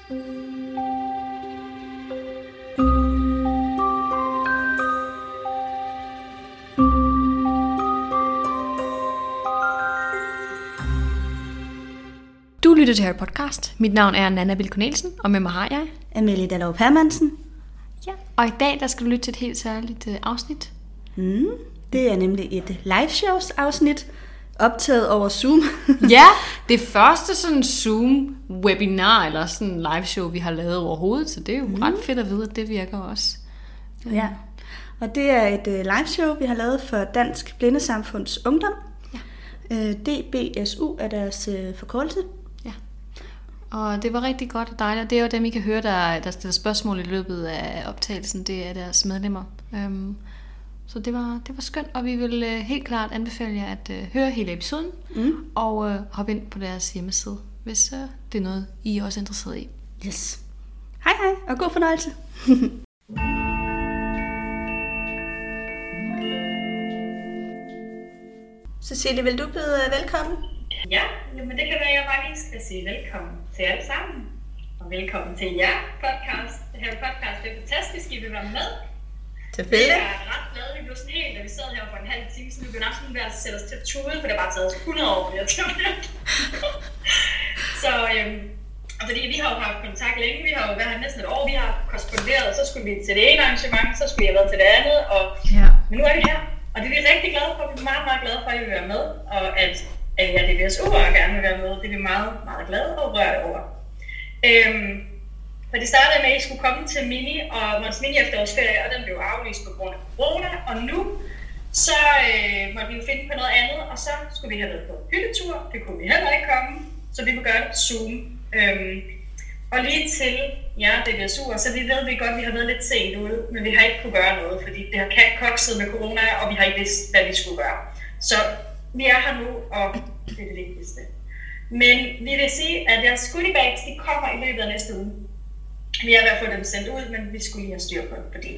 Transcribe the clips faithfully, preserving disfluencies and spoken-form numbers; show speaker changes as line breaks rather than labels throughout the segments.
Du lytter til Harry Podcast. Mit navn er Nanna Bill Cornelsen, og med mig har jeg
Amelie Dallov Hermansen.
Ja, og i dag der skal du lytte til et helt særligt uh, afsnit.
Mm, det er nemlig et live shows afsnit, optaget over Zoom.
Ja, det første sådan Zoom webinar eller sådan live show vi har lavet overhovedet, så det er jo mm. ret fedt at vide, at det virker også.
Ja, og det er et uh, live show vi har lavet for Dansk Blindesamfunds Ungdom. Ja. Uh, D B S U er deres uh, forkortelse.
Og det var rigtig godt og dejligt. Det er jo dem, I kan høre, der, der stiller spørgsmål i løbet af optagelsen. Det er deres medlemmer. Um, så det var, det var skønt, og vi vil uh, helt klart anbefale jer at uh, høre hele episoden. Mm. Og uh, hoppe ind på deres hjemmeside, hvis uh, det er noget, I er også interesseret i.
Yes. Hej hej, og god fornøjelse. Cecilie, vil du byde velkommen?
Ja, men det kan være, at jeg bare lige skal sige velkommen til alle sammen. Og velkommen til jer podcast. Det her podcast, det er fantastisk, I vil være med.
Selvfølgelig.
Jeg er ret glad, vi blev sådan helt, da vi sad her for en halv time, så vi blev nærmest ved at sætte os til at tude, for det har bare taget hundrede år på det her til. Så, øhm, og fordi vi har jo haft kontakt længe, vi har jo været her næsten et år, vi har korresponderet, og så skulle vi til det ene arrangement, så skulle vi have været til det andet, og ja. Men nu er vi her. Og det er vi rigtig glade for, vi er meget, meget glade for, at I vil være med, og at at jeg D B S U'er gerne vil være med. Det er vi meget, meget glade og rørte over. Øhm, for det startede med, at I skulle komme til Mini og vores mini-efterårsferie, og den blev aflyst på grund af corona. Og nu, så øh, måtte vi jo finde på noget andet, og så skulle vi have været på hyttetur. Det kunne vi heller ikke komme, så vi kunne gøre det på Zoom. Øhm, og lige til jer D B S U'er, så vi ved vi godt, at vi har været lidt sent ude, men vi har ikke kunne gøre noget, fordi det har kokset med corona, og vi har ikke vidst, hvad vi skulle gøre. Så vi er her nu, og det er det vigtigste. Men vi vil sige, at jeres goodie bags, de kommer i løbet af næste uge. Vi har i hvert fald dem sendt ud, men vi skulle lige have styr på det, fordi...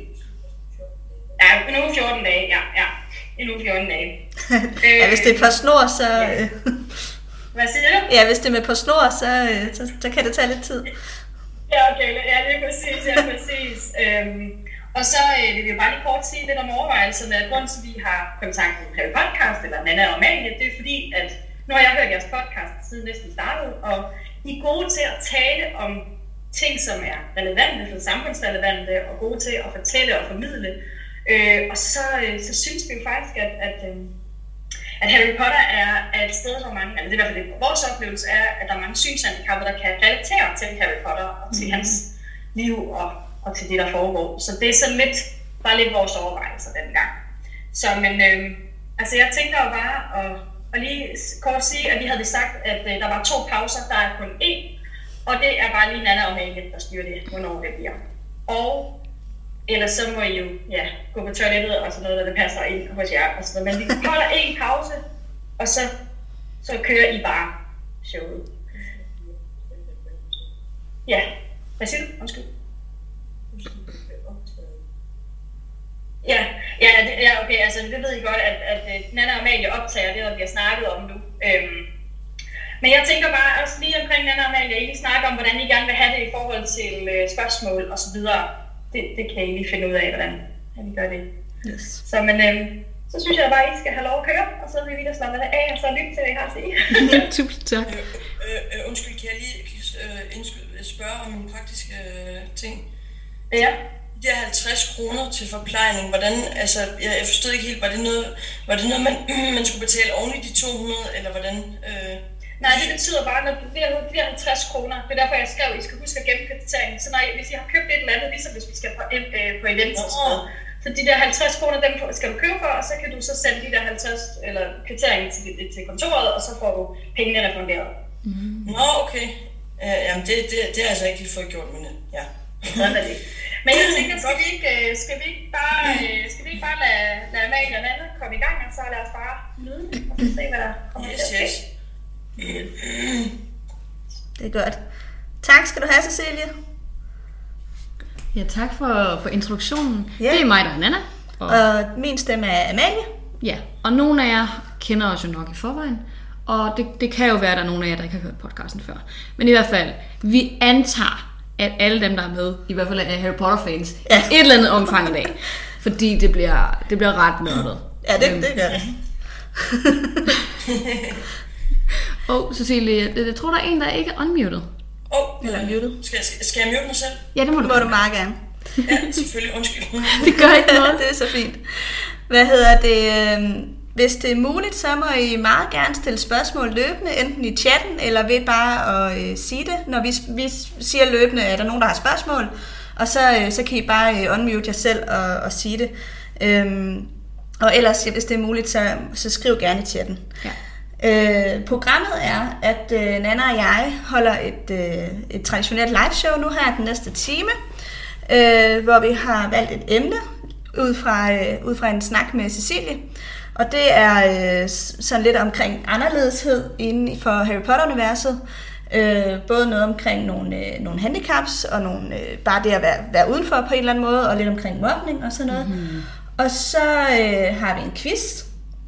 Ja, en uge fjorten dage, ja, ja. En uge fjorten dage.
Ja, hvis det er på snor, så...
Ja. Hvad siger du?
Ja, hvis det er med på snor, så, så, så kan det tage lidt tid.
Ja, okay, ja, det er præcis, ja, præcis. øhm, Og så øh, vil vi bare lige kort sige lidt om overvejelserne, at grunden til, at vi har kontaktet Harry Podcast, eller Nanna og Amalie, det er fordi, at nu har jeg hørt jeres podcast siden næsten startede, og I er gode til at tale om ting, som er relevante, for samfundsrelevante, og gode til at fortælle og formidle. Øh, og så, øh, så synes vi jo faktisk, at, at, øh, at Harry Potter er, er et sted, hvor mange, altså det er i hvert fald det, vores oplevelse er, at der er mange synshandicappede, der kan relatere til Harry Potter og til mm. hans liv og og til det, der foregår. Så det er sådan lidt, bare lidt vores overvejelser dengang. Så, men øh, altså jeg tænker jo bare at, at lige kort sige, at vi havde sagt, at øh, der var to pauser, der er kun én, og det er bare lige Nanna og Amalie, der styrer det, hvornår det bliver. Og ellers så må I jo ja, gå på toilettet og sådan noget, der det passer ind hos jer. Og sådan noget. Men vi holder én pause, og så, så kører I bare showet. Ja, hvad siger du? Undskyld. Ja, ja, det, ja, okay, altså det ved I godt, at, at Nanna og Amalie optager det, der bliver snakket om nu. Øhm, men jeg tænker bare også lige omkring Nanna og Amalie, I lige snakke om, hvordan I gerne vil have det i forhold til øh, spørgsmål og så videre. Det, det kan I lige finde ud af, hvordan vi gør det. Yes. Så, men, øhm, så synes jeg bare, at I skal have lov at køre, og så vil vi da slappe det af, og så lytte til, hvad I har at sige.
Tusind tak.
Øh, øh, undskyld, kan jeg lige øh, spørge om en praktisk øh, ting?
Ja.
De her halvtreds kroner til forplejning, hvordan, altså, jeg, jeg forstod ikke helt, var det noget, var det noget man, man skulle betale oven i de to hundrede, eller hvordan? Øh...
Nej, det betyder bare, når det bliver halvtreds kroner, det er derfor, jeg skrev, at I skal huske at gemme krediteringen. Så når I, hvis I har købt et eller andet, ligesom hvis vi skal på, øh, på event, oh. så de der halvtreds kroner, dem skal du købe for, og så kan du så sende de der halvtreds eller kvitteringen til, til kontoret, og så får du pengene refunderet.
Mm. Nå, okay. Uh, jamen, det, det, det har jeg altså ikke lige fået gjort, men ja.
Sådan er det. Men jeg tænker, skal vi ikke, skal vi ikke bare, skal vi ikke bare lade, lade Amalie og Nanna komme i gang, og så lad os bare lyde, og så se, hvad der kommer
yes, til at ske.
Yes. Det er godt. Tak skal du have, Cecilie.
Ja, tak for, for introduktionen.
Ja.
Det er mig, der er Nanna.
Og, og min stemme er Amalie.
Ja, og nogle af jer kender os jo nok i forvejen. Og det, det kan jo være, at der er nogle af jer, der ikke har hørt podcasten før. Men i hvert fald, vi antager, at alle dem, der er med, i hvert fald er Harry Potter-fans, ja. et eller andet omfang i dag. Fordi det bliver, det bliver ret nørdet.
Ja, det, øhm. det gør det.
Åh, oh, Cecilie, jeg, jeg tror, der er en, der ikke er unmuted.
Åh, oh,
eller muted.
Skal jeg, skal jeg mute mig selv?
Ja, det må du.
Må du meget gerne.
Ja, selvfølgelig. Undskyld.
Det gør ikke noget.
Det er så fint. Hvad hedder det? Hvis det er muligt, så må I meget gerne stille spørgsmål løbende, enten i chatten, eller ved bare at øh, sige det. Når vi, vi siger løbende, at der er nogen, der har spørgsmål, og så, øh, så kan I bare øh, unmute jer selv og, og sige det. Øhm, og ellers, hvis det er muligt, så, så skriv gerne i chatten. Ja. Øh, programmet er, at øh, Nanna og jeg holder et, øh, et traditionelt liveshow nu her den næste time, øh, hvor vi har valgt et emne ud fra, øh, ud fra en snak med Cecilie. Og det er øh, sådan lidt omkring anderledeshed inden for Harry Potter-universet. Øh, både noget omkring nogle, øh, nogle handicaps, og nogle, øh, bare det at være, være udenfor på en eller anden måde, og lidt omkring mobning og sådan noget. Mm-hmm. Og så øh, har vi en quiz,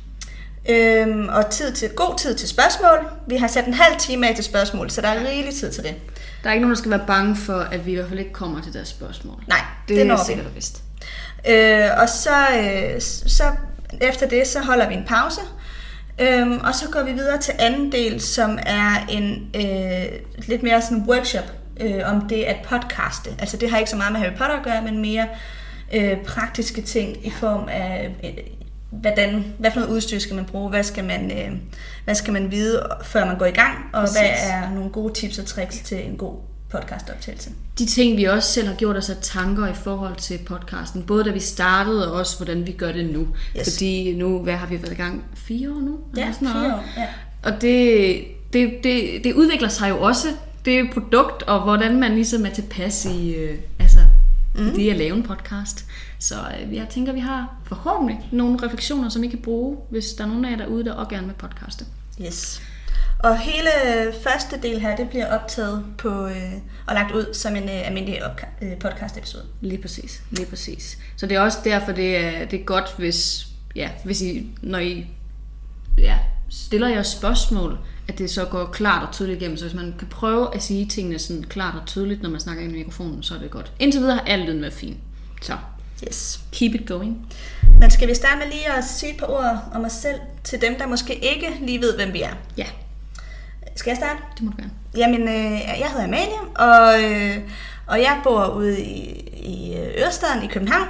øhm, og tid til, god tid til spørgsmål. Vi har sat en halv time af til spørgsmål, så der er rigelig tid til det.
Der er ikke nogen, der skal være bange for, at vi i hvert fald ikke kommer til deres spørgsmål.
Nej,
det,
det når
er sikkert og vist.
Øh, og så, øh, så efter det, så holder vi en pause. Øhm, og så går vi videre til anden del, som er en øh, lidt mere sådan workshop øh, om det at podcaste. Altså det har ikke så meget med Harry Potter at gøre, men mere øh, praktiske ting i form af, øh, hvordan, hvad for noget udstyr skal man bruge, hvad skal man, øh, hvad skal man vide, før man går i gang, og Præcis. Hvad er nogle gode tips og tricks til en god podcastoptagelse.
De ting, vi også selv har gjort os af tanker i forhold til podcasten, både da vi startede, og også hvordan vi gør det nu. Yes. Fordi nu, hvad har vi været i gang? Fire år nu?
Ja, fire år. Ja.
Og det, det, det, det udvikler sig jo også, det produkt, og hvordan man ligesom er tilpas i, øh, altså, mm. det at lave en podcast. Så øh, jeg tænker, vi har forhåbentlig nogle refleksioner, som I kan bruge, hvis der er nogen af jer derude, der også gerne vil podcaste.
Yes. Og hele første del her, det bliver optaget på, øh, og lagt ud som en øh, almindelig opka- øh, podcast-episode.
Lige præcis, lige præcis. Så det er også derfor, det er, det er godt, hvis, ja, hvis I, når I ja, stiller jeres spørgsmål, at det så går klart og tydeligt igennem. Så hvis man kan prøve at sige tingene sådan klart og tydeligt, når man snakker ind i mikrofonen, så er det godt. Indtil videre har alt lyden været fint. Så
yes.
Keep it going.
Men skal vi starte med lige at sige et par ord om os selv, til dem, der måske ikke lige ved, hvem vi er?
Ja.
Skal jeg starte?
Det må du gerne.
Jamen, øh, jeg hedder Amalie, og, øh, og jeg bor ude i, i Ørestaden i København.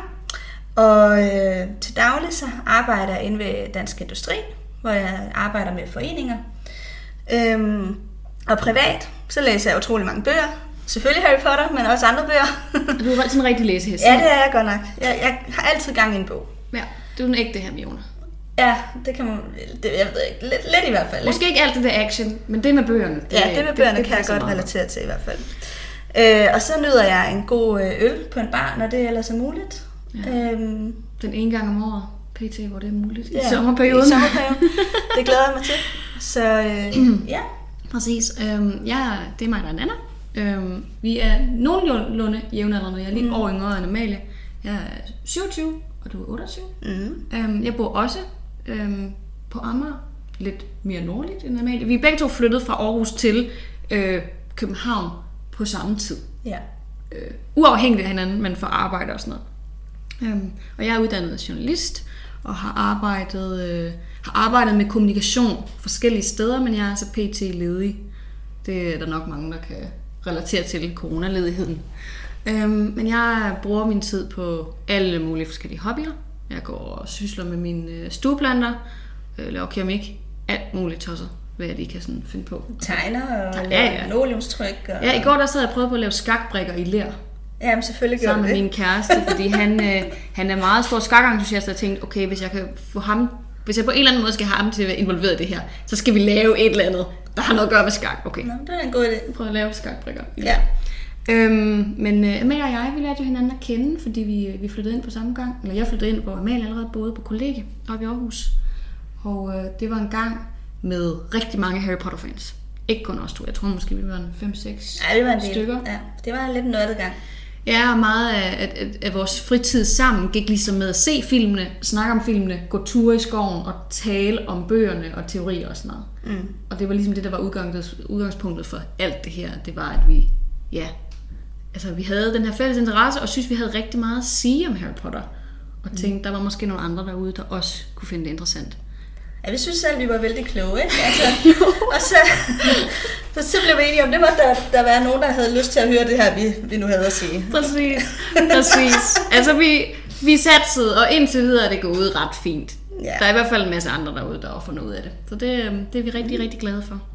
Og øh, til daglig så arbejder jeg inde ved Dansk Industri, hvor jeg arbejder med foreninger. Øhm, og privat, så læser jeg utrolig mange bøger. Selvfølgelig Harry Potter, men også andre bøger.
Du er sådan en rigtig læsehest.
Ja, det er jeg godt nok. Jeg, jeg har altid gang i en bog.
Ja, du er den ægte Hermione.
Ja, det kan man, det, jeg ved ikke, lidt, lidt i hvert fald.
Måske ikke alt det der action, men det med bøgerne. Det,
ja, det med bøgerne det, det kan jeg godt relatere til i hvert fald. Øh, og så nyder jeg en god øl på en bar, når det ellers er muligt.
Ja. Øhm, den ene gang om året, pt, hvor det er muligt. I
ja,
sommerperioden.
I sommerperioden. Det glæder jeg mig til. Så øh, ja.
Præcis. Øhm, ja, det er mig, der er Nanna. Øhm, vi er nogenlunde jævnaldrende. Jeg er lige mm. over yngre end Amalie. Jeg er syvogtyve, og du er otteogtyve. Mm. Øhm, jeg bor også øhm, på Amager, lidt mere nordligt end Amalie. Vi er begge to flyttet fra Aarhus til øh, København på samme tid.
Ja.
Øh, uafhængigt af hinanden, men for arbejde og sådan noget. Øhm, og jeg er uddannet journalist og har arbejdet, øh, har arbejdet med kommunikation forskellige steder, men jeg er altså pt. Ledig. Det er der nok mange, der kan relatere til coronaledigheden. Øhm, men jeg bruger min tid på alle mulige forskellige hobbyer. Jeg går og sysler med mine øh, stueplanter, øh, laver keramik, alt muligt tosset, hvad jeg lige kan sådan finde på.
Tegner og
ja,
laver
ja.
linoleumstryk. Og...
Ja, i går der sad jeg og prøvede på at lave skakbrikker i ler.
Jamen selvfølgelig gjorde
sammen
det.
med min kæreste, fordi han, øh, han er meget stor skakentusiast, og jeg tænkte, okay, hvis jeg kan få ham, hvis jeg på en eller anden måde skal have ham til at være involveret i det her, så skal vi lave et eller andet, der har noget at gøre med skak. Okay.
Nå, det er en god idé.
Prøv at lave skakbrikker.
Ja.
Øhm, men øh, Amalie og jeg, vi lærte jo hinanden at kende, fordi vi, vi flyttede ind på samme gang. Eller jeg flyttede ind, hvor Amalie allerede boede på kollegie oppe i Aarhus. Og øh, det var en gang med rigtig mange Harry Potter fans. Ikke kun os to, jeg tror måske vi var en fem seks
ja, det var en del.
stykker.
Ja, det var en lidt nørdet gang.
Ja, og meget af, at, at, at vores fritid sammen gik ligesom med at se filmene, snakke om filmene, gå ture i skoven og tale om bøgerne og teorier og sådan noget. Mm. Og det var ligesom det, der var udgangspunktet for alt det her. Det var, at vi ja, altså, vi havde den her fælles interesse, og synes, vi havde rigtig meget at sige om Harry Potter. Og tænkte, der var måske nogle andre derude, der også kunne finde det interessant.
Ja, vi synes selv, vi var vældig kloge, ikke? Altså, og så, så, så blev vi enige om, det var der, der var nogen, der havde lyst til at høre det her, vi, vi nu havde at sige.
Præcis, præcis. Altså, vi, vi satsede, og indtil videre er det gået ret fint. Ja. Der er i hvert fald en masse andre derude, der har fundet ud af det. Så det, det er vi rigtig, rigtig glade for.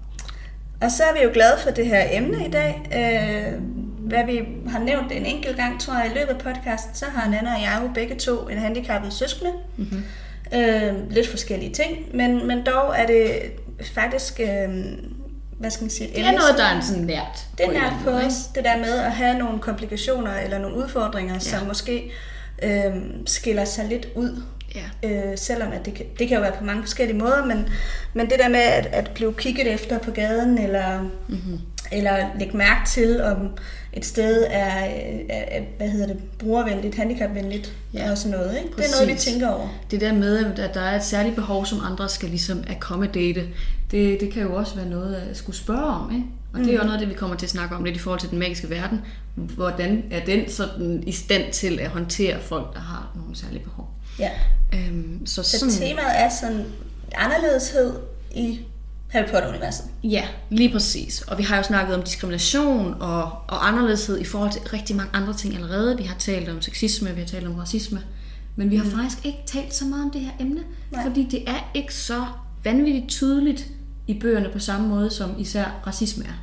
Og så er vi jo glade for det her emne i dag. Øh, hvad vi har nævnt en enkelt gang, tror jeg, i løbet af podcasten, så har Nanna og jeg jo begge to en handicappet søskende. Mm-hmm. Øh, lidt forskellige ting, men, men dog er det faktisk, øh, hvad skal man sige,
det er noget, der er sådan nært.
Det er nært på os, det der med at have nogle komplikationer eller nogle udfordringer, ja. Som måske øh, skiller sig lidt ud. Ja. Øh, selvom at det, kan, det kan jo være på mange forskellige måder, men, men det der med at, at blive kigget efter på gaden, eller, mm-hmm. eller lægge mærke til, om et sted er, er, er hvad hedder det, brugervenligt, handicapvenligt, ja. Og sådan noget. Ikke? Det er noget, vi tænker over.
Det der med, at der er et særligt behov, som andre skal ligesom accommodate, det, det kan jo også være noget, at skulle spørge om. Ikke? Og det er jo noget af det, vi kommer til at snakke om lidt i forhold til den magiske verden. Hvordan er den sådan i stand til at håndtere folk, der har nogle særlige behov?
Ja.
Øhm, så
så
sådan,
temaet er sådan anderledeshed i Harry Potter-universet.
Ja, lige præcis. Og vi har jo snakket om diskrimination og, og anderledeshed i forhold til rigtig mange andre ting allerede. Vi har talt om sexisme, vi har talt om racisme. Men vi har mm. faktisk ikke talt så meget om det her emne. Nej. Fordi det er ikke så vanvittigt tydeligt i bøgerne på samme måde, som især racisme er.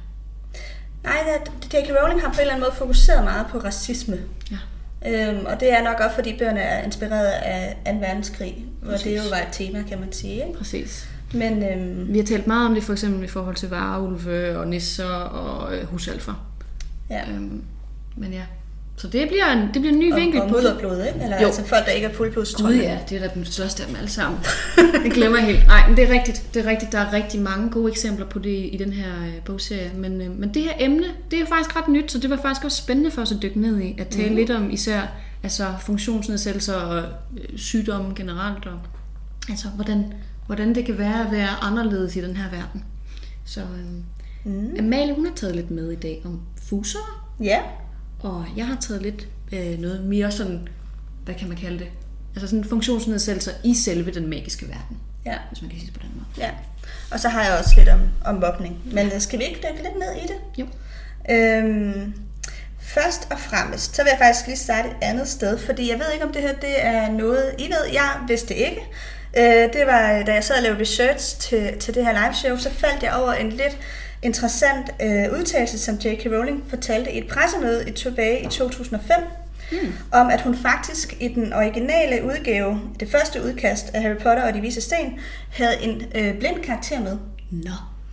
Nej, J K Rowling har på en eller anden måde fokuseret meget på racisme. Ja. Øhm, og det er nok også, fordi bøgerne er inspireret af anden verdenskrig, hvor Præcis. Det jo var et tema, kan man sige. Ikke?
Præcis.
Men, øhm,
vi har talt meget om det, for eksempel i forhold til varulve og nisser og øh, husalfer. Ja. Øhm, men ja, så det bliver en, det bliver en ny
og,
vinkel
og
på det.
Og mudderblod, ikke? Eller jo. Altså folk, der ikke er fuldblodstrømme.
Gud ja, det er da den største af dem alle sammen. Det glemmer jeg helt. Nej, men det er rigtigt. Det er rigtigt. Der er rigtig mange gode eksempler på det i den her øh, bogserie. Men, øh, men det her emne, det er jo faktisk ret nyt, så det var faktisk også spændende for os at dykke ned i. At tale mm. lidt om især altså funktionsnedsættelser og øh, sygdomme generelt. Og, altså, hvordan, hvordan det kan være at være anderledes i den her verden. Så øh, mm. Amalie, hun har taget lidt med i dag om fuser.
Ja.
Og jeg har taget lidt øh, noget mere sådan, hvad kan man kalde det? Altså sådan funktionsnedsættelser i selve den magiske verden. Ja. Hvis man kan sige det på den måde.
Ja. Og så har jeg også lidt om, om mobning. Men skal vi ikke dykke lidt ned i det?
Jo.
Øhm, først og fremmest, så vil jeg faktisk lige starte et andet sted, fordi jeg ved ikke, om det her det er noget, I ved. Jeg vidste ikke. Øh, det var, da jeg sad og lavede research til, til det her live show, så faldt jeg over en lidt interessant øh, udtalelse, som J K Rowling fortalte i et pressemøde i tilbage i to tusind og fem, mm. om at hun faktisk i den originale udgave, det første udkast af Harry Potter og De Vises Sten, havde en øh, blind karakter med.
Nå.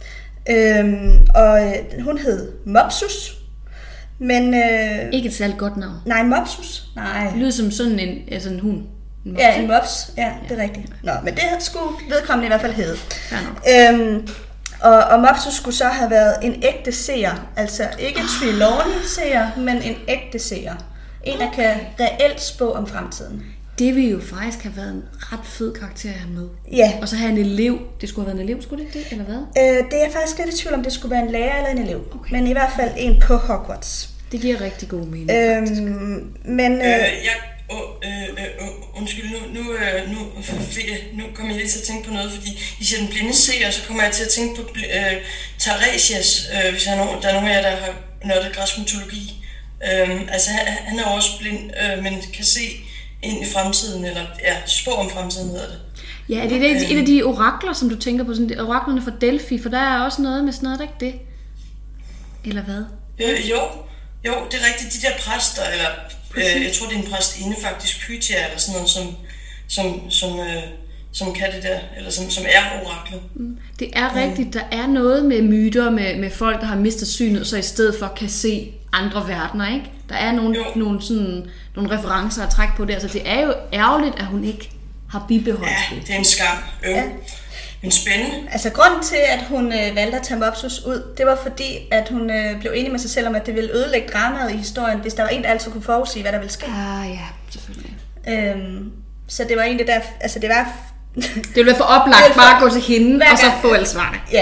Øhm, og øh, hun hed Mopsus. Men, øh,
ikke et særligt godt navn.
Nej, Mopsus. Nej.
Det lyder som sådan en, altså en hund.
En ja, en mops. Ja, det er ja. rigtigt. Nå, men det skulle vedkommende i hvert fald hedde. Ja, øhm, Og, og Mopsus skulle så have været en ægte seer, altså ikke Trelawney-seer, men en ægte seer. En, der kan reelt spå om fremtiden.
Det ville jo faktisk have været en ret fed karakter at have med.
Ja.
Og så have en elev. Det skulle have været en elev, skulle det ikke det, eller hvad?
Øh, det er jeg faktisk lidt i tvivl om, det skulle være en lærer eller en elev. Okay. Men i hvert fald en på Hogwarts.
Det giver rigtig god mening,
øhm,
faktisk.
Men... Øh,
øh, jeg, oh, øh, øh, undskyld, nu, nu, øh, nu, nu kommer jeg lige til at tænke på noget, fordi I siger den blinde seer, så kommer jeg til at tænke på øh, Taresias, øh, hvis der er, nogen, der er nogen af jer, der har nørdet græsk mytologi. Øh, altså, han, han er også blind, øh, men kan se ind i fremtiden, eller ja, spå om fremtiden hedder det.
Ja, det er det, et af de orakler, som du tænker på, sådan oraklerne fra Delphi, for der er også noget med sådan noget, der ikke det? Eller hvad?
Øh, jo, jo, det er rigtigt, de der præster, eller øh, jeg tror, det er en præstinde faktisk, Pythia, eller sådan noget, som, som, som, øh, som kan det der, eller som, som er oraklet.
Mm. Det er rigtigt, der er noget med myter, med, med folk, der har mistet synet, så i stedet for kan se andre verdener, ikke? Der er nogle, nogle, sådan, nogle referencer at trække på det, altså det er jo ærgerligt, at hun ikke har bibeholdt
det. Ja, det er en skam. Øh. Ja. Men spændende.
Altså grunden til, at hun øh, valgte at tage Mopsus ud, det var fordi, at hun øh, blev enig med sig selv om, at det ville ødelægge dramaet i historien, hvis der var en, der altid kunne forudsige, hvad der ville ske.
Ah ja, selvfølgelig.
Øhm, så det var egentlig der, altså det var...
det ville være for oplagt bare at gå til hende, og så få alle svarene.
Ja,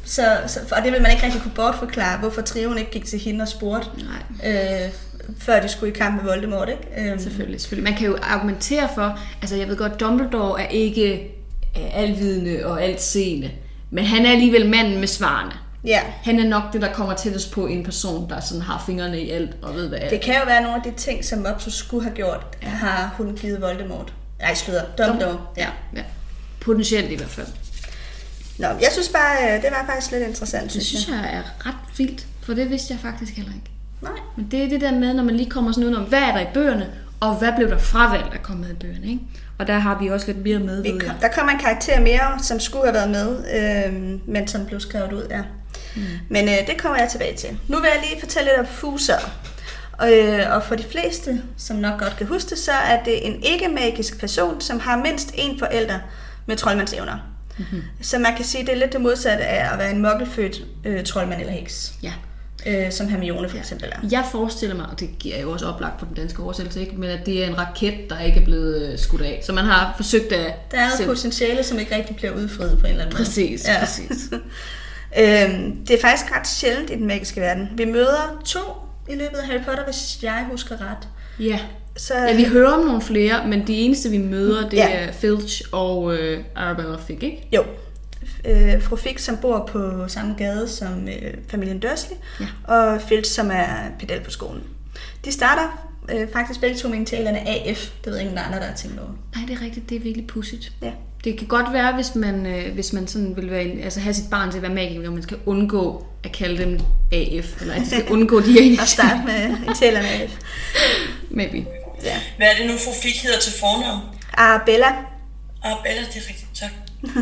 Så, så, og det vil man ikke rigtig kunne bortforklare, hvorfor trioen ikke gik til hende og spurgte, øh, før de skulle i kamp med Voldemort, ikke? Øhm.
Selvfølgelig, selvfølgelig. Man kan jo argumentere for, altså jeg ved godt, Dumbledore er ikke alvidende og altseende, men han er alligevel manden med svarene.
Ja.
Han er nok det, der kommer tættest på en person, der sådan har fingrene i alt og ved hvad alt.
Det kan jo være nogle af de ting, som Mopsus skulle have gjort, ja. Har hun givet Voldemort. Nej, slutter. Dumbledore.
Ja, ja. Potentielt i hvert fald.
Nå, jeg synes bare, det var faktisk lidt interessant.
Det
synes
synes jeg, jeg er ret vildt, for det vidste jeg faktisk heller ikke.
Nej.
Men det er det der med, når man lige kommer sådan ud om, hvad er der i bøgerne, og hvad blev der fravalgt at komme med i bøgerne, ikke? Og der har vi også lidt mere med.
Vi kom, der kommer en karakter mere, som skulle have været med, øh, men som blev skrevet ud, ja. Mm. Men øh, det kommer jeg tilbage til. Nu vil jeg lige fortælle lidt om fuser. Og, øh, og for de fleste, som nok godt kan huske det, så er det en ikke-magisk person, som har mindst én forælder med troldmandsevner. Mm-hmm. Så man kan sige, at det er lidt det modsatte af at være en muggelfødt øh, troldmand eller heks.
Ja.
Øh, som Hermione for eksempel er.
Jeg forestiller mig, og det giver jo også oplagt på den danske oversættelse, ikke? Men at det er en raket, der ikke er blevet skudt af. Så man har forsøgt at...
Der er noget potentiale, som ikke rigtig bliver udfriet på en eller anden måde.
Præcis, ja. præcis.
øhm, det er faktisk ret sjældent i den magiske verden. Vi møder to i løbet af Harry Potter, hvis jeg husker ret.
Ja. Så, ja, vi hører om nogle flere, men de eneste, vi møder, det ja. er Filch og øh, Arabella Fig, ikke?
Jo. Øh, fru Fig, som bor på samme gade som øh, familien Dursley, ja. Og Filch, som er pedel på skolen. De starter øh, faktisk begge to med en talerne A F. Det ved ingen andre, der har tænkt over.
Nej, det er rigtigt. Det er virkelig pudsigt.
Ja.
Det kan godt være, hvis man, øh, hvis man sådan vil være en, altså have sit barn til at være magiker, og man skal undgå at kalde dem A F, eller at de skal undgå de her.
Og starte med en talerne A F.
Maybe.
Ja. Hvad er det nu, fru Fig hedder til fornavn?
Arabella.
Arabella, det er rigtigt. Tak.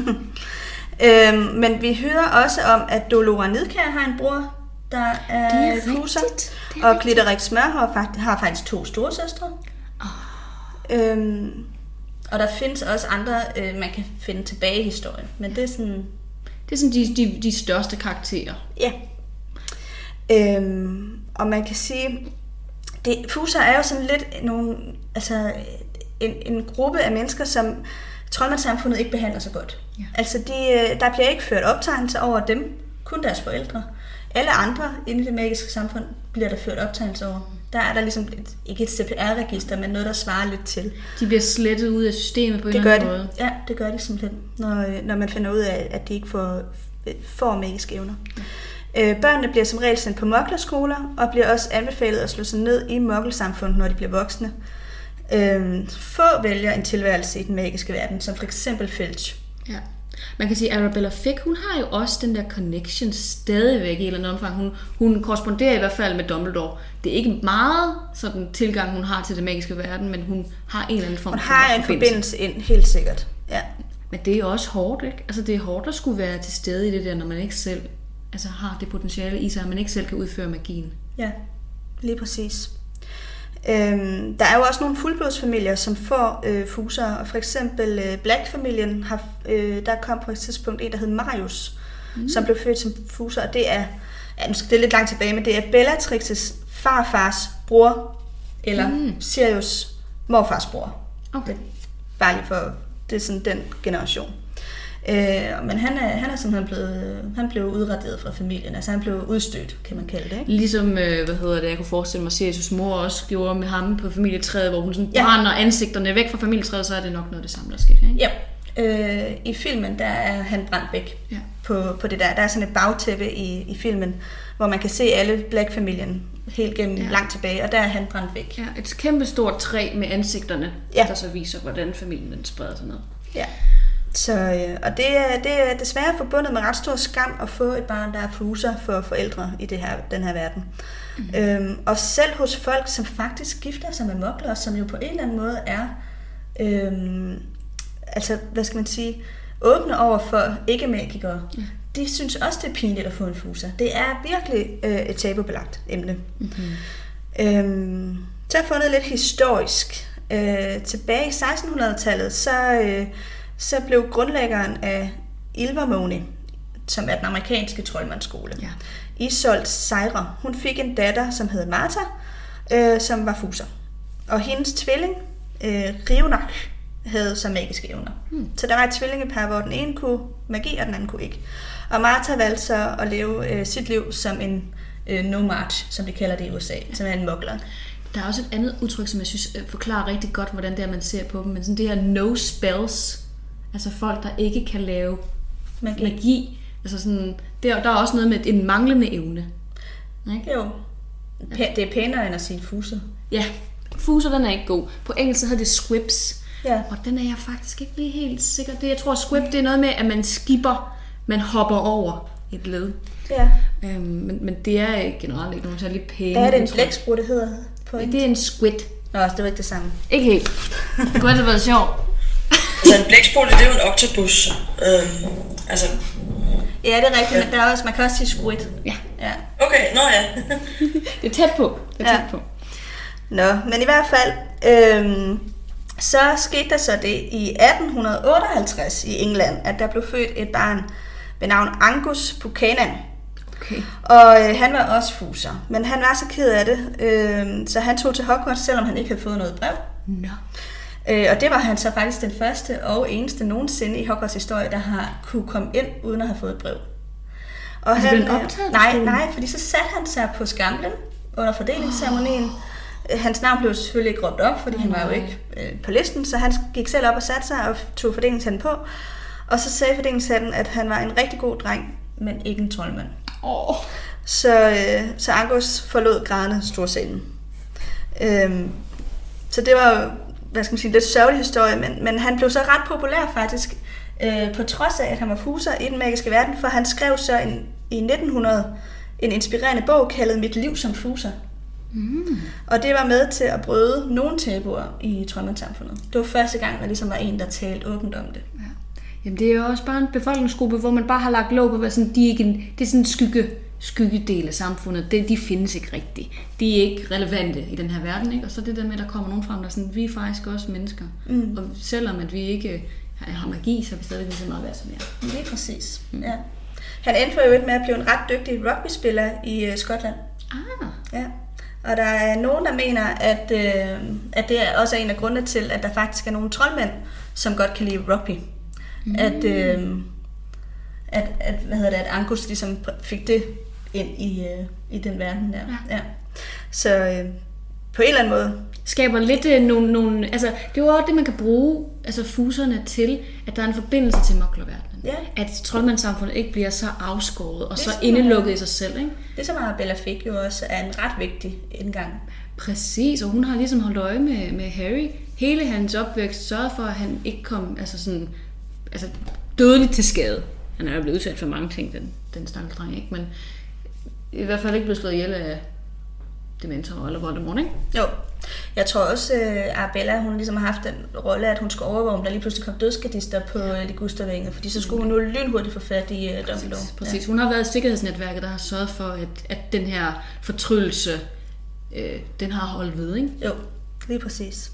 Øhm, men vi hører også om, at Dolora Nidkjær har en bror, der er fuser, og Glitterik Smørhår har faktisk to store søstre. Oh. Øhm, og der findes også andre, øh, man kan finde tilbage i historien, men det er sådan...
Det er sådan de, de, de største karakterer.
Ja. Øhm, og man kan sige, det, fuser er jo sådan lidt nogle, altså en, en gruppe af mennesker, som troldmandssamfundet ikke behandler så godt. Ja. Altså, de, der bliver ikke ført optegnelser over dem, kun deres forældre. Alle andre inde i det magiske samfund bliver der ført optegnelser over. Der er der ligesom et, ikke et C P R-register, men noget, der svarer lidt til.
De bliver slettet ud af systemet på en
det
eller anden
de.
måde.
Ja, det gør de simpelthen, når, når man finder ud af, at de ikke får, får magiske evner. Ja. Øh, børnene bliver som regel sendt på muglerskoler, og bliver også anbefalet at slå sig ned i muggelsamfundet, når de bliver voksne. Øhm, få vælger en tilværelse i den magiske verden, som for eksempel Filch.
Ja. Man kan sige, at Arabella Fig, hun har jo også den der connection stadigvæk i et eller andet omfang. Hun, hun korresponderer i hvert fald med Dumbledore. Det er ikke meget sådan tilgang, hun har til den magiske verden, men hun har en eller anden form
hun
for
har en forbindelse ind, helt sikkert. Ja.
Men det er også hårdt, ikke? Altså det er hårdt at skulle være til stede i det der, når man ikke selv altså, har det potentiale i sig, at man ikke selv kan udføre magien.
Ja, lige præcis. Øhm, der er jo også nogle fuldblodsfamilier, som får øh, fuser, og for eksempel øh, Black-familien, har, øh, der kom på et tidspunkt en, der hed Marius, mm. som blev født som fuser, og det er, ja, det er lidt langt tilbage, men det er Bellatrix's farfars bror, eller mm. Sirius morfars bror.
Okay.
Bare lige for, det er sådan den generation. Øh, men han er, han er simpelthen blevet, han blev udraderet fra familien, altså han blev udstødt, kan man kalde det, ikke?
Ligesom, øh, hvad hedder det, jeg kunne forestille mig, Sirius' mor også gjorde med ham på familietræet, hvor hun sådan ja. brænder ansigterne væk fra familietræet, så er det nok noget af det samme, der sker, ikke?
Ja, øh, i filmen, der er han brændt væk ja. på, på det der, der er sådan et bagtæppe i, i filmen, hvor man kan se alle Black-familien helt gennem ja. langt tilbage, og der er han brændt væk.
Ja, et kæmpe stort træ med ansigterne, ja. der så viser, hvordan familien den spreder sig ned.
Ja. Så, øh, og det er, det er desværre forbundet med ret stor skam at få et barn, der er fuser for forældre i det her, den her verden. Mm. Øhm, og selv hos folk, som faktisk gifter sig med mugglere, som jo på en eller anden måde er, øhm, altså hvad skal man sige, åbne over for ikke-magikere, mm. de synes også, det er pinligt at få en fuser. Det er virkelig øh, et tabubelagt emne. Mm-hmm. Øhm, så har jeg fundet lidt historisk. Øh, tilbage i sekstenhundredetallet, så... Øh, så blev grundlæggeren af Ilvermorny, som er den amerikanske troldmandsskole, ja. Isolde Sejre. Hun fik en datter, som hed Martha, øh, som var fuser. Og hendes tvilling, øh, Rionak, havde så magiske evner. Hmm. Så der var et tvillingepar, hvor den ene kunne magi, og den anden kunne ikke. Og Martha valgte så at leve øh, sit liv som en øh, nomad, som de kalder det i U S A, som er en mugler.
Der er også et andet udtryk, som jeg synes forklarer rigtig godt, hvordan det er, man ser på dem. Men sådan det her no spells, altså folk, der ikke kan lave magi. magi. Altså sådan, der, der er også noget med en manglende evne. Ikke?
Jo. P- det er pænere end at sige fuser.
Ja, fuser, den er ikke god. På engelsk hedder det squibs.
Ja.
Og den er jeg faktisk ikke lige helt sikker. Det, jeg tror, squib, det er noget med, at man skipper, man hopper over et led.
Ja.
Øhm, men, men det er generelt ikke nogen særlig pæne.
Hvad er det en blæksprut, det hedder?
Ja, det er en squid.
Nå, det var ikke det samme.
Ikke helt. Det kunne have været sjovt.
Altså en blæksprut, det er jo en octopus. Øhm, altså...
Ja, det er rigtigt, ja. Men der er også, man kan også sige squid.
Ja.
Ja.
Okay, nå ja.
Det er tæt på. Det er tæt
ja.
på.
Nå, men i hvert fald, øhm, så skete der så det i atten otteoghalvtreds i England, at der blev født et barn ved navn Angus Buchanan.
Okay.
Og øh, han var også fuser, men han var så ked af det, øh, så han tog til Hogwarts, selvom han ikke havde fået noget brev.
Nå.
Øh, og det var han så faktisk den første og eneste nogensinde i Hogwarts historie, der har kunne komme ind uden at have fået et brev. Og
altså,
han,
den optaget,
nej, nej, fordi så satte han sig på skamlen under fordelingsceremonien. Oh. Hans navn blev selvfølgelig ikke råbt op, fordi oh, han var jo ikke øh, på listen, så han gik selv op og satte sig og tog fordelingshatten på. Og så sagde fordelingshatten, at han var en rigtig god dreng, men ikke en troldmand.
Oh.
Så, øh, så Angus forlod grædende storscenen. Øhm, så det var, hvad skal man sige, en lidt sørgelig historie, men, men han blev så ret populær faktisk, øh, på trods af, at han var fuser i den magiske verden, for han skrev så en, i nitten hundrede en inspirerende bog, kaldet Mit liv som fuser. Mm. Og det var med til at bryde nogle tabuer i troldmandssamfundet. Det var første gang, der ligesom var en, der talte åbent om det.
Ja. Jamen det er jo også bare en befolkningsgruppe, hvor man bare har lagt låg på, hvad sådan, de er ikke en, det er sådan en skygge, skyggedel af samfundet. Det, de findes ikke rigtigt. De er ikke relevante i den her verden, ikke? Og så det der med, at der kommer nogen frem, der er sådan, vi er faktisk også mennesker. Mm. Og selvom at vi ikke har magi, så er vi stadig lige så meget værd som jer.
Lige præcis, mm. ja. Han endte for øvrigt med at blive en ret dygtig rugbyspiller i uh, Skotland.
Ah.
Ja. Og der er nogen, der mener, at, øh, at det er også en af grundene til, at der faktisk er nogle troldmænd, som godt kan lide rugby. Mm. At, øh, at, at, hvad hedder det, at Angus ligesom fik det ind i, øh, i den verden der. Ja. Ja. Så øh, på en eller anden måde
skaber lidt øh, nogle, nogle, altså det er jo også det, man kan bruge altså fuserne til, at der er en forbindelse til muglerverdenen.
Ja.
At troldmandssamfundet ikke bliver så afskåret og så indelukket i sig selv, ikke?
Det som Arabella fik jo også er en ret vigtig indgang.
Præcis, og hun har ligesom holdt øje med, med Harry. Hele hans opvækst sørgede for, at han ikke kom altså sådan, altså dødeligt til skade. Han er jo blevet udsat for mange ting, den, den stakkels dreng, ikke? Men i hvert fald ikke blevet slået ihjel af Dementor eller Voldemort, ikke?
Jo. Jeg tror også, at uh, Arabella, hun ligesom har haft den rolle, at hun skulle overvåge, om der lige pludselig kom dødskadister på uh, Ligustervænget, fordi så skulle hun nu lynhurtigt få fat i uh, Dumbledore.
Præcis, præcis. Ja. Hun har været sikkerhedsnetværket, der har sørget for, at, at den her fortryllelse, øh, den har holdt ved, ikke?
Jo, lige præcis.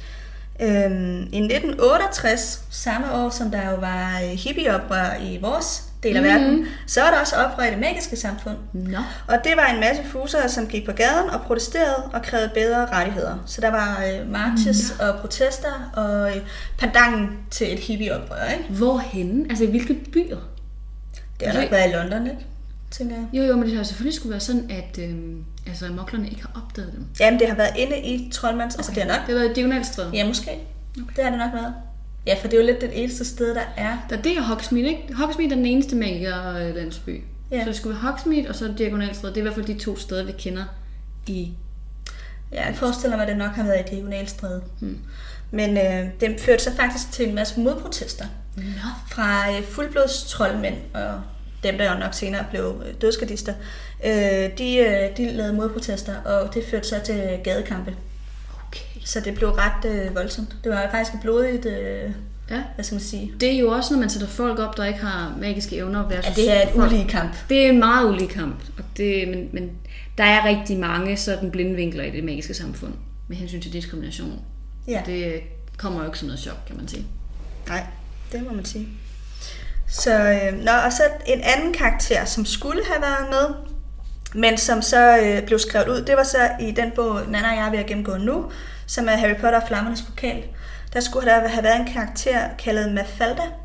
Øhm, I nitten otteogtres, samme år som der jo var hippieoprør i vores del af mm-hmm. verden, så var der også oprør i det magiske samfund.
No.
Og det var en masse fusere, som gik på gaden og protesterede og krævede bedre rettigheder. Så der var øh, marches no. og protester og øh, pandangen til et hippieoprør, ikke?
Hvorhenne? Altså i hvilke byer?
Det har nok været i London, ikke? Tænker jeg.
Jo, jo, men det har selvfølgelig skulle være sådan, at øh, altså, muglerne ikke har opdaget dem.
Jamen, det har været inde i Troldmands... Okay. Altså, det har nok...
Det har været i Diagonalstræde.
Ja, måske. Okay. Det har det nok været. Ja, for det er jo lidt det eneste sted, der er.
Der er det og Hogsmeade, ikke? Hogsmeade er den eneste magikerlandsby. Ja. Så det skulle være Hogsmeade, og så Diagonalstræde. Det er i hvert fald de to steder, vi kender i...
Ja, jeg forestiller mig, at det nok har været i Diagonalstræde. Hmm. Men øh, det førte så faktisk til en masse modprotester.
Nå.
Fra øh, fuldblods troldmænd og dem, der jo nok senere blev øh, dødskadister. Øh, de, øh, de lavede modprotester, og det førte så til gadekampe.
Okay.
Så det blev ret øh, voldsomt. Det var faktisk et blodigt, øh,
ja.
hvad skal man sige?
Det er jo også, når man sætter folk op, der ikke har magiske evner.
Ja, det er et ulige kamp.
Det er en meget ulige kamp. Og det, men, men der er rigtig mange sådan blinde vinkler i det magiske samfund, med hensyn til diskrimination. Ja. Og det kommer jo ikke som noget chok, kan man sige.
Nej, det må man sige. Så, øh, nå, og så en anden karakter, som skulle have været med, men som så øh, blev skrevet ud, det var så i den bog, Nana og jeg er ved at gennemgå nu, som er Harry Potter og Flammernes Pokal. Der skulle der have været en karakter kaldet Mafalda,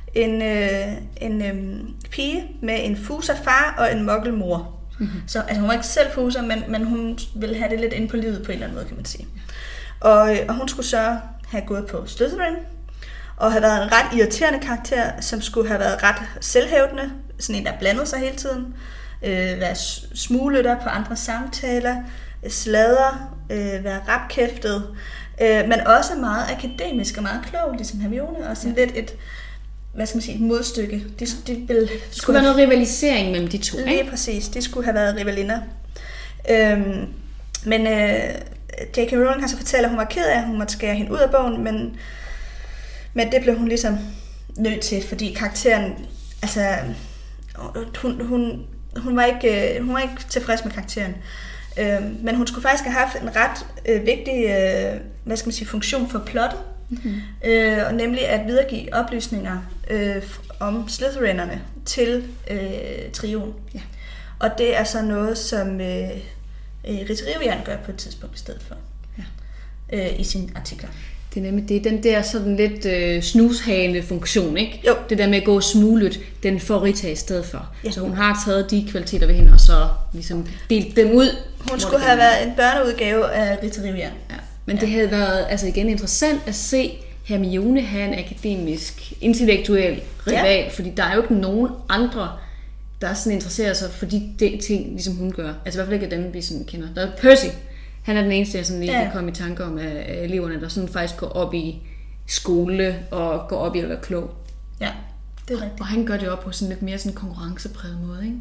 en, øh, en øh, pige med en fuser-far og en muggelmor. Mm-hmm. Så, altså, hun var ikke selv fuser, men, men hun ville have det lidt ind på livet på en eller anden måde, kan man sige. Og, og hun skulle så have gået på Slytherin, og have været en ret irriterende karakter, som skulle have været ret selvhævdende, sådan en, der blandede sig hele tiden, øh, være smuglytter på andre samtaler, sladder, øh, være rapkæftet, øh, men også meget akademisk og meget klog, ligesom Hermione, og sådan ja. lidt et, hvad skal man sige, et modstykke. De, de ville,
det skulle være noget rivalisering mellem de to,
ikke? Lige præcis, de skulle have været rivalinder. Øhm, men øh, J K Rowling har så fortalt, at hun var ked af, at hun måtte skære hende ud af bogen, men, men det blev hun ligesom nødt til, fordi karakteren, altså, hun, hun, hun, var, ikke, hun var ikke tilfreds med karakteren. Øhm, men hun skulle faktisk have haft en ret øh, vigtig, øh, hvad skal man sige, funktion for plottet, mm-hmm. øh, og nemlig at videregive oplysninger øh, om Slytherinerne til øh, trioen. Ja. Og det er så noget, som øh, Rita Rivian gør på et tidspunkt i stedet for, ja. øh, i sine artikler.
Det er nemlig det. Den der sådan lidt øh, snushagende funktion, ikke?
Jo.
Det der med at gå smuglyt, den får Rita i stedet for. Ja. Så hun har taget de kvaliteter ved hende, og så ligesom delt dem ud.
Hun skulle have været en børneudgave af Rita Rivian.
Ja. Men ja. Det havde været altså igen interessant at se Hermione have en akademisk, intellektuel rival, ja. Fordi der er jo ikke nogen andre, der sådan interesserer sig for de ting, ligesom hun gør. Altså i hvert fald ikke af dem, vi sådan kender. Der er Percy. Han er den eneste, jeg sådan lige ja. kan komme i tanke om af eleverne, der sådan faktisk går op i skole og går op i at være klog.
Ja, det er rigtigt.
Og han gør det op på sådan lidt mere sådan konkurrencepræget måde, ikke?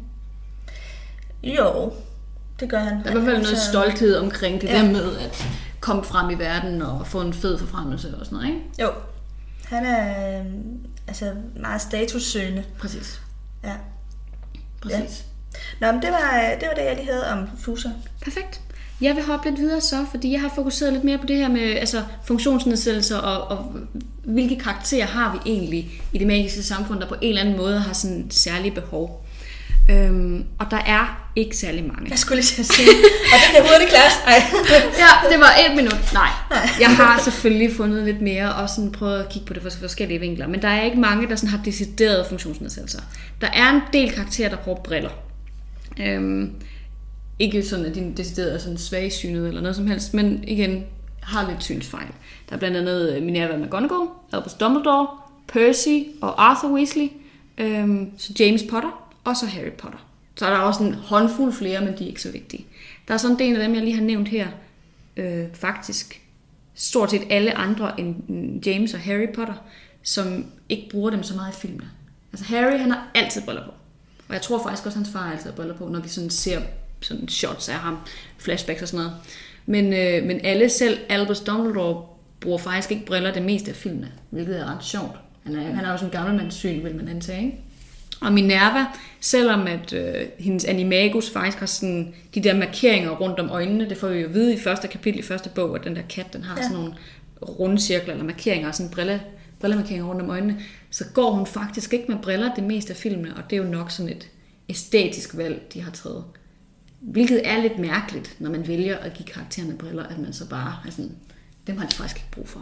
Jo, det gør han.
Der er i hvert fald noget stolthed omkring det ja. Der med at komme frem i verden og få en fed forfremmelse og sådan noget, ikke?
Jo, han er altså meget statussøgende.
Præcis.
Ja.
Præcis.
Ja. Nå, men det var, det var det, jeg lige havde om fuser.
Perfekt. Jeg vil hoppe lidt videre så, fordi jeg har fokuseret lidt mere på det her med altså, funktionsnedsættelser og, og hvilke karakterer har vi egentlig i det magiske samfund, der på en eller anden måde har sådan særlige behov. Øhm, og der er ikke særlig mange.
Jeg skulle lige til at sige, og det kan hurtigt klare sig.
Ja, det var et minut. Nej, jeg har selvfølgelig fundet lidt mere og sådan prøvet at kigge på det fra forskellige vinkler, men der er ikke mange, der sådan har deciderede funktionsnedsættelser. Der er en del karakterer, der bruger briller. Øhm, Ikke sådan, at de decideret er sådan svagsynet eller noget som helst, men igen, har lidt synsfejl. Der er blandt andet Minerva McGonagall, Albus Dumbledore, Percy og Arthur Weasley, øhm, så James Potter og så Harry Potter. Så er der også en håndfuld flere, men de er ikke så vigtige. Der er sådan en del af dem, jeg lige har nævnt her, øh, faktisk stort set alle andre end James og Harry Potter, som ikke bruger dem så meget i filmene. Altså Harry, han har altid briller på. Og jeg tror faktisk også, at hans far altid har briller på, når vi sådan ser sådan shots af ham, flashbacks og sådan noget. Men, øh, men alle, selv Albus Dumbledore, bruger faktisk ikke briller det meste af filmene, hvilket er ret sjovt. Han er, han er jo sådan en gammelmandssyn, vil man antage, ikke? Og Minerva, selvom at øh, hendes animagus faktisk har sådan de der markeringer rundt om øjnene, det får vi jo at vide i første kapitel i første bog, at den der kat, den har ja. sådan nogle runde cirkler eller markeringer, sådan brille, brillemarkeringer rundt om øjnene, så går hun faktisk ikke med briller det meste af filmene, og det er jo nok sådan et æstetisk valg, de har taget. Hvilket er lidt mærkeligt, når man vælger at give karaktererne briller, at man så bare er sådan, dem har de faktisk ikke brug for.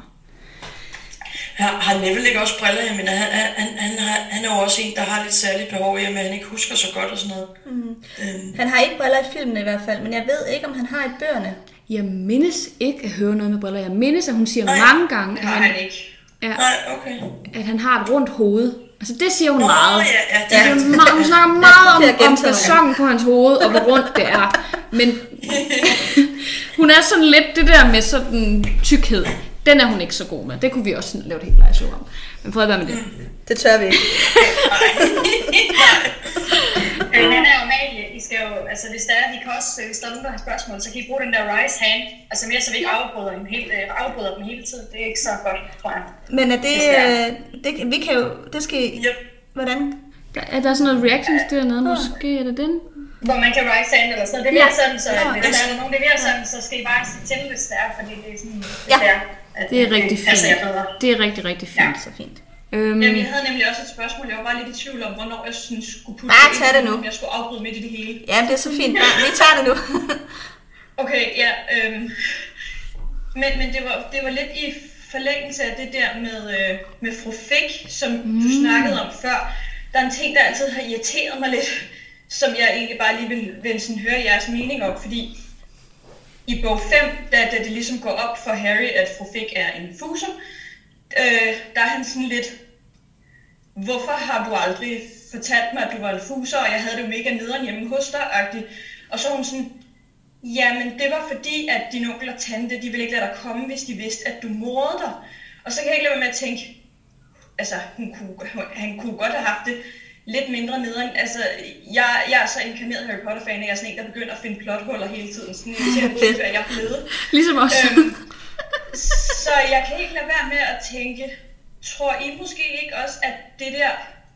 Har, har Neville ikke også briller? Jeg mener, han, han, han, har, han er jo også en, der har lidt særligt behov i, at han ikke husker så godt og sådan noget. Mm.
Øhm. Han har ikke briller i filmene i hvert fald, men jeg ved ikke, om han har i bøgerne.
Jeg mindes ikke at høre noget med briller. Jeg mindes, at hun siger Nej, mange gange, at han,
han ikke.
Ja,
Nej, okay.
at han har et rundt hoved. Altså det siger hun
Nå,
meget.
Ja, ja, det
ja, hun, meget, hun snakker meget om, om fasongen på hans hoved, og hvor rundt det er. Men hun er sådan lidt det der med sådan tykkhed. Den er hun ikke så god med. Det kunne vi også lave et helt live-show om. Men prøv at være med det.
Det tør vi ikke.
øh, Nana og Amalie, I skal jo, altså hvis der er, vi kan også, hvis der er nogen, der har spørgsmål, så kan I bruge den der rise hand, altså mere så vi ikke afbryder dem, helt, øh, afbryder dem hele tiden. Det er ikke så godt, tror jeg.
Men er det, øh, det vi kan jo, det skal,
yep.
Hvordan?
Der, er der sådan noget reactions dernede, måske er det den?
Hvor man kan rise hand eller sådan noget. Det er mere ja. sådan, så ja. hvis der er nogen, det er mere sådan, så skal I bare sige til, hvis det er, fordi det er sådan, hvis
ja.
det er. At
det er rigtig fint. Det er rigtig, rigtig fint.
Ja.
Så fint.
Øhm. Jamen, jeg havde nemlig også et spørgsmål. Jeg var bare lidt i tvivl om, hvornår jeg sådan skulle putte
bare tag det nu.
Jeg skulle afbryde midt i det hele.
Ja, det er så fint. Ja, vi tager det nu.
Okay, ja. Øhm. Men, men det, var, det var lidt i forlængelse af det der med, øh, med fru Fig, som mm. du snakkede om før. Der er en ting, der altid har irriteret mig lidt, som jeg egentlig bare lige vil, vil sådan høre jeres mening om, fordi i bog fem, da, da det ligesom går op for Harry, at fru Fig er en fuser, øh, der er han sådan lidt, hvorfor har du aldrig fortalt mig, at du var en fuser, og jeg havde det jo mega nederen hjemme hos dig, og så er hun sådan, jamen det var fordi, at din onkel og tante, de ville ikke lade dig komme, hvis de vidste, at du mordede dig. Og så kan jeg ikke lade være med at tænke, altså hun kunne, han kunne godt have haft det lidt mindre nederen. Altså jeg, jeg er så inkarneret Harry Potter-fan, at jeg er sådan en, der begynder at finde plothuller hele tiden, sådan til at vide, hvad jeg er blevet.
Ligesom os. Øhm,
så jeg kan ikke lade være med at tænke, tror I måske ikke også, at det der,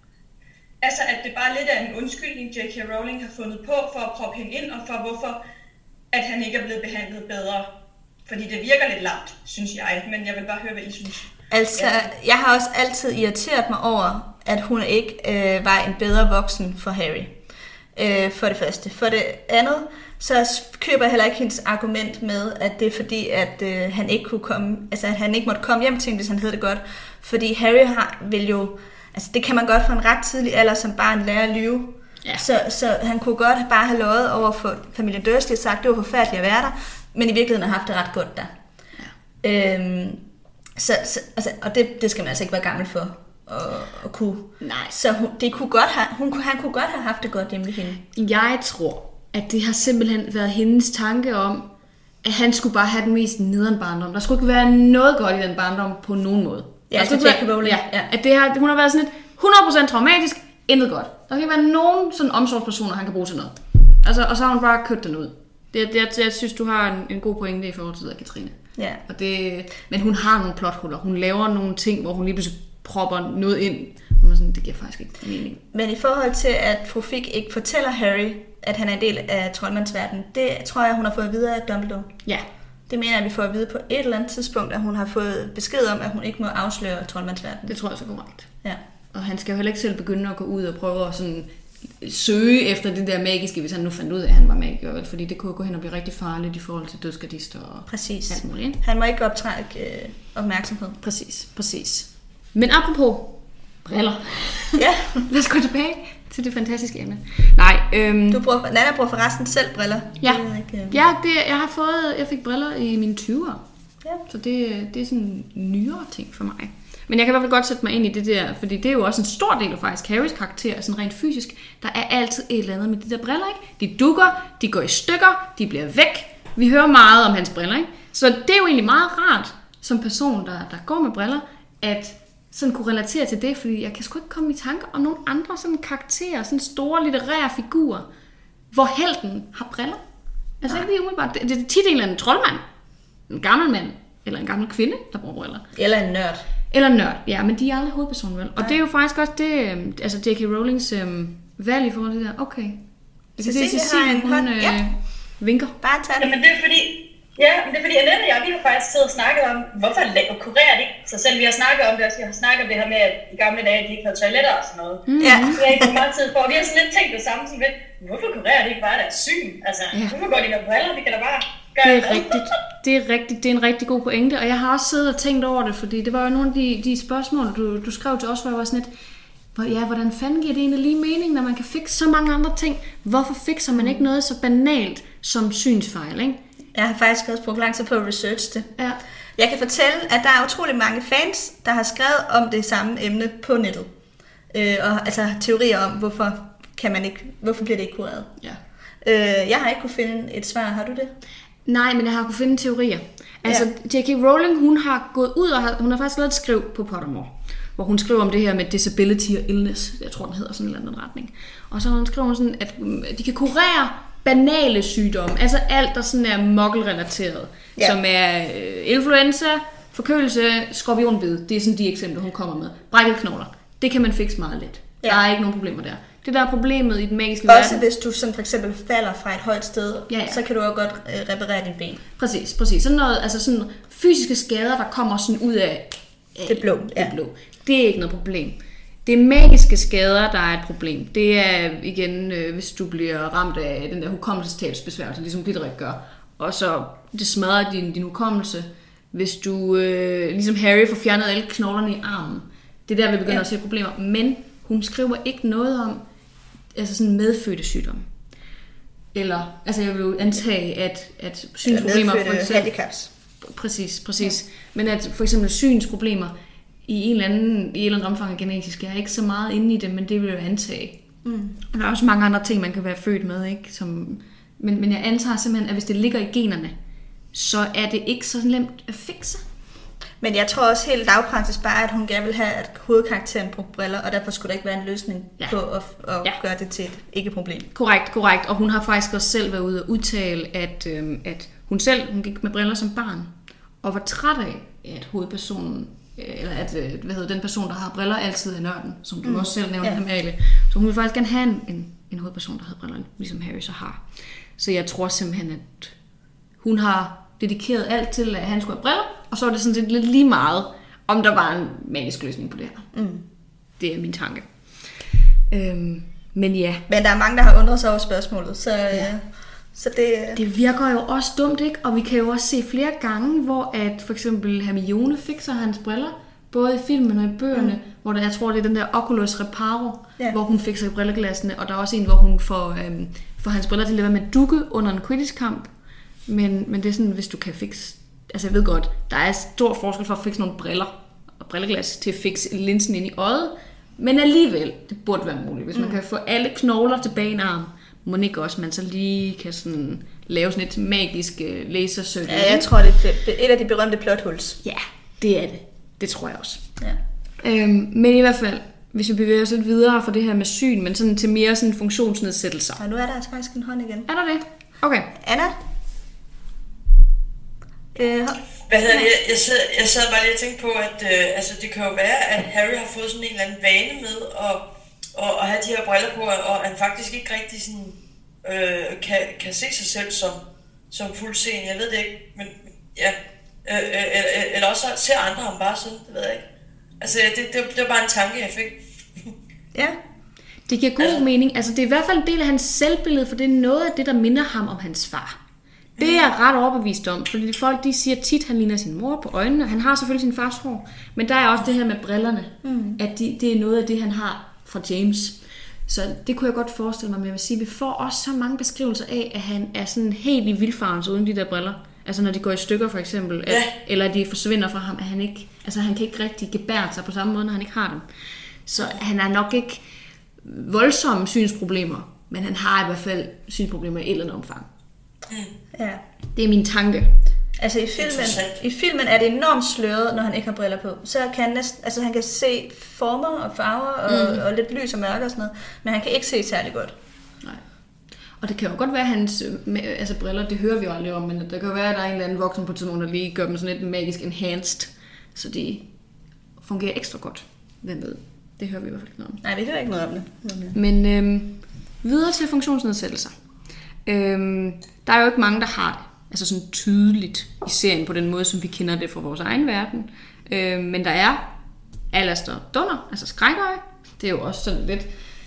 altså at det bare lidt er en undskyldning, J K Rowling har fundet på for at proppe hende ind, og for hvorfor at han ikke er blevet behandlet bedre. Fordi det virker lidt langt, synes jeg, men jeg vil bare høre, hvad I synes.
Altså, jeg har også altid irriteret mig over, at hun ikke øh, var en bedre voksen for Harry. Øh, for det første. For det andet, så køber jeg heller ikke hendes argument med, at det er fordi, at øh, han ikke kunne komme, altså at han ikke måtte komme hjem til hende, hvis han havde det godt. Fordi Harry har, vil jo, altså det kan man godt fra en ret tidlig alder som barn lære at lyve. Ja. Så, så han kunne godt bare have løjet over for familien Dursley og sagt, det var forfærdeligt at være der, men i virkeligheden har haft det ret godt der. Ja. Øhm, så, så, altså, og det, det skal man altså ikke være gammel for at, at kunne.
Nej.
Så hun, det kunne godt have, hun, han kunne godt have haft det godt hjemme ved hende.
Jeg tror, at det har simpelthen været hendes tanke om, at han skulle bare have den mest nederen barndom. Der skulle ikke være noget godt i den barndom på nogen måde.
Ja, altså J K Rowling.
Ja, at det har, hun har været sådan et hundrede procent traumatisk, intet godt. Der kan ikke være nogen sådan omsorgspersoner, han kan bruge til noget. Altså, og så har hun bare kørt den ud. Det, det, jeg, jeg synes, du har en, en god pointe i forhold til det, Katrine.
Ja.
Og det, men hun har nogle plothuller. Hun laver nogle ting, hvor hun lige pludselig propper noget ind. Og man sådan, det giver faktisk ikke mening.
Men i forhold til, at fru Fig ikke fortæller Harry, at han er en del af troldmandsverdenen, det tror jeg, hun har fået at vide af Dumbledore.
Ja.
Det mener jeg, at vi får at vide på et eller andet tidspunkt, at hun har fået besked om, at hun ikke må afsløre troldmandsverdenen.
Det tror jeg så korrekt.
Ja.
Og han skal jo heller ikke selv begynde at gå ud og prøve at sådan søge efter det der magiske, hvis han nu fandt ud af, at han var magiker, fordi det kunne gå hen og blive rigtig farligt i forhold til dødsgardister og
præcis.
Alt muligt.
Han må ikke optrække øh, opmærksomhed.
Præcis, præcis. Men apropos briller.
Ja.
Lad os gå tilbage til det fantastiske emne. Nej, øhm,
du bruger, Nana bruger forresten selv briller.
Ja,
det ikke, øh...
ja det, jeg har fået, jeg fik briller i mine tyvere. Ja. Så det, det er sådan en nyere ting for mig. Men jeg kan i hvert fald godt sætte mig ind i det der, fordi det er jo også en stor del af faktisk Harrys karakter, sådan rent fysisk. Der er altid et eller andet med de der briller, ikke? De dukker, de går i stykker, de bliver væk. Vi hører meget om hans briller, ikke? Så det er jo egentlig meget rart, som person, der, der går med briller, at sådan kunne relatere til det, fordi jeg kan sgu ikke komme i tanke om nogle andre sådan karakterer, sådan store litterære figurer, hvor helten har briller. Altså ikke lige umiddelbart. Det, det er tit en eller anden troldmand, en gammel mand, eller en gammel kvinde, der bruger briller.
Eller en nørd.
Eller nørd, ja, men de er aldrig hovedpersonen, vel? Og det er jo faktisk også det, altså J K Rowlings øhm, valg i forhold til det der. Okay. Det kan se, Cecilie, hun
hånd,
øh,
ja.
vinker.
Bare tag det.
Jamen det er fordi, ja, men det er fordi, Annette og jeg, vi har faktisk siddet og snakket om, hvorfor kurerer det ikke sig selv. Vi har snakket om det også, vi har snakket om det her med, at i gamle dage, de ikke havde toiletter og sådan noget.
Mm.
Ja.
Vi har ikke fået meget tid på, og vi har sådan lidt tænkt det samme, som ved, hvorfor kurerer det ikke bare deres syn? Altså, ja. Hvorfor går de med briller? Det kan da bare gøre
det. Er rigtigt. Det er rigtigt. Det er en rigtig god pointe, og jeg har også siddet og tænkt over det, fordi det var jo nogle af de, de spørgsmål, du, du skrev til os, hvor jeg var sådan lidt, hvor, ja, hvordan fanden giver det egentlig lige mening, når man kan fikse så mange andre ting? Hvorfor fikser man ikke noget så banalt som synsfejl, ikke?
Jeg har faktisk også brugt lang tid på at researche det.
Ja.
Jeg kan fortælle, at der er utrolig mange fans, der har skrevet om det samme emne på nettet. Øh, og altså teorier om, hvorfor, kan man ikke, hvorfor bliver det ikke kureret.
Ja.
Øh, jeg har ikke kunne finde et svar. Har du det?
Nej, men jeg har kunne finde teorier. Altså, ja. J K Rowling, hun har gået ud og har, hun har faktisk lavet et skriv på Pottermore, hvor hun skriver om det her med disability og illness. Jeg tror, den hedder sådan en eller anden retning. Og så har hun skrevet sådan, at de kan kurere banale sygdomme, altså alt, der sådan er muggle-relateret, ja. Som er øh, influenza, forkølelse, skorpionbid. Det er sådan de eksempler, hun kommer med. Brækket knogler. Det kan man fikse meget let. Ja. Der er ikke nogen problemer der. Det der er problemet i den magiske
også
verden.
Også hvis du sådan for eksempel falder fra et højt sted, ja, ja. Så kan du også godt øh, reparere dine ben.
Præcis, præcis. Sådan noget, altså sådan fysiske skader, der kommer sådan ud af øh,
det blå.
Ja. Det blå. Det er ikke noget problem. Det er magiske skader, der er et problem. Det er igen, øh, hvis du bliver ramt af den der hukommelsestabsbesværgelse, ligesom Glitterik gør, og så det smadrer din, din hukommelse, hvis du, øh, ligesom Harry, får fjernet alle knoglerne i armen. Det er der, vi begynder ja. at se problemer. Men hun skriver ikke noget om altså sådan medfødte sygdomme. Eller, altså jeg vil jo antage, at, at synsproblemer...
Medfødte for eksempel, handicaps.
Præcis, præcis. Ja. Men at for eksempel synsproblemer i en eller anden, i en eller anden omfang er genetisk. Jeg er ikke så meget inde i det, men det vil jeg jo antage. Mm. Og der er også mange andre ting, man kan være født med, ikke? Som, men, men jeg antager simpelthen, at hvis det ligger i generne, så er det ikke så nemt at fikse.
Men jeg tror også helt lavpraktisk bare, at hun gerne vil have, at hovedkarakteren brugte briller, og derfor skulle der ikke være en løsning ja. på at, at ja. gøre det til et ikke-problem.
Korrekt, korrekt. Og hun har faktisk også selv været ude og udtale, at, øhm, at hun selv hun gik med briller som barn, og var træt af, at hovedpersonen, eller at hvad hedder, den person, der har briller, altid er nørden, som du mm. også selv nævnte, ja. Amalie. Så hun vil faktisk gerne have en, en, en hovedperson, der har briller, ligesom Harry så har. Så jeg tror simpelthen, at hun har dedikeret alt til, at han skulle have briller, og så var det sådan lidt lige meget, om der var en magisk løsning på det her. Mm. Det er min tanke. Øhm, men ja.
Men der er mange, der har undret sig over spørgsmålet, så, ja. så det...
Det virker jo også dumt, ikke? Og vi kan jo også se flere gange, hvor at for eksempel Hermione fikser hans briller, både i filmen og i bøgerne, mm. hvor der, jeg tror, det er den der Oculus Reparo, ja. hvor hun fikser brilleglassene, og der er også en, hvor hun får, øhm, får hans briller til at være med dukke under en Quidditch-kamp. Men, men det er sådan, hvis du kan fikse... Altså jeg ved godt, der er stor forskel for at fikse nogle briller og brilleglas til at fikse linsen ind i øjet. Men alligevel, det burde være muligt. Hvis man mm. kan få alle knogler tilbage i en arm, må man ikke også, man så lige kan sådan lave sådan et magisk lasersøg.
Ja, jeg tror, det er et af de berømte plothuls.
Ja, det er det. Det tror jeg også. Ja. Øhm, men i hvert fald, hvis vi bevæger os lidt videre fra det her med syn, men sådan til mere sådan funktionsnedsættelser.
Og nu er der altså faktisk en hånd igen.
Er der det? Okay.
Anna?
Øh, Hvad hedder det? Jeg, jeg, sad, jeg sad bare lige og tænkte på, at øh, altså, det kan jo være, at Harry har fået sådan en eller anden vane med at, at, at have de her briller på, og han faktisk ikke rigtig sådan, øh, kan, kan se sig selv som, som fuldseende. Jeg ved det ikke, men ja. Øh, øh, eller, eller også ser andre ham bare sådan, det ved jeg ikke. Altså, det, det, det var bare en tanke, jeg fik.
Ja. Det giver god altså, mening. Altså, det er i hvert fald en del af hans selvbillede, for det er noget af det, der minder ham om hans far. Det er jeg ret overbevist om, fordi folk de siger tit, at han ligner sin mor på øjnene. Han har selvfølgelig sin fars hår, men der er også det her med brillerne, mm. at de, det er noget af det, han har fra James. Så det kunne jeg godt forestille mig, men jeg vil sige, at vi får også så mange beskrivelser af, at han er sådan helt i vildfarelse uden de der briller. Altså når de går i stykker for eksempel, at, ja. eller at de forsvinder fra ham, at han ikke, altså han kan ikke rigtig gebære sig på samme måde, når han ikke har dem. Så han er nok ikke voldsomme synsproblemer, men han har i hvert fald synsproblemer i et eller andet omfang. Mm. Ja. Det er min tanke.
Altså i filmen, i filmen er det enormt sløret, når han ikke har briller på. Så kan han næsten, altså han kan se former og farver og, mm. og lidt lys og mørke og sådan noget, men han kan ikke se særlig godt.
Nej. Og det kan jo godt være hans altså briller, det hører vi jo aldrig om, men det kan jo være, at der er en eller anden voksen på et tidspunkt, der lige gør dem sådan lidt magisk enhanced, så de fungerer ekstra godt. Hvem ved? Det hører vi i hvert fald ikke noget om.
Nej, vi hører ikke noget om det.
Men øhm, videre til funktionsnedsættelser. Øhm, der er jo ikke mange, der har det, altså sådan tydeligt i serien på den måde, som vi kender det fra vores egen verden. Øhm, men der er Alastor Donner, altså skrækøje. Det er jo også sådan lidt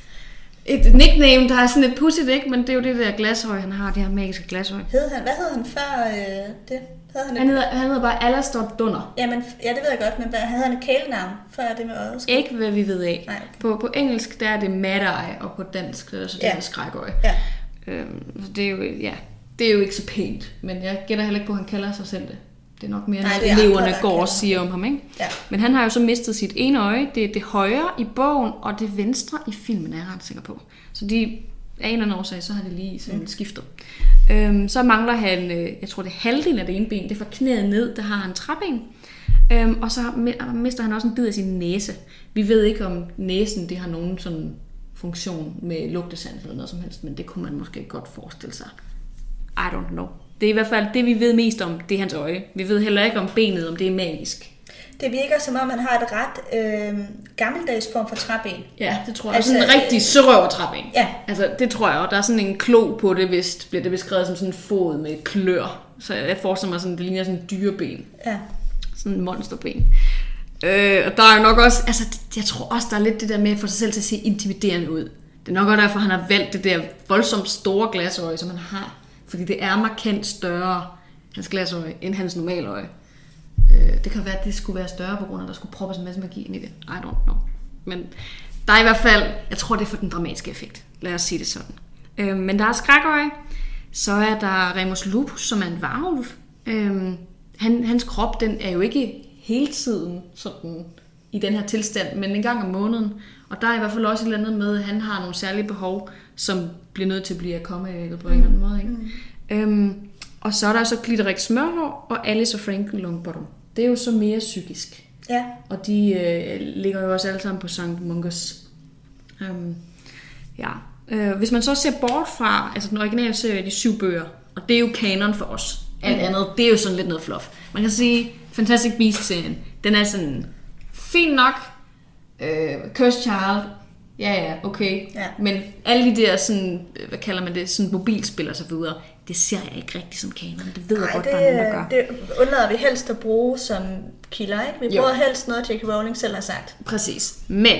et nickname, der er sådan lidt pudsigt, ikke? Men det er jo det der glasøje, han har, det her magiske glasøje.
Hed han, hvad hed han før øh, det? Hed han,
han, hedder, han hedder bare Alastor Donner.
Jamen, ja, det ved jeg godt, men hvad, havde han et kælenavn før det med øjet?
Ikke hvad vi ved af. Nej, okay. på, på engelsk der er det Mad-Eye, og på dansk der er så det ja. skrækøje. Ja. Øhm, så det er jo, ja, det er jo ikke så pænt, men jeg gætter heller ikke på, at han kalder sig selv det. Det er nok mere, når eleverne andre, går og siger om ham, ikke? Ja. Men han har jo så mistet sit ene øje. Det er det højre i bogen, og det venstre i filmen, er jeg ret sikker på. Så de, af en eller anden årsag, så har det lige sådan mm. skiftet. Øhm, så mangler han, jeg tror det er halvdelen af det ene ben, det er fra knæet ned, der har han træben. Øhm, og så mister han også en bid af sin næse. Vi ved ikke, om næsen det har nogen sådan funktion med lugtesans eller noget som helst, men det kunne man måske godt forestille sig. I don't know. Det er i hvert fald det, vi ved mest om, det er hans øje. Vi ved heller ikke om benet, om det er magisk.
Det virker som om, man har et ret øh, gammeldags form for træben.
Ja, det tror jeg. Altså sådan en rigtig sørøvertræben. Ja. Altså, det tror jeg, og der er sådan en klo på det, hvis bliver det beskrevet som sådan en fod med klør. Så jeg forestiller mig, sådan, det ligner sådan en dyreben. Ja. Sådan en monsterben. Øh, og der er jo nok også, altså jeg tror også, der er lidt det der med at få sig selv til at se intimiderende ud. Det er nok også derfor, han har valgt det der voldsomt store glasøje, som han har. Fordi det er markant større, hans glasøje, end hans normale øje. Det kan være, at det skulle være større på grund af, at der skulle proppes en masse magi ind i det. I don't know. Men der er i hvert fald, jeg tror, det er for den dramatiske effekt. Lad os sige det sådan. Øh, men der er skrækøje. Så er der Remus Lupus, som er en varulv. Øh, han, hans krop, den er jo ikke hele tiden sådan i den her tilstand, men en gang om måneden. Og der er i hvert fald også et eller andet med, at han har nogle særlige behov, som bliver nødt til at blive kommet på en eller anden måde. Ikke? Mm. Øh, og så er der så Glitterik Smørhår og Alice og Frank Longbottom. Det er jo så mere psykisk.
Ja.
Og de øh, ligger jo også alle sammen på Sankt Mungus. Um, ja. Uh, hvis man så ser bort fra altså den originale serie, de syv bøger, og det er jo kanon for os. Alt mm. andet, det er jo sådan lidt noget fluff. Man kan sige, Fantastic Beasts-serien, den er sådan fin nok. Uh, Cursed Child, ja ja, okay.
Ja.
Men alle de der sådan, hvad kalder man det, sådan mobilspil og så videre, det ser jeg ikke rigtig som kanon. Det ved jeg
Ej,
godt,
det,
der er nogen, der gør.
det undlader vi helst at bruge som kilder, ikke? Vi bruger jo. helst noget, J K Rowling selv har sagt.
Præcis. Men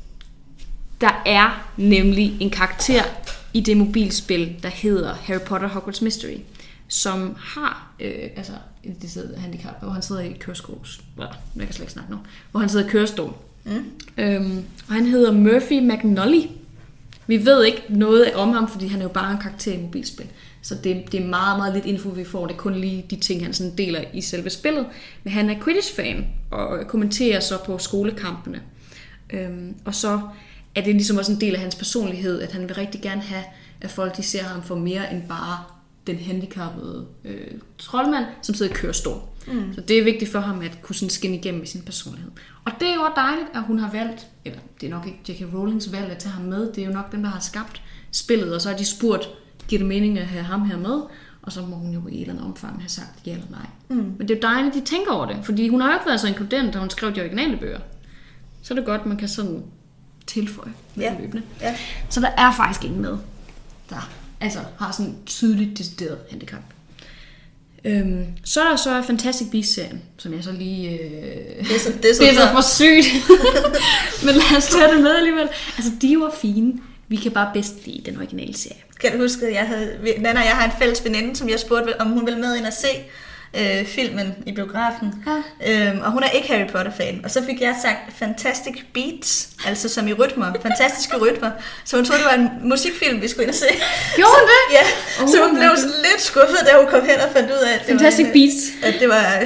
der er nemlig en karakter i det mobilspil, der hedder Harry Potter Hogwarts Mystery, som har øh, altså et decideret handicap, hvor han sidder i kørestol. Jeg kan slet ikke snakke nu. Hvor han sidder i kørestol. Mm. Øhm, og han hedder Murphy McNully. Vi ved ikke noget om ham, fordi han er jo bare en karakter i mobilspil. Så det, det er meget, meget lidt info, vi får. Det er kun lige de ting, han sådan deler i selve spillet. Men han er Quidditch-fan og kommenterer så på skolekampene. Øhm, og så er det ligesom også en del af hans personlighed, at han vil rigtig gerne have, at folk de ser ham for mere end bare den handicappede øh, troldmand, som sidder i kørestol. Mm. Så det er vigtigt for ham at kunne sådan skinne igennem med sin personlighed. Og det er jo dejligt, at hun har valgt, eller det er nok ikke J K Rowlings valg at tage ham med, det er jo nok dem, der har skabt spillet, og så har de spurgt, giver det mening at have ham her med? Og så må hun jo i et eller andet omfang have sagt ja eller nej. Mm. Men det er jo dejligt, at de tænker over det, fordi hun har jo ikke været så inkluderende, da hun skrev de originale bøger. Så er det godt, at man kan sådan tilføje
ja.
løbende.
Ja.
Så der er faktisk ingen med, der altså har sådan et tydeligt decideret handicap. Øhm, så er der så Fantastic Beasts-serien, som jeg så lige... Øh,
det er så, det er så,
det er så for sygt. Men lad os tage det med alligevel. Altså, de var fine. Vi kan bare bedst lide den originale serie.
Kan du huske, at jeg havde, Nana og jeg har en fælles veninde, som jeg spurgte, om hun ville med ind og se øh, filmen i biografen. Ja. Øhm, og hun er ikke Harry Potter-fan. Og så fik jeg sagt Fantastic Beats, altså som i rytmer, fantastiske rytmer. Så hun troede, det var en musikfilm, vi skulle ind og se.
Gjorde hun det?
Ja, oh, så hun blev sådan lidt skuffet, da hun kom hen og fandt ud af, at det
Fantastic
var,
Beats.
At det var...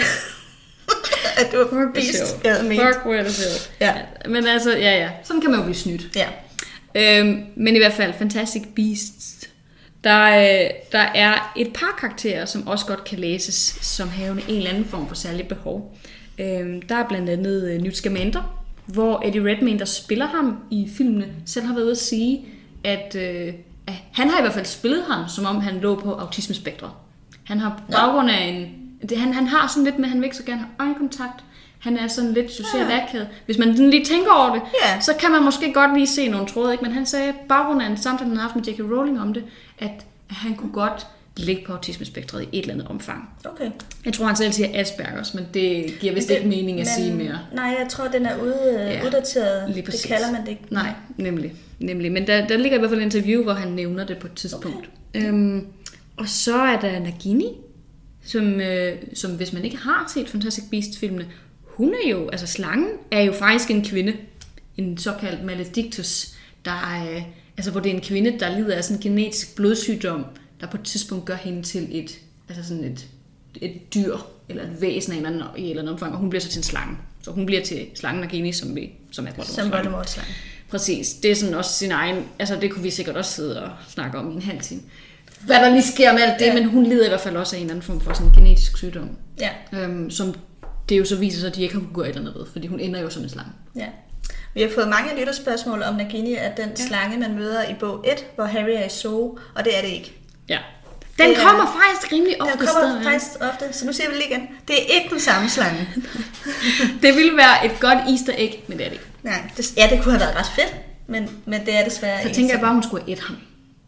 at det var Beast, jeg havde ment.
Fuck, hvor er det sjovt. Ja. Men altså, ja ja, sådan kan man jo blive snydt.
Ja.
Øhm, men i hvert fald Fantastic Beasts, der, øh, der er et par karakterer, som også godt kan læses som havende en eller anden form for særligt behov. Øhm, der er blandt andet øh, Newt Scamander, hvor Eddie Redmayne, der spiller ham i filmene, selv har været ude at sige, at, øh, at han har i hvert fald spillet ham, som om han lå på autismespektret. Han har baggrund af en... Det, han, han har sådan lidt med, at han vil ikke så gerne have øjenkontakt. Han er sådan lidt socialt
ja.
akavet. Hvis man lige tænker over det,
ja.
så kan man måske godt lige se nogle tråde. Ikke? Men han sagde, baggrund af en samtale, han har haft med J K Rowling om det, at han kunne godt ligge på autismespektret i et eller andet omfang.
Okay.
Jeg tror, han selv siger Aspergers, men det giver vist det, ikke mening at men, sige mere.
Nej, jeg tror, den er ude, ja, uddateret. Det kalder man det ikke.
Nej, nemlig. nemlig. Men der, der ligger i hvert fald et interview, hvor han nævner det på et tidspunkt. Okay. Øhm, og så er der Nagini, som, øh, som hvis man ikke har set Fantastic Beasts-filmene, hun er jo, altså slangen er jo faktisk en kvinde, en såkaldt maledictus, der er, altså hvor det er en kvinde, der lider af sådan en genetisk blodsygdom, der på et tidspunkt gør hende til et, altså sådan et, et dyr, eller et væsen af en eller anden, i en eller anden omfang, og hun bliver så til en slange. Så hun bliver til slangen Nagini, som, vi, som er Voldemorts
slange. Som Voldemorts slange.
Præcis, det er sådan også sin egen, altså det kunne vi sikkert også sidde og snakke om i en halv time. Hvad der lige sker med alt det, ja. Men hun lider i hvert fald også af en eller anden form for sådan en genetisk sygdom,
ja. øhm,
som det jo så viser sig, at de ikke har kunnet gå et eller andet ved, fordi hun ender jo som en slange.
Ja. Vi har fået mange lytterspørgsmål om Nagini, at den ja. slange, man møder i bog et, hvor Harry er i Zoo, og det er det ikke.
Ja. Den det kommer er, faktisk rimelig ofte.
Den kommer sted, faktisk ja. ofte, så nu siger vi lige igen, det er ikke den samme slange.
Det ville være et godt easter egg, men det er det ikke.
Nej, det, ja, det kunne have været ret fedt, men, men det er desværre
ikke. Så tænker jeg bare, hun skulle have et ham.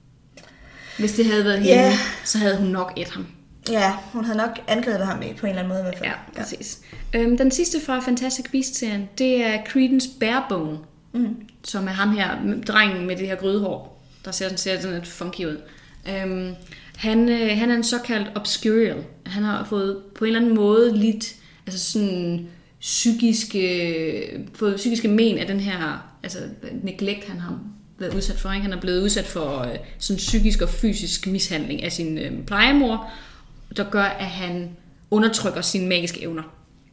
Hvis det havde været
ja.
hende, så havde hun nok et ham.
Ja, hun havde nok angrebet ham på en eller anden måde i hvert fald.
Ja, præcis. Ja. Øhm, den sidste fra Fantastic Beasts-serien, det er Credence Barebone, mm. som er ham her, drengen med det her grydehår, der ser, ser sådan lidt funky ud. Øhm, han, øh, han er en såkaldt obscurial. Han har fået på en eller anden måde lidt, altså sådan psykiske, fået psykiske men af den her altså neglect, han har været udsat for. Ikke? Han er blevet udsat for øh, sådan psykisk og fysisk mishandling af sin øh, plejemor, der gør, at han undertrykker sine magiske evner.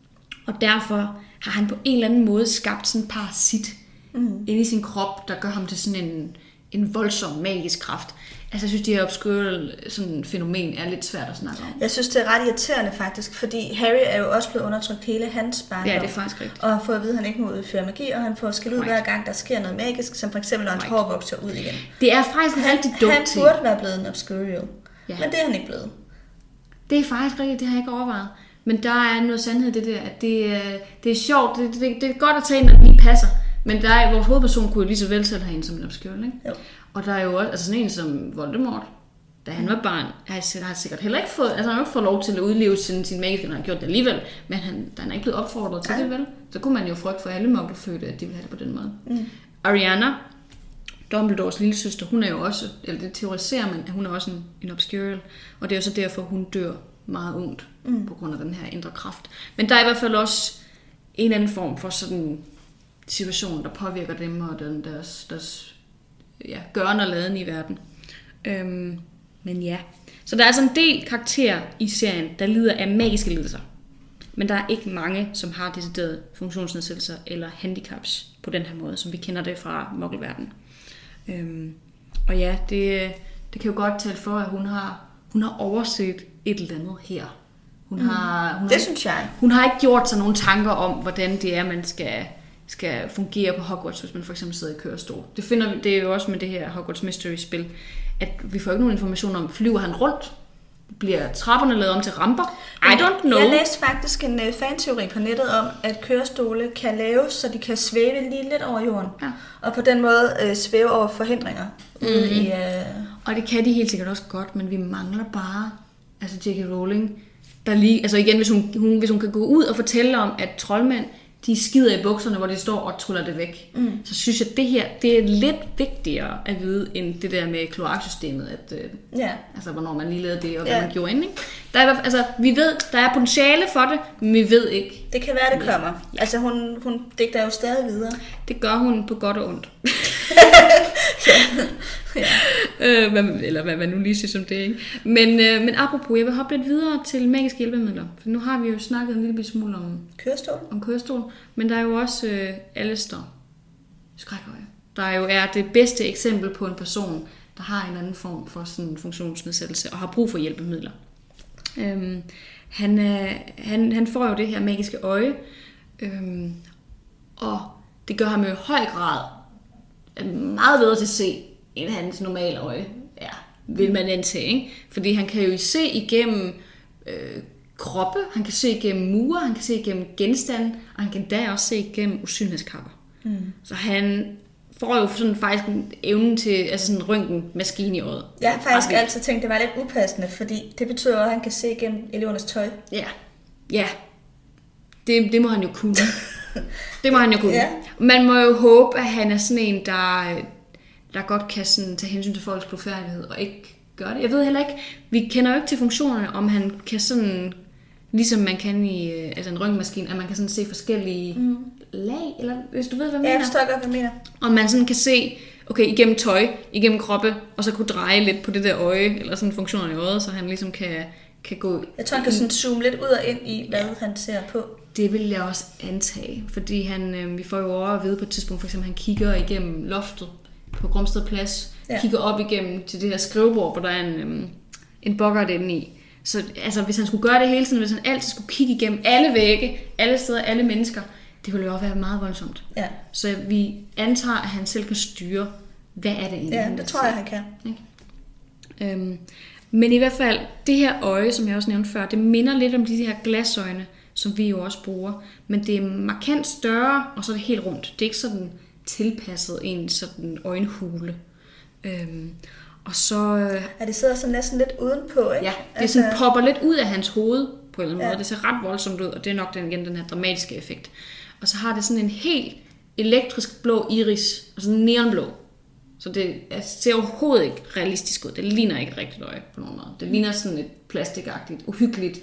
Og derfor har han på en eller anden måde skabt sådan en parasit mm. inde i sin krop, der gør ham til sådan en, en voldsom magisk kraft. Altså jeg synes, det her obscure sådan fænomen er lidt svært at snakke om.
Jeg synes, det er ret irriterende faktisk, fordi Harry er jo også blevet undertrykt hele hans barndom.
Ja, det er faktisk rigtigt.
Og han får at vide, at han ikke må udføre magi, og han får skæld ud right. hver gang, der sker noget magisk, som for eksempel, når hans right. hår vokser ud igen.
Det er faktisk en rigtig dumt
Han
ting.
burde være blevet en obscurial, ja. Men det er han ikke blevet.
Det er faktisk rigtigt, det har jeg ikke overvejet. Men der er noget sandhed i det der, at det, det er sjovt, det, det, det er godt at tage ind, når det lige passer. Men der er, vores hovedperson kunne jo lige så vel selv have en som en obscurial, ikke? Jo. Og der er jo også altså sådan en som Voldemort, da han var barn, har han sikkert heller ikke fået, altså han har ikke fået lov til at udleve sin, sin magiske, han har gjort det alligevel, men han, han er ikke blevet opfordret til Ej. det vel. Så kunne man jo frygte for alle muggelfødte, at de ville have det på den måde. Mm. Ariana, Dumbledores lille søster, hun er jo også, eller det teoriserer man, at hun er også en, en obscurial, og det er jo så derfor, hun dør meget ungt, mm. på grund af den her indre kraft. Men der er i hvert fald også en eller anden form for sådan situation, der påvirker dem og den, deres, deres ja, gøren og laden i verden. Øhm, men ja, så der er altså en del karakterer i serien, der lider af magiske lidelser. Men der er ikke mange, som har deciderede funktionsnedsættelser eller handicaps på den her måde, som vi kender det fra muggelverdenen. Øhm, og ja, det, det kan jo godt tale for, at hun har, hun har overset et eller andet her. Hun
mm.
har, hun
det
har,
synes jeg.
Hun har ikke gjort sig nogle tanker om, hvordan det er, man skal, skal fungere på Hogwarts, hvis man for eksempel sidder i kørestol. Det, finder vi, det er jo også med det her Hogwarts Mystery-spil, at vi får ikke nogen information om, flyver han rundt? Bliver trapperne lavet om til ramper? I don't know.
Jeg læste faktisk en fanteori på nettet om, at kørestole kan laves, så de kan svæve lige lidt over jorden. Ja. Og på den måde øh, svæve over forhindringer. Mm-hmm. Ude i, øh...
Og det kan de helt sikkert også godt, men vi mangler bare altså J K Rowling, der lige, altså igen, hvis hun, hun, hvis hun kan gå ud og fortælle om, at troldmænd, de skider i bukserne, hvor de står og truller det væk. Mm. Så synes jeg, at det her, det er lidt vigtigere at vide, end det der med kloaksystemet, at, øh, yeah. altså, hvornår man lige lavede det, og hvad yeah. man gjorde inden. Ikke? Der er, altså, vi ved, der er potentiale for det, men vi ved ikke.
Det kan være, det kommer. Ja. Altså, hun, hun digter jo stadig videre.
Det gør hun på godt og ondt.
ja. ja.
øh, hvad, eller hvad man nu lige synes om det, ikke? Men, øh, men apropos, jeg vil hoppe lidt videre til magiske hjælpemidler. For nu har vi jo snakket en lille smule om
kørestol.
Om kørestol. Men der er jo også øh, Alistair Skrækhøje, der jo er det bedste eksempel på en person, der har en anden form for sådan en funktionsnedsættelse og har brug for hjælpemidler. Øhm, han, øh, han, han får jo det her magiske øje, øhm, og det gør ham jo i høj grad meget bedre til at se end hans normale øje. Ja, vil man antage, ikke? Fordi han kan jo se igennem øh, kroppe, han kan se igennem mure, han kan se igennem genstande, og han kan da også se igennem usynlighedskapper. Mm. Så han får jo sådan faktisk en evne til altså sådan en røntgenmaskine i øjet.
Jeg har faktisk Arvigt. altid tænkt, det var lidt upassende, fordi det betyder også, at han kan se igennem elevernes tøj.
Ja, ja. Det, det må han jo kunne. Det må han jo kunne. Ja. Man må jo håbe, at han er sådan en, der, der godt kan sådan tage hensyn til folks blufærdighed og ikke gøre det. Jeg ved heller ikke, vi kender jo ikke til funktionerne, om han kan sådan, ligesom man kan i altså en røntgenmaskine, at man kan sådan se forskellige mm. lag, eller hvis du ved, hvad jeg mener.
Ja, jeg forstår godt, hvad jeg mener.
Og man sådan kan se, okay, igennem tøj, igennem kroppe, og så kunne dreje lidt på det der øje, eller sådan funktionerne i øjet, så han ligesom kan, kan gå...
Jeg tror, han kan sådan zoome lidt ud og ind i, hvad ja. han ser på.
Det vil jeg også antage, fordi han, øh, vi får jo over at vide på et tidspunkt, for eksempel, han kigger igennem loftet på Grumsted Plads, ja. kigger op igennem til det her skrivebord, hvor der er en, øh, en bokkert inde i. Så altså, hvis han skulle gøre det hele tiden, hvis han altid skulle kigge igennem alle vægge, alle steder, alle mennesker, det ville jo også være meget voldsomt. Ja. Så vi antager, at han selv kan styre, hvad er det egentlig,
ja,
han
det tror jeg, han kan.
Ikke? Øhm, men i hvert fald, det her øje, som jeg også nævnte før, det minder lidt om de her glasøjne, som vi jo også bruger. Men det er markant større, og så er det helt rundt. Det er ikke sådan tilpasset en sådan øjenhule. Øhm, og så... Øh,
ja, det sidder sådan næsten lidt udenpå, ikke?
Ja, det altså... sådan popper lidt ud af hans hoved på en eller anden ja. måde. Det ser ret voldsomt ud, og det er nok den, igen den her dramatiske effekt. Og så har det sådan en helt elektrisk blå iris, og sådan neonblå. Så det ser overhovedet ikke realistisk ud. Det ligner ikke et rigtigt øje på nogen måde. Det ligner sådan et plastikagtigt, uhyggeligt,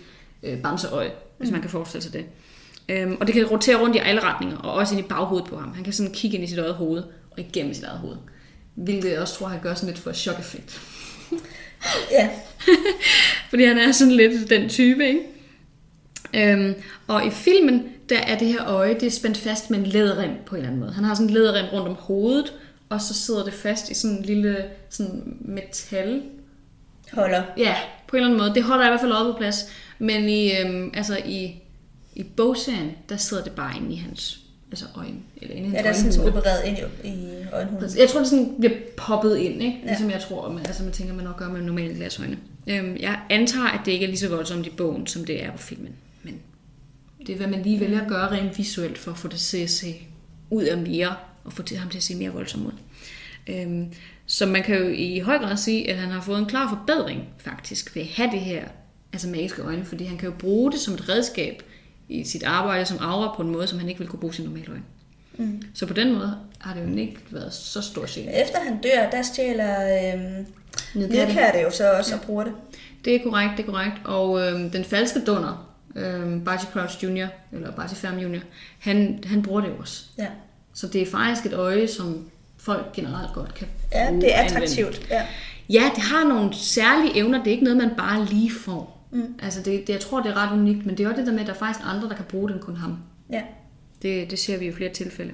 øh, bamseøje, hvis man kan forestille sig det. Øhm, og det kan rotere rundt i alle retninger, og også ind i baghovedet på ham. Han kan sådan kigge ind i sit eget hoved, og igennem sit eget hoved. Hvilket jeg også tror, han gør sådan lidt for chok-effekt.
Ja.
Fordi han er sådan lidt den type, ikke? Øhm, og i filmen, der er det her øje, det er spændt fast med en læderrem på en eller anden måde. Han har sådan en læderrem rundt om hovedet, og så sidder det fast i sådan en lille sådan metal...
Holder.
Ja, på en eller anden måde. Det holder i hvert fald øjet på plads. Men i, øhm, altså i, i bogserien, der sidder det bare inde i hans altså øjne. Eller inde i hans
ja, der er sådan så opereret ind i, i øjenhulen.
Jeg tror, det sådan bliver poppet ind, ikke? Ja. Ligesom jeg tror, man, altså man tænker, man nok gør med normale glasøjne. Øhm, jeg antager, at det ikke er lige så voldsomt i bogen, som det er på filmen. Men det er, hvad man lige vælger at gøre rent visuelt, for at få det til at se ud af mere, og få ham til at se mere voldsomt ud. Øhm, så man kan jo i høj grad sige, at han har fået en klar forbedring, faktisk, ved at have det her, altså magiske øjne, fordi han kan jo bruge det som et redskab i sit arbejde som aura på en måde, som han ikke ville kunne bruge sin normale øjne. Mm. Så på den måde har det jo ikke været så stor sjæl.
Efter han dør, der stjæler øhm, Nidkær det jo så også ja. Og bruger det.
Det er korrekt, det er korrekt. Og øhm, den falske donor, øhm, Barty Crouch junior, eller Barty Ferm junior, han, han bruger det jo også.
Ja.
Så det er faktisk et øje, som folk generelt godt kan
bruge. Ja, det er attraktivt. Ja.
ja, det har nogle særlige evner. Det er ikke noget, man bare lige får. Mm. Altså det, det, jeg tror, det er ret unikt, men det er også det der med, at der er faktisk andre, der kan bruge det end kun ham.
Ja.
Det, det ser vi jo i flere tilfælde.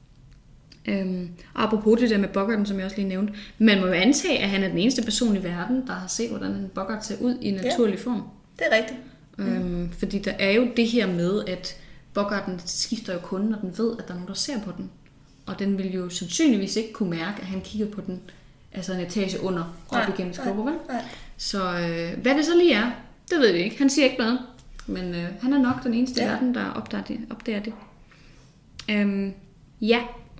Øhm, apropos det der med Boggarten, som jeg også lige nævnte. Man må jo antage, at han er den eneste person i verden, der har set, hvordan en Boggart ser ud i naturlig ja, form.
Det er rigtigt.
Øhm, mm. Fordi der er jo det her med, at Boggarten skifter jo kun, når den ved, at der er nogen, der ser på den. Og den vil jo sandsynligvis ikke kunne mærke, at han kigger på den, altså en etage under, op nej, igennem skubber, vel? Nej. Så øh, hvad det så lige er, det ved vi ikke. Han siger ikke noget. Men øh, han er nok den eneste i ja. verden, der opdager det. Opdager det. Øhm, ja.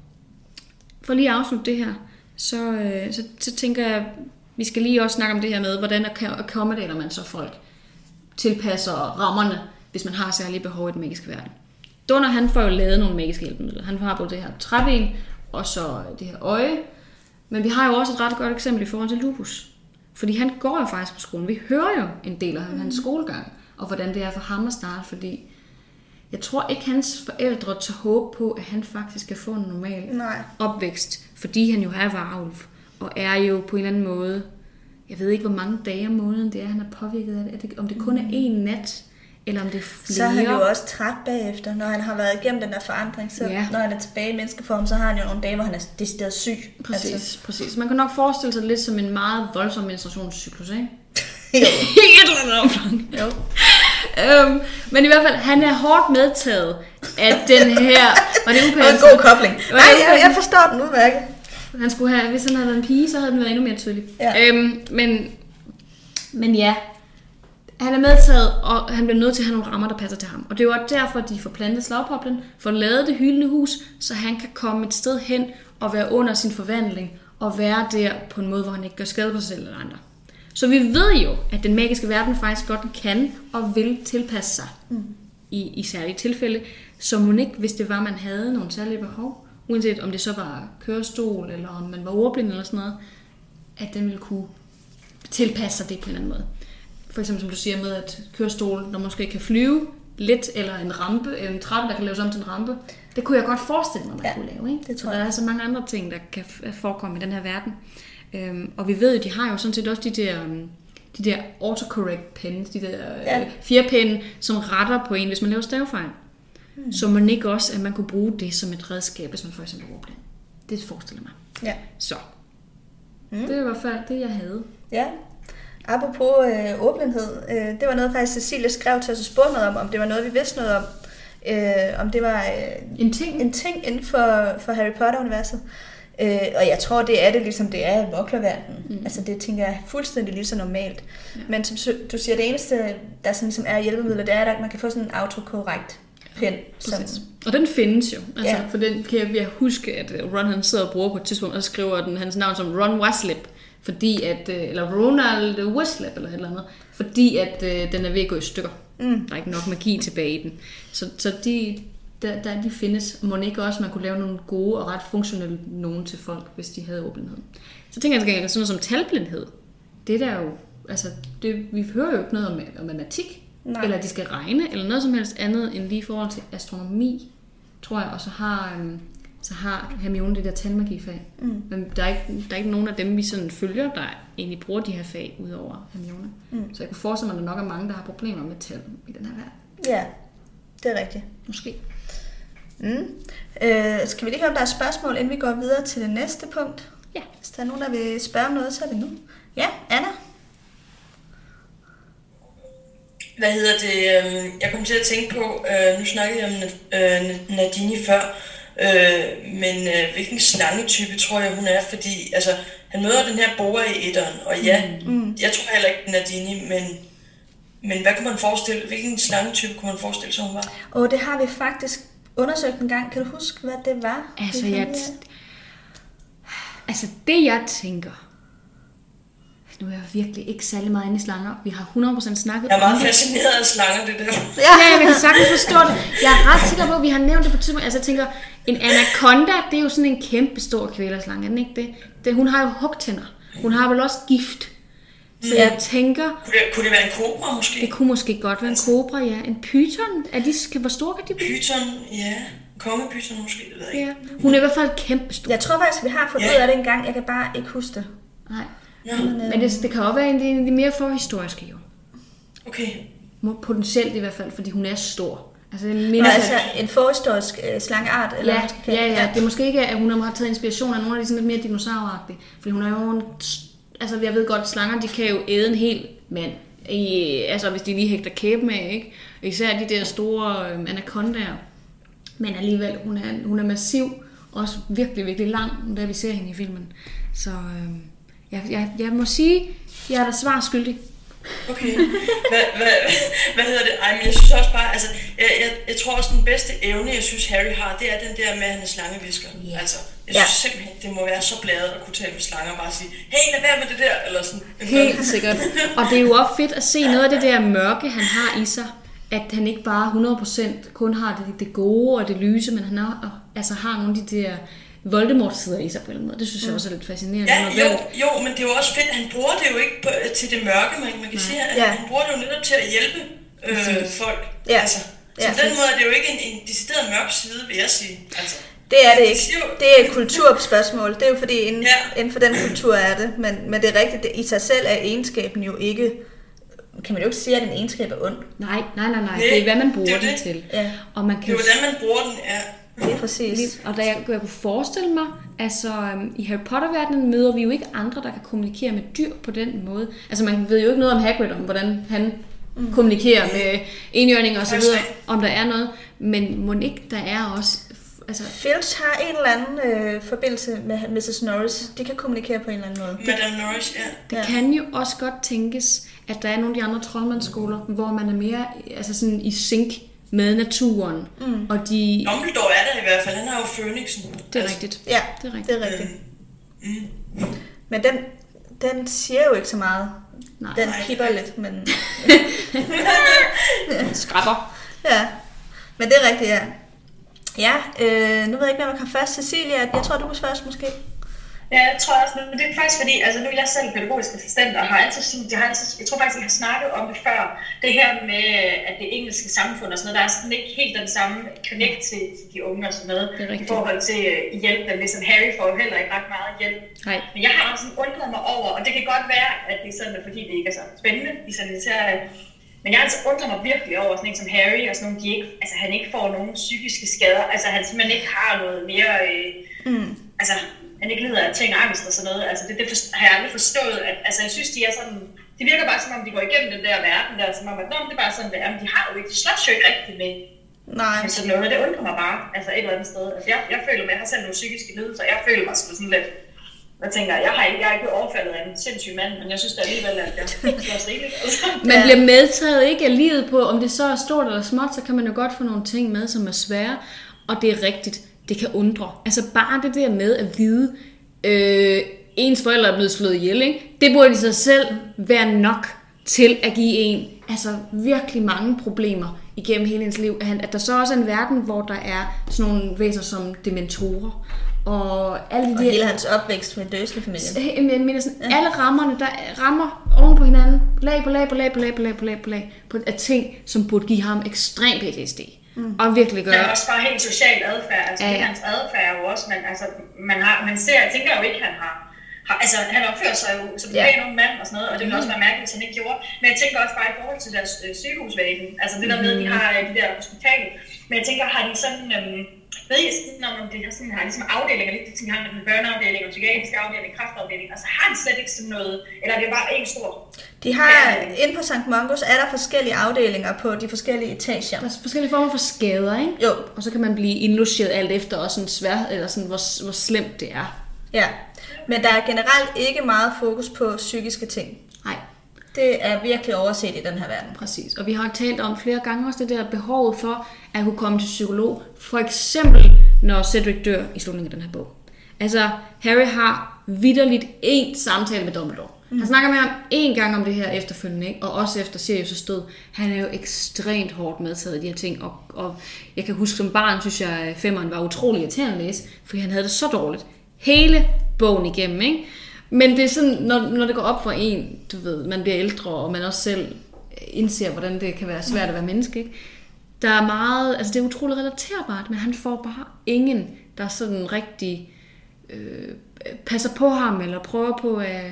For lige at afslutte det her, så, øh, så, så tænker jeg, vi skal lige også snakke om det her med, hvordan accommodater man så folk tilpasser rammerne, hvis man har særlige behov i den magiske verden. Donner, han får jo lavet nogle magiske hjælpemidler. Han har både det her træben, og så det her øje. Men vi har jo også et ret godt eksempel i forhold til Lupus. Fordi han går jo faktisk på skolen. Vi hører jo en del af hans skolegang, og hvordan det er for ham at starte, fordi jeg tror ikke, hans forældre tager håb på, at han faktisk kan få en normal
Nej.
opvækst, fordi han jo er varulv, og er jo på en eller anden måde, jeg ved ikke, hvor mange dage om måneden det er, han er påvirket af det, er det om det kun er en nat, eller om det er flere.
Så er han jo også træt bagefter, når han har været igennem den der forandring, så ja. Når han er tilbage i menneskeform, så har han jo nogle dage, hvor han er decideret syg.
Præcis, altså. præcis. Man kan nok forestille sig lidt som en meget voldsom menstruationscyklus, ikke?
Jo.
Et eller andet omfang.
Jo.
Um, men i hvert fald, han er hårdt medtaget af den her... Var det
upassende? En god kobling. Nej, jeg, jeg forstår den udmærket.
Han skulle have, hvis han havde været en pige, så havde den været endnu mere tydelig.
Ja.
Um, men, men ja, han er medtaget, og han bliver nødt til at have nogle rammer, der passer til ham. Og det er jo også derfor, at de får plantet slagpoplen, får lavet det hyldende hus, så han kan komme et sted hen og være under sin forvandling, og være der på en måde, hvor han ikke gør skade på sig selv eller andre. Så vi ved jo, at den magiske verden faktisk godt kan og vil tilpasse sig mm. i, i særlige tilfælde. Så må ikke, hvis det var, man havde nogle særlige behov, uanset om det så var kørestol, eller om man var ordblind eller sådan noget, at den ville kunne tilpasse sig det på en eller anden måde. For eksempel som du siger med, at kørestol, der måske kan flyve lidt, eller en rampe, eller en trappe, der kan laves om til en rampe, det kunne jeg godt forestille mig, man ja, kunne lave. Ikke?
Det tror
jeg. Der er så mange andre ting, der kan forekomme i den her verden. Øhm, og vi ved jo, de har jo sådan set også de der, de der autocorrect pens, de der ja. øh, firepenne, som retter på en, hvis man laver stavefejl. Hmm. Så man ikke også, at man kunne bruge det som et redskab, hvis man for eksempel var ordblind. Det forestiller mig.
Ja.
Så. Mm. Det var i hvert fald det, jeg havde.
Ja. Apropos øh, ordblindhed, øh, det var noget faktisk Cecilie skrev til os og spurgte noget om, om det var noget, vi vidste noget om. Øh, om det var øh,
en ting,
en ting inden for, for Harry Potter-universet. Øh, og jeg tror, det er det, ligesom det er i voklerverdenen. Mm. Altså det tænker jeg fuldstændig lige så normalt. Ja. Men som du siger, det eneste, der sådan ligesom er hjælpemidler, det er, at man kan få sådan en autokorrekt pen. Som...
Og den findes jo. Altså, ja. For den kan jeg huske, at Ron han sidder og bruger på et tidspunkt, og skriver den hans navn som Ron Weasley, fordi at, eller Ronald Weasley eller et eller andet, fordi at øh, den er ved at gå i stykker. Mm. Der er ikke nok magi tilbage i den. Så, så de, der, der, de findes. Må ikke også, man kunne lave nogle gode og ret funktionelle nogen til folk, hvis de havde ordblindhed. Så tænker jeg, at sådan noget som talblindhed, det der jo, altså, det, vi hører jo ikke noget om, om matematik Nej. Eller de skal regne, eller noget som helst andet end lige i forhold til astronomi, tror jeg. Og så har, øhm, så har Hermione det der talmagi-fag. Mm. Men der er, ikke, der er ikke nogen af dem, vi sådan følger, der egentlig bruger de her fag, udover Hermione. Mm. Så jeg kunne forestille mig, at der nok er mange, der har problemer med tal i den her verden.
Ja, det er rigtigt.
Måske.
Mm. Øh, skal vi lige høre, om der er spørgsmål, inden vi går videre til det næste punkt?
Ja.
Hvis der er nogen, der vil spørge om noget, så er det nu. Ja, Anna?
Hvad hedder det? Jeg kom til at tænke på, øh, nu snakkede jeg om øh, Nagini før, øh, men øh, hvilken slangetype tror jeg, hun er, fordi altså, han møder den her boa i etteren, og ja, mm. jeg tror heller ikke Nagini, men, men hvad kunne man forestille, hvilken slangetype kunne man forestille sig, hun var?
Åh, det har vi faktisk undersøgt en gang. Kan du huske, hvad det var?
Altså,
det
jeg t- altså det jeg tænker, nu er jeg virkelig ikke særlig meget inde i slanger. Vi har hundrede procent snakket om det.
Jeg er meget fascineret af slanger, det der.
Ja, jeg kan sagtens forstå det. Jeg er ret sikker på, at vi har nævnt det på tidspunkt. Altså jeg tænker, en anaconda, det er jo sådan en kæmpe stor kvælerslange, er den ikke det? det? Hun har jo hugtænder. Hun har vel også gift. Så ja. jeg tænker...
Kunne det, kunne det være en kobra måske?
Det kunne måske godt være en kobra, ja. En python. Er de, hvor store kan de blive?
Python, ja. Kongepython måske, det ved jeg ikke.
Ja. Hun er i hvert fald kæmpe stor.
Jeg tror faktisk, vi har fundet ja. ud af det engang. Jeg kan bare ikke huske det.
Nej. Ja. Men det, det kan også være en af de mere forhistoriske jo.
Okay.
Potentielt i hvert fald, fordi hun er stor. Altså, det
minder altså en forhistorisk øh, slangeart? Eller
ja,
hvad man skal
ja, ja. Det er måske ikke, at hun har taget inspiration af nogle af de sådan lidt mere dinosauragtige. Fordi hun er jo en... Altså, jeg ved godt, slanger, de kan jo æde en hel mand. I, altså, hvis de lige hægter kæben af, ikke? Især de der store øh, anacondaer. Men alligevel, hun er, hun er massiv. Også virkelig, virkelig lang, da vi ser hende i filmen. Så... Øh, Jeg, jeg, jeg må sige, jeg er da svar skyldig.
Okay. Hvad, hvad, hvad hedder det? Ej, men jeg synes også bare, altså, jeg, jeg, jeg tror også, den bedste evne, jeg synes, Harry har, det er den der med, at han er slangevisker. Yeah. Altså, jeg synes yeah. simpelthen, det må være så bladet at kunne tale med slanger og bare sige, hey, lad være med det der, eller sådan.
Helt sikkert. Og det er jo også fedt at se noget af det der mørke, han har i sig. At han ikke bare hundrede procent kun har det, det gode og det lyse, men han har, altså, har nogle af de der... Voldemort sidder i sig på en måde. Det synes jeg også er lidt fascinerende.
Ja, jo, jo, men det er jo også fedt. Han bruger det jo ikke på, til det mørke, man, man kan sige. Han, ja. han bruger det jo netop til at hjælpe øh, folk. Ja. Altså, så ja, på den måde er det jo ikke en, en decideret mørk side, vil jeg sige. Altså,
det er det ikke. Det er et kulturspørgsmål. Det er jo fordi, inden, ja. inden for den kultur er det. Men, men det er rigtigt. Det, i sig selv er egenskaben jo ikke... Kan man jo ikke sige, at en egenskab er ond.
Nej, nej, nej, nej. Det er, hvad man bruger det den til.
Ja.
Og man kan
det er, hvordan man bruger den, ja.
Det er præcis.
Og da jeg, jeg kunne forestille mig, altså um, i Harry Potter-verdenen møder vi jo ikke andre, der kan kommunikere med dyr på den måde. Altså man ved jo ikke noget om Hagrid, om hvordan han mm. kommunikerer med enhjørninger og så videre, om der er noget. Men må ikke, der er også... Altså,
Filch har en eller anden øh, forbindelse med missus Norris. De kan kommunikere på en eller anden måde.
Madame Norris, ja.
Det
ja.
kan jo også godt tænkes, at der er nogle af de andre troldmandsskoler, hvor man er mere altså sådan i sync med naturen. Mm. Og de...
Dumbledore er der i hvert fald, han har jo Fønixen.
Det er altså, rigtigt.
Ja,
det er rigtigt.
Det er rigtigt. Mm. Men den, den siger jo ikke så meget.
Nej.
Den pipper lidt, men...
Skrapper.
Ja, men det er rigtigt, ja. Ja, øh, nu ved jeg ikke, hvem der kom først. Cecilia, jeg tror, du var først måske.
Ja, jeg tror også, men det er faktisk fordi, altså nu er jeg selv pædagogisk assistent, og har altid, jeg, har altid, jeg tror faktisk, jeg har snakket om det før, det her med, at det engelske samfund og sådan noget, der er sådan ikke helt den samme connect til, til de unge og sådan noget, i forhold til uh, hjælp, der ligesom Harry får jo heller ikke ret meget hjælp.
Nej.
Men jeg har også sådan undret mig over, og det kan godt være, at det er sådan, fordi det ikke er så spændende i sådan en serie, men jeg har altså undret mig virkelig over sådan en som Harry, og sådan nogle, de ikke, altså han ikke får nogen psykiske skader, altså han simpelthen ikke har noget mere, øh, mm. altså han ikke lider af ting, angst og sådan noget, altså det, det for, har jeg aldrig forstået, at, altså jeg synes, de er sådan, de virker bare som om, de går igennem den der verden der, som om, at nå, det er bare sådan, det er, men de har jo ikke, de slås jo ikke rigtigt med,
nej.
Men sådan noget, det undrer mig bare, altså et eller andet sted, altså jeg, jeg føler mig, jeg har selv nogle psykiske lidelser, jeg føler mig sådan lidt, jeg tænker, jeg har ikke, jeg er ikke overfaldet af en sindssyg mand, men jeg synes da alligevel, at jeg slås rigeligt.
Man bliver medtaget ikke af livet på, om det så er stort eller småt, så kan man jo godt få nogle ting med, som er svære, og det er rigtigt, det kan undre. Altså bare det der med at vide, Øh, ens forældre er blevet slået ihjel, ikke? Det burde i sig selv være nok til at give en altså virkelig mange problemer igennem hele hendes liv. At, han, at der så også er en verden, hvor der er sådan nogle væsener som dementorer. Og, alle de
og hele hans opvækst med Dursley-familien.
Jeg mener sådan, ja. alle rammerne, der rammer oven på hinanden, lag på lag på lag på lag på lag på lag på lag, på af ting, som burde give ham ekstrem P T S D. Mm. Og virkelig gøre.
Det er også bare helt social adfærd. Altså, ja, ja. Hans adfærd er jo også, man, altså, man, har, man ser, jeg tænker jo ikke, han har, har altså, han opfører sig jo som en ja. pæn ung mand og sådan noget, og det ville også være mærkeligt, hvis han ikke gjorde. Men jeg tænker også bare i forhold til deres øh, sygehusvæsen, altså det der med, de har de der hospitaler. Men jeg tænker, har de sådan, øhm, ved jeg sådan, om de har, sådan, har ligesom afdelinger, lidt de har en børneafdeling, og psykiatrisk afdeling, kræftafdeling, altså har de slet ikke sådan noget, eller er det bare en stor?
De har, inde på Sankt Mongos er der forskellige afdelinger på de forskellige etager.
Der er forskellige former for skader, ikke?
Jo.
Og så kan man blive indlogeret alt efter, også sådan svær, eller sådan, hvor, hvor slemt det er.
Ja, men der er generelt ikke meget fokus på psykiske ting.
Nej.
Det er virkelig overset i den her verden.
Præcis. Og vi har talt om flere gange også det der behovet for at kunne komme til psykolog. For eksempel, når Cedric dør i slutningen af den her bog. Altså, Harry har vitterligt én samtale med Dumbledore. Mm. Han snakker med ham én gang om det her efterfølgende, ikke? Og også efter Sirius' død. Han er jo ekstremt hårdt medtaget i de her ting. Og, og jeg kan huske, som barn, synes jeg, at femmeren var utrolig irriterende at læse, fordi han havde det så dårligt. Hele bogen igennem, ikke? Men det er sådan, når, når det går op for en, du ved, man bliver ældre, og man også selv indser, hvordan det kan være svært at være menneske, ikke? Der er meget, altså det er utroligt relaterbart, men han får bare ingen, der sådan rigtig øh, passer på ham, eller prøver på at,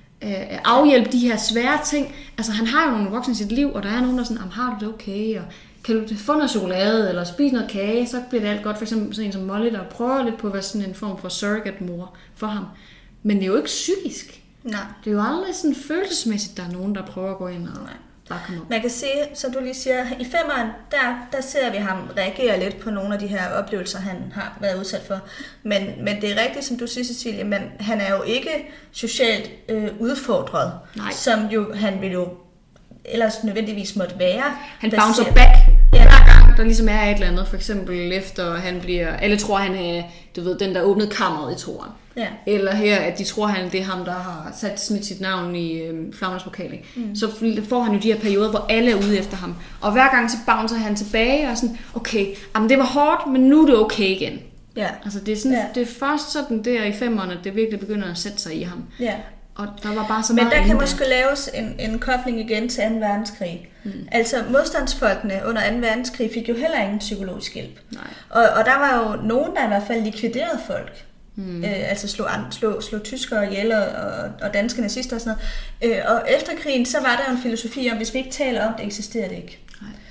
at afhjælpe de her svære ting. Altså han har jo nogle voksne i sit liv, og der er nogen, der er sådan, har du det okay, og kan du få noget chokolade, eller spise noget kage, så bliver det alt godt. For eksempel sådan en som Molly, der prøver lidt på at være sådan en form for surrogate-mor for ham. Men det er jo ikke psykisk.
Nej.
Det er jo aldrig sådan følelsesmæssigt, der er nogen, der prøver at gå ind og bare komme op.
Man kan se, som du lige siger, i femmeren, der, der ser vi ham reagere lidt på nogle af de her oplevelser, han har været udsat for. Men, men det er rigtigt, som du siger, Cecilie, men han er jo ikke socialt øh, udfordret,
Nej.
som jo han vil jo ellers nødvendigvis måtte være.
Han bouncer back ja. hver gang, der ligesom er et eller andet. For eksempel efter han bliver, alle tror han er, du ved, den der åbnede kammeret i toren.
Ja.
Eller her, at de tror, han det er ham, der har sat smidt sit navn i øh, Flammers pokal. Mm. Så får han jo de her perioder, hvor alle er ude efter ham. Og hver gang så bouncer han tilbage og sådan, okay, jamen det var hårdt, men nu er det okay igen.
Ja.
Altså det er, sådan,
ja.
det er først sådan der i femmerne, det virkelig begynder at sætte sig i ham.
Ja.
Og der var bare så
Men
meget
der kan
der.
måske laves en, en kobling igen til anden verdenskrig. Mm. Altså modstandsfolkene under anden verdenskrig fik jo heller ingen psykologisk hjælp.
Nej.
Og, og der var jo nogen, der i hvert fald likviderede folk. Mm. Øh, altså slå, slå, slå tyskere ihjel og, og danske nazister og sådan noget. Øh, og efter krigen, så var der jo en filosofi om, hvis vi ikke taler om det, eksisterer det ikke.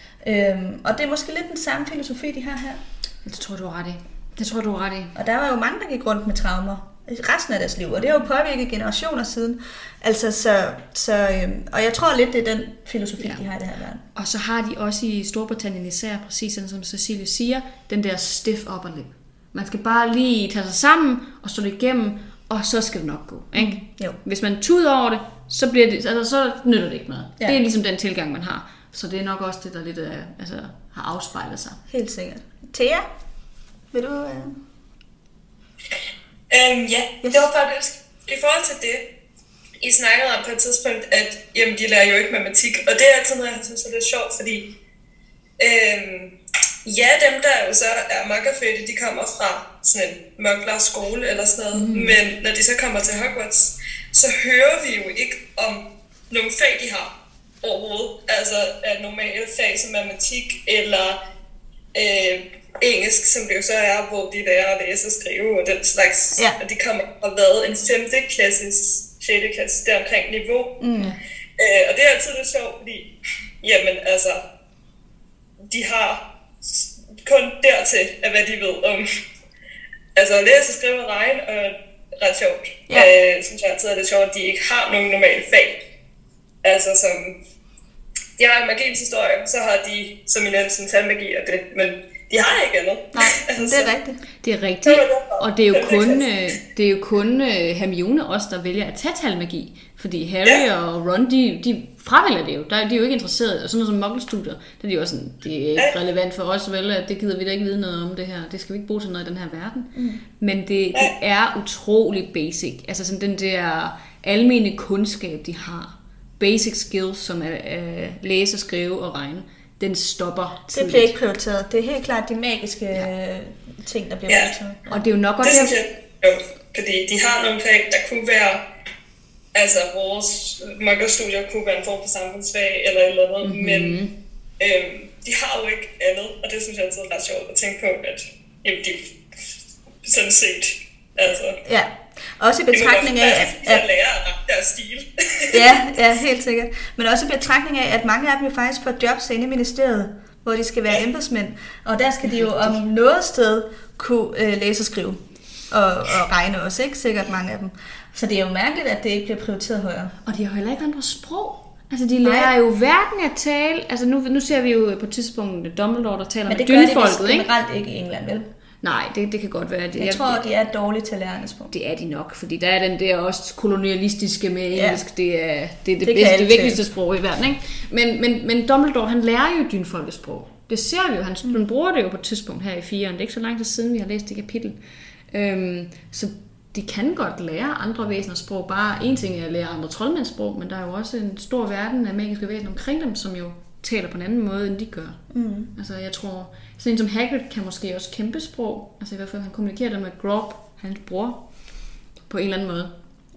Øhm, og det er måske lidt den samme filosofi, de har her.
Det tror du er ret i. Det tror du er ret i.
Og der var jo mange, der gik rundt med traumer resten af deres liv, og det har jo påvirket generationer siden. Altså, så, så, øhm, og jeg tror lidt, det er den filosofi, ja. de har i det her verden.
Og så har de også i Storbritannien især, præcis som Cecilie siger, den der stiff upper lip. Man skal bare lige tage sig sammen og stå det igennem, og så skal det nok gå. Ikke?
Mm, jo.
Hvis man tuder over det, så, bliver det, altså, så nytter det ikke noget.
Ja.
Det er ligesom den tilgang, man har. Så det er nok også det, der lidt af, altså, har afspejlet sig.
Helt sikkert. Thea, vil du... Uh...
Øhm, ja, yes. Det var faktisk i forhold til det, I snakkede om på et tidspunkt, at jamen, de lærer jo ikke matematik, og det er altid noget, jeg synes er lidt sjovt, fordi øhm, ja, dem der jo så er mokkerfødte, de kommer fra sådan en mokler skole eller sådan noget, mm. men når de så kommer til Hogwarts, så hører vi jo ikke om nogle fag, de har overhovedet, altså at normale fag som matematik eller øh, engelsk, som det jo så er, hvor de lærer at læse og skrive og den slags,
ja.
og de kommer og været en femte klasses, sjette klasses, der omkring niveau. Mm. Øh, og det er altid lidt sjovt, fordi, jamen altså, de har kun dertil af hvad de ved om, altså at læse, skrive og regne, og ret sjovt. Ja. Øh, synes jeg altid er det sjovt, at de ikke har nogen normale fag. Altså som, de har en magiens historie, så har de som i næsten talmagi og det, men de har ikke andet.
Nej, altså, det er rigtigt.
Det er rigtigt, og det er jo kun, det er jo kun Hermione også, der vælger at tage talmagi. Fordi Harry ja. og Ron, de, de fravælger det jo. De er jo ikke interesserede. Og sådan noget som muggelstudier, det er de også sådan, det er ikke ja. relevant for os, vel, at det gider vi da ikke vide noget om det her. Det skal vi ikke bruge til noget i den her verden. Mm. Men det, det er utrolig basic. Altså sådan den der almene kundskab, de har basic skills, som er, er læse, skrive og regne, den stopper tidligt.
Det bliver ikke prioriteret. Det er helt klart de magiske ja. ting, der bliver
ja.
prioriteret.
Og det er jo nok godt...
Det synes jeg, jo, fordi de har nogle fag, der kunne være, altså vores mokkerstudier kunne være en form for samfundsfag eller et eller andet, mm-hmm. men øhm, de har jo ikke andet, og det synes jeg altid er ret sjovt at tænke på, at jamen, de sådan set, altså...
Ja. Også i betragtning af, at...
at lærer deres stil.
ja, ja, helt sikkert. Men også i betragtning af, at mange af dem jo faktisk får jobs inde i ministeriet, hvor de skal være ja. embedsmænd. Og der skal de jo om noget sted kunne øh, læse og skrive. Og, og regne også, ikke? Sikkert mange af dem. Så det er jo mærkeligt, at det ikke bliver prioriteret højere.
Og de har heller ikke andre sprog. Altså, de lærer Nej. jo hverken at tale... Altså, nu, nu ser vi jo på et tidspunkt Dumbledore, der taler med dynfolket, ikke? Men det gør de
generelt ikke i England, vel?
Nej, det, det kan godt være. Det,
jeg, jeg tror, de er dårlige til at lære sprog.
Det er de nok, fordi der er den der også kolonialistiske med engelsk. Ja. Det er det, er det, det, bedste, det vigtigste sprog i verden, ikke? Men, men, men Dumbledore, han lærer jo dynfolkets sprog. Det ser vi jo. Han, mm. han bruger det jo på et tidspunkt her i firen. Det er ikke så lang tid siden, vi har læst det kapitel. Øhm, så de kan godt lære andre væseners sprog. Bare en ting er at lære andre troldmænds sprog, men der er jo også en stor verden af magiske væsener omkring dem, som jo taler på en anden måde, end de gør. Mm. Altså, jeg tror, sådan en som Hagrid kan måske også kæmpe sprog. Altså i hvert fald, han kommunikerer der med Grob, hans bror, på en eller anden måde.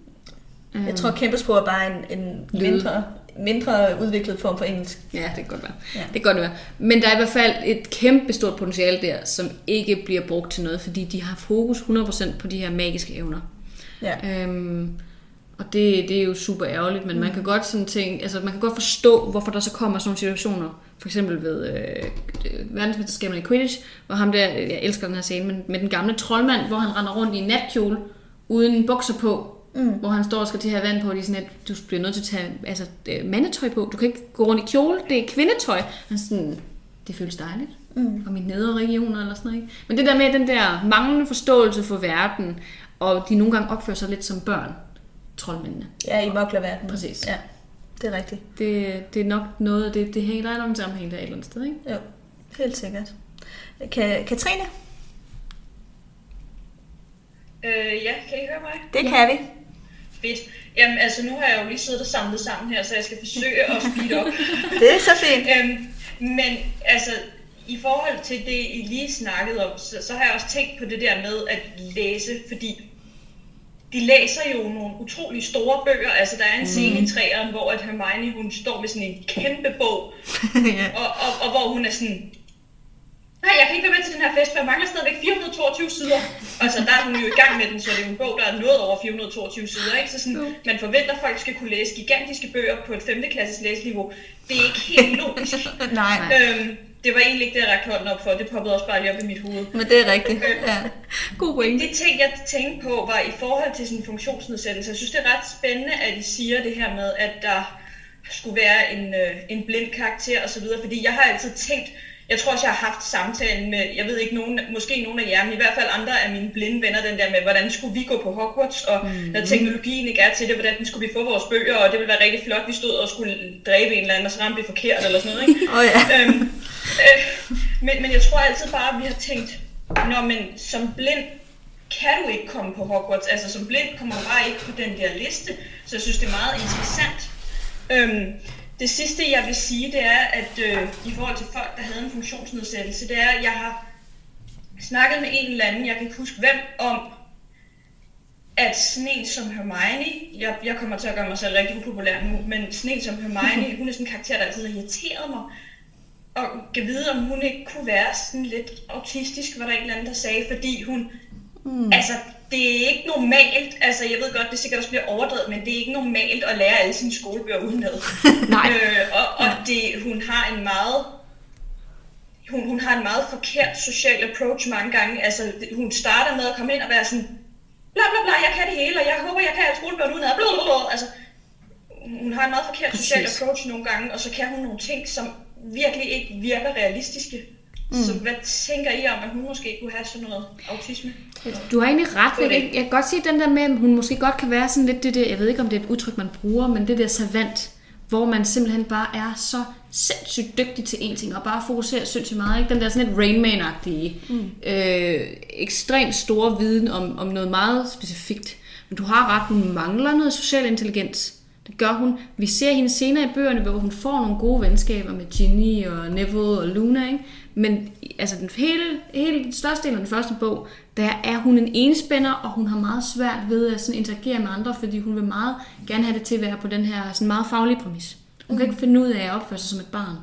Jeg um, tror, kæmpe sprog er bare en, en mindre, mindre udviklet form for engelsk.
Ja, det kan godt være. Ja. Det kan godt være. Men der er i hvert fald et kæmpe stort potentiale der, som ikke bliver brugt til noget, fordi de har fokus hundrede procent på de her magiske evner. Ja. Um, Og det, det er jo super ærgerligt, men mm. man kan godt sådan tænke, altså man kan godt forstå, hvorfor der så kommer sådan nogle situationer. For eksempel ved øh, verdensmesterskaberne i Quidditch, hvor ham der, jeg elsker den her scene, men med den gamle troldmand, hvor han render rundt i en natkjole uden bukser på, mm. hvor han står og skal til at have vand på, og de sådan, at du bliver nødt til at tage altså, mandetøj på. Du kan ikke gå rundt i kjole, det er kvindetøj. Han sådan, det føles dejligt. Mm. Og mine nedre regioner eller sådan noget. Ikke? Men det der med den der manglende forståelse for verden, og de nogle gange opfører sig lidt som børn, troldmændene.
Ja, i moklerverdenen.
Præcis.
Ja, det er rigtigt.
Det, det er nok noget, det, det hænger der om sammenhæng der et eller andet sted, ikke?
Jo, helt sikkert. Kan, Katrine?
Øh, ja, kan I høre mig?
Det
ja.
kan vi.
Fedt. Jamen, altså nu har jeg jo lige siddet og samlet sammen her, så jeg skal forsøge at speede op.
Det er så fint.
øhm, men altså, i forhold til det, I lige snakkede om, så, så har jeg også tænkt på det der med at læse, fordi de læser jo nogle utrolig store bøger. Altså, der er en scene mm. i træeren, hvor at Hermione, hun står med sådan en kæmpe bog, yeah. og, og, og hvor hun er sådan, nej, jeg kan ikke være med til den her fest, for jeg mangler stadigvæk fire hundrede og toogtyve sider. Altså, der er hun jo i gang med den, så det er jo en bog, der er noget over fire hundrede og toogtyve sider, ikke? Så sådan, mm. man forventer, at folk skal kunne læse gigantiske bøger på et femte klasses læseniveau. Det er ikke helt logisk.
Nej.
Øhm, det var egentlig ikke det, jeg rakte hånden op for. Det poppede også bare lige op i mit hoved.
Men det er rigtigt. Ja. God point.
De ting, jeg tænkte på, var i forhold til sådan en funktionsnedsættelse. Jeg synes, det er ret spændende, at I siger det her med, at der skulle være en, øh, en blind karakter osv. Fordi jeg har altid tænkt, jeg tror også, jeg har haft samtalen med, jeg ved ikke, nogen, måske nogle af jer, men i hvert fald andre af mine blinde venner, den der med, hvordan skulle vi gå på Hogwarts, og mm. når teknologien ikke er til det, hvordan skulle vi få vores bøger, og det ville være rigtig flot, vi stod og skulle dræbe en eller anden, og så ramte vi forkert, eller sådan noget, ikke?
Oh, ja. øhm,
øh, men, men jeg tror altid bare, at vi har tænkt, når man som blind, kan du ikke komme på Hogwarts, altså som blind kommer bare ikke på den der liste, så jeg synes, det er meget interessant. Øhm, Det sidste, jeg vil sige, det er, at øh, i forhold til folk, der havde en funktionsnedsættelse, det er, at jeg har snakket med en eller anden, jeg kan ikke huske hvem, om, at sådan en som Hermione, jeg, jeg kommer til at gøre mig selv rigtig upopulær nu, men sådan en som Hermione, hun er sådan en karakter, der altid har irriteret mig, og kan vide, om hun ikke kunne være sådan lidt autistisk, var der en eller anden, der sagde, fordi hun, mm. altså, det er ikke normalt, altså jeg ved godt, det sikkert også bliver overdrevet, men det er ikke normalt at lære alle sine skolebøger udenad.
Nej.
Øh, og og det, hun har en meget, hun, hun har en meget forkert social approach mange gange. Altså hun starter med at komme ind og være sådan, bla bla bla, jeg kan det hele, og jeg håber, jeg kan alle skolebøger udenad, bla bla bla. Altså, hun har en meget forkert Præcis. social approach nogle gange, og så kan hun nogle ting, som virkelig ikke virker realistiske. Mm. Så hvad tænker I om, at hun måske kunne have sådan noget autisme?
Du har egentlig ret. Jeg, jeg kan godt sige den der med, at hun måske godt kan være sådan lidt det der, jeg ved ikke om det er et udtryk, man bruger, men det der savant, hvor man simpelthen bare er så sindssygt dygtig til en ting, og bare fokuserer sindssygt meget. Ikke? Den der sådan lidt Rain Man-agtige, mm. øh, ekstremt store viden om, om noget meget specifikt. Men du har ret, hun mangler noget social intelligens, Det gør hun. Vi ser hende senere i bøgerne, hvor hun får nogle gode venskaber med Ginny og Neville og Luna, ikke? Men altså den hele, hele den største del af den første bog, der er hun en enspænder, og hun har meget svært ved at sådan interagere med andre, fordi hun vil meget gerne have det til at være på den her sådan meget faglige præmis. Hun kan ikke finde ud af at opføre sig som et barn.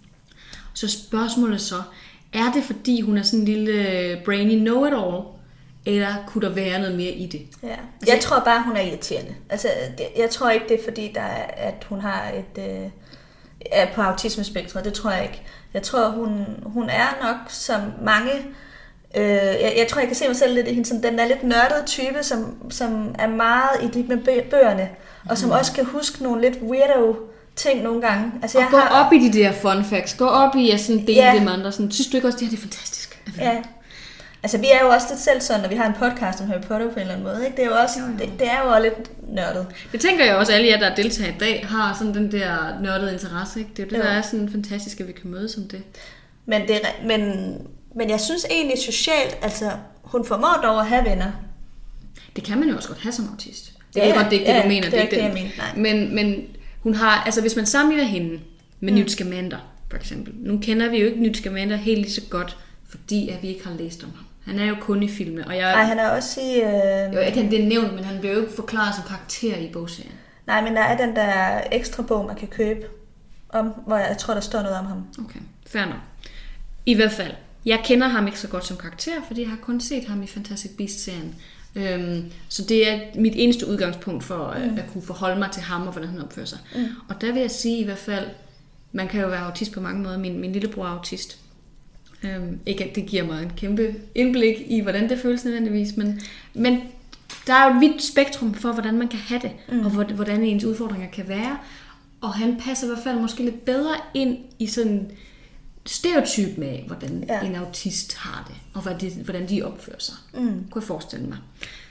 Så spørgsmålet så, er det fordi hun er sådan en lille brainy know-it-all, eller kunne der være noget mere i det?
Ja. Jeg tror bare, hun er irriterende. Altså, jeg tror ikke, det er fordi, der er, at hun har et øh, er på autismespektret. Det tror jeg ikke. Jeg tror, hun, hun er nok som mange... Øh, jeg, jeg tror, jeg kan se mig selv lidt i hende, som den der lidt nørdede type, som, som er meget i det med bøgerne, og som mm. også kan huske nogle lidt weirdo ting nogle gange. Altså,
og
jeg
gå
har...
op i de der fun facts. Gå op i at sådan dele ja. det med andre. Sådan, synes du ikke også, det her det er fantastisk?
Ja. Altså, vi er jo også lidt selv sådan, når vi har en podcast om Harry Potter på en eller anden måde. Ikke? Det er jo også, jo, jo. Det, det er jo også lidt nørdet.
Det tænker jeg også, alle jer, der deltager i dag, har sådan den der nørdede interesse. Ikke? Det er jo det, jo. der er sådan fantastisk, at vi kan mødes om det.
Men, det, men, men jeg synes egentlig socialt, altså, hun formår dog at have venner.
Det kan man jo også godt have som autist. Det
ja,
er godt, det er ikke
ja,
det, du mener.
Det er
ikke
det, jeg mener. Nej.
Men, men hun har, altså hvis man sammenligner hende med mm. Newt Scamander, for eksempel. Nu kender vi jo ikke Newt Scamander helt lige så godt, fordi at vi ikke har læst om ham. Han er jo kun i filmene. Og jeg,
Nej, han er også i... Øh...
Jo, jeg kan det nævne, men han bliver jo ikke forklaret som karakter i bogserien.
Nej, men der er den der ekstra bog, man kan købe, om, hvor jeg tror, der står noget om ham.
Okay, fair nok. I hvert fald, jeg kender ham ikke så godt som karakter, fordi jeg har kun set ham i Fantastic Beasts-serien. Øhm, så det er mit eneste udgangspunkt for mm. at, at kunne forholde mig til ham og hvordan han opfører sig. Mm. Og der vil jeg sige i hvert fald, man kan jo være autist på mange måder. Min, min lillebror er autist. Øhm, ikke at det giver mig en kæmpe indblik i, hvordan det føles nødvendigvis, men, men der er jo et vidt spektrum for, hvordan man kan have det, mm. og hvordan ens udfordringer kan være. Og han passer i hvert fald måske lidt bedre ind i sådan stereotyp med, hvordan ja. en autist har det, og hvordan de opfører sig. Mm. Kunne jeg forestille mig.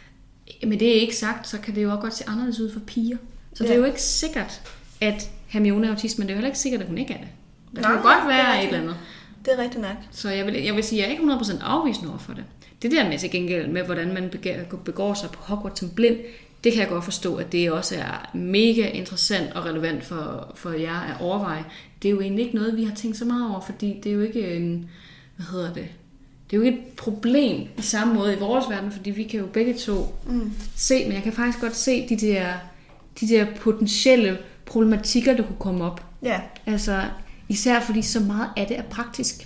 Men det er ikke sagt, så kan det jo også godt se anderledes ud for piger. Så ja. det er jo ikke sikkert, at Hermione er autist, men det er jo heller ikke sikkert, at hun ikke er det. Der kan jo godt være et eller andet.
Det er rigtigt nok.
Så jeg vil, jeg vil sige, at jeg er ikke hundrede procent afvisende over for det. Det der med til gengæld med, hvordan man begår sig på Hogwarts som blind, det kan jeg godt forstå, at det også er mega interessant og relevant for, for jer at overveje. Det er jo egentlig ikke noget, vi har tænkt så meget over, fordi det er jo ikke en, hvad hedder det, det er jo ikke et problem i samme måde i vores verden, fordi vi kan jo begge to mm. se, men jeg kan faktisk godt se de der, de der potentielle problematikker, der kunne komme op.
Ja.
Altså, især fordi så meget af det er praktisk.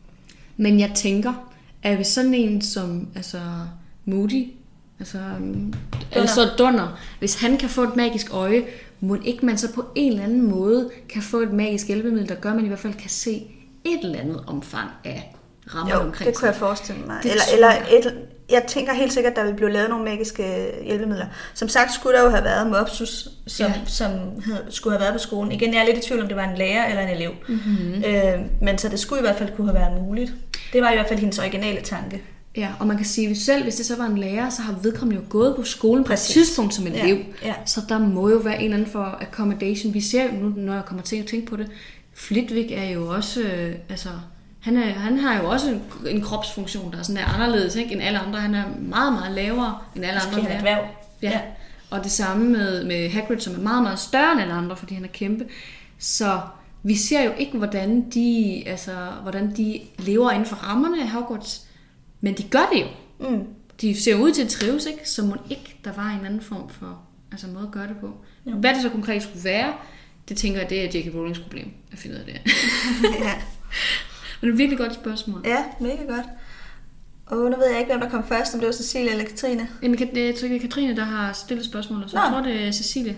Men jeg tænker, at hvis sådan en som altså Moody, altså altså Donner, hvis han kan få et magisk øje, må ikke man så på en eller anden måde kan få et magisk hjælpemiddel, der gør, at man i hvert fald kan se et eller andet omfang af rammer
jo,
omkring
det kunne jeg forestille mig. Eller, eller et, jeg tænker helt sikkert, at der vil blive lavet nogle magiske hjælpemidler. Som sagt skulle der jo have været Mopsus, som, ja. som skulle have været på skolen. Igen, jeg er lidt i tvivl, om det var en lærer eller en elev. Mm-hmm. Øh, men så det skulle i hvert fald kunne have været muligt. Det var i hvert fald hendes originale tanke.
Ja, og man kan sige, at selv hvis det så var en lærer, så har vedkommende jo gået på skolen på et tidspunkt som en elev. Ja, ja. Så der må jo være en eller anden for accommodation. Vi ser jo nu, når jeg kommer til at tænke på det, Flitwick er jo også, øh, altså, han, er, han har jo også en, en kropsfunktion, der er sådan der anderledes, ikke, end alle andre. Han er meget, meget lavere end alle andre.
Han er et dværg.
Ja. ja. Og det samme med, med Hagrid, som er meget, meget større end alle andre, fordi han er kæmpe. Så vi ser jo ikke, hvordan de, altså, hvordan de lever inden for rammerne af Hogwarts. Men de gør det jo. Mm. De ser ud til at trives, ikke? Så må ikke der var en anden form for altså måde at gøre det på. Ja. Hvad det så konkret skulle være, det tænker jeg, det er J K Rowlings problem at finde ud af det. Ja. Men det er et virkelig godt spørgsmål.
Ja, mega godt. Og nu ved jeg ikke, hvem der kom først, om det var Cecilie eller Katrine.
Jamen, jeg tror, det er Katrine, der har stillet spørgsmålet, så Nå. jeg tror, det er Cecilie.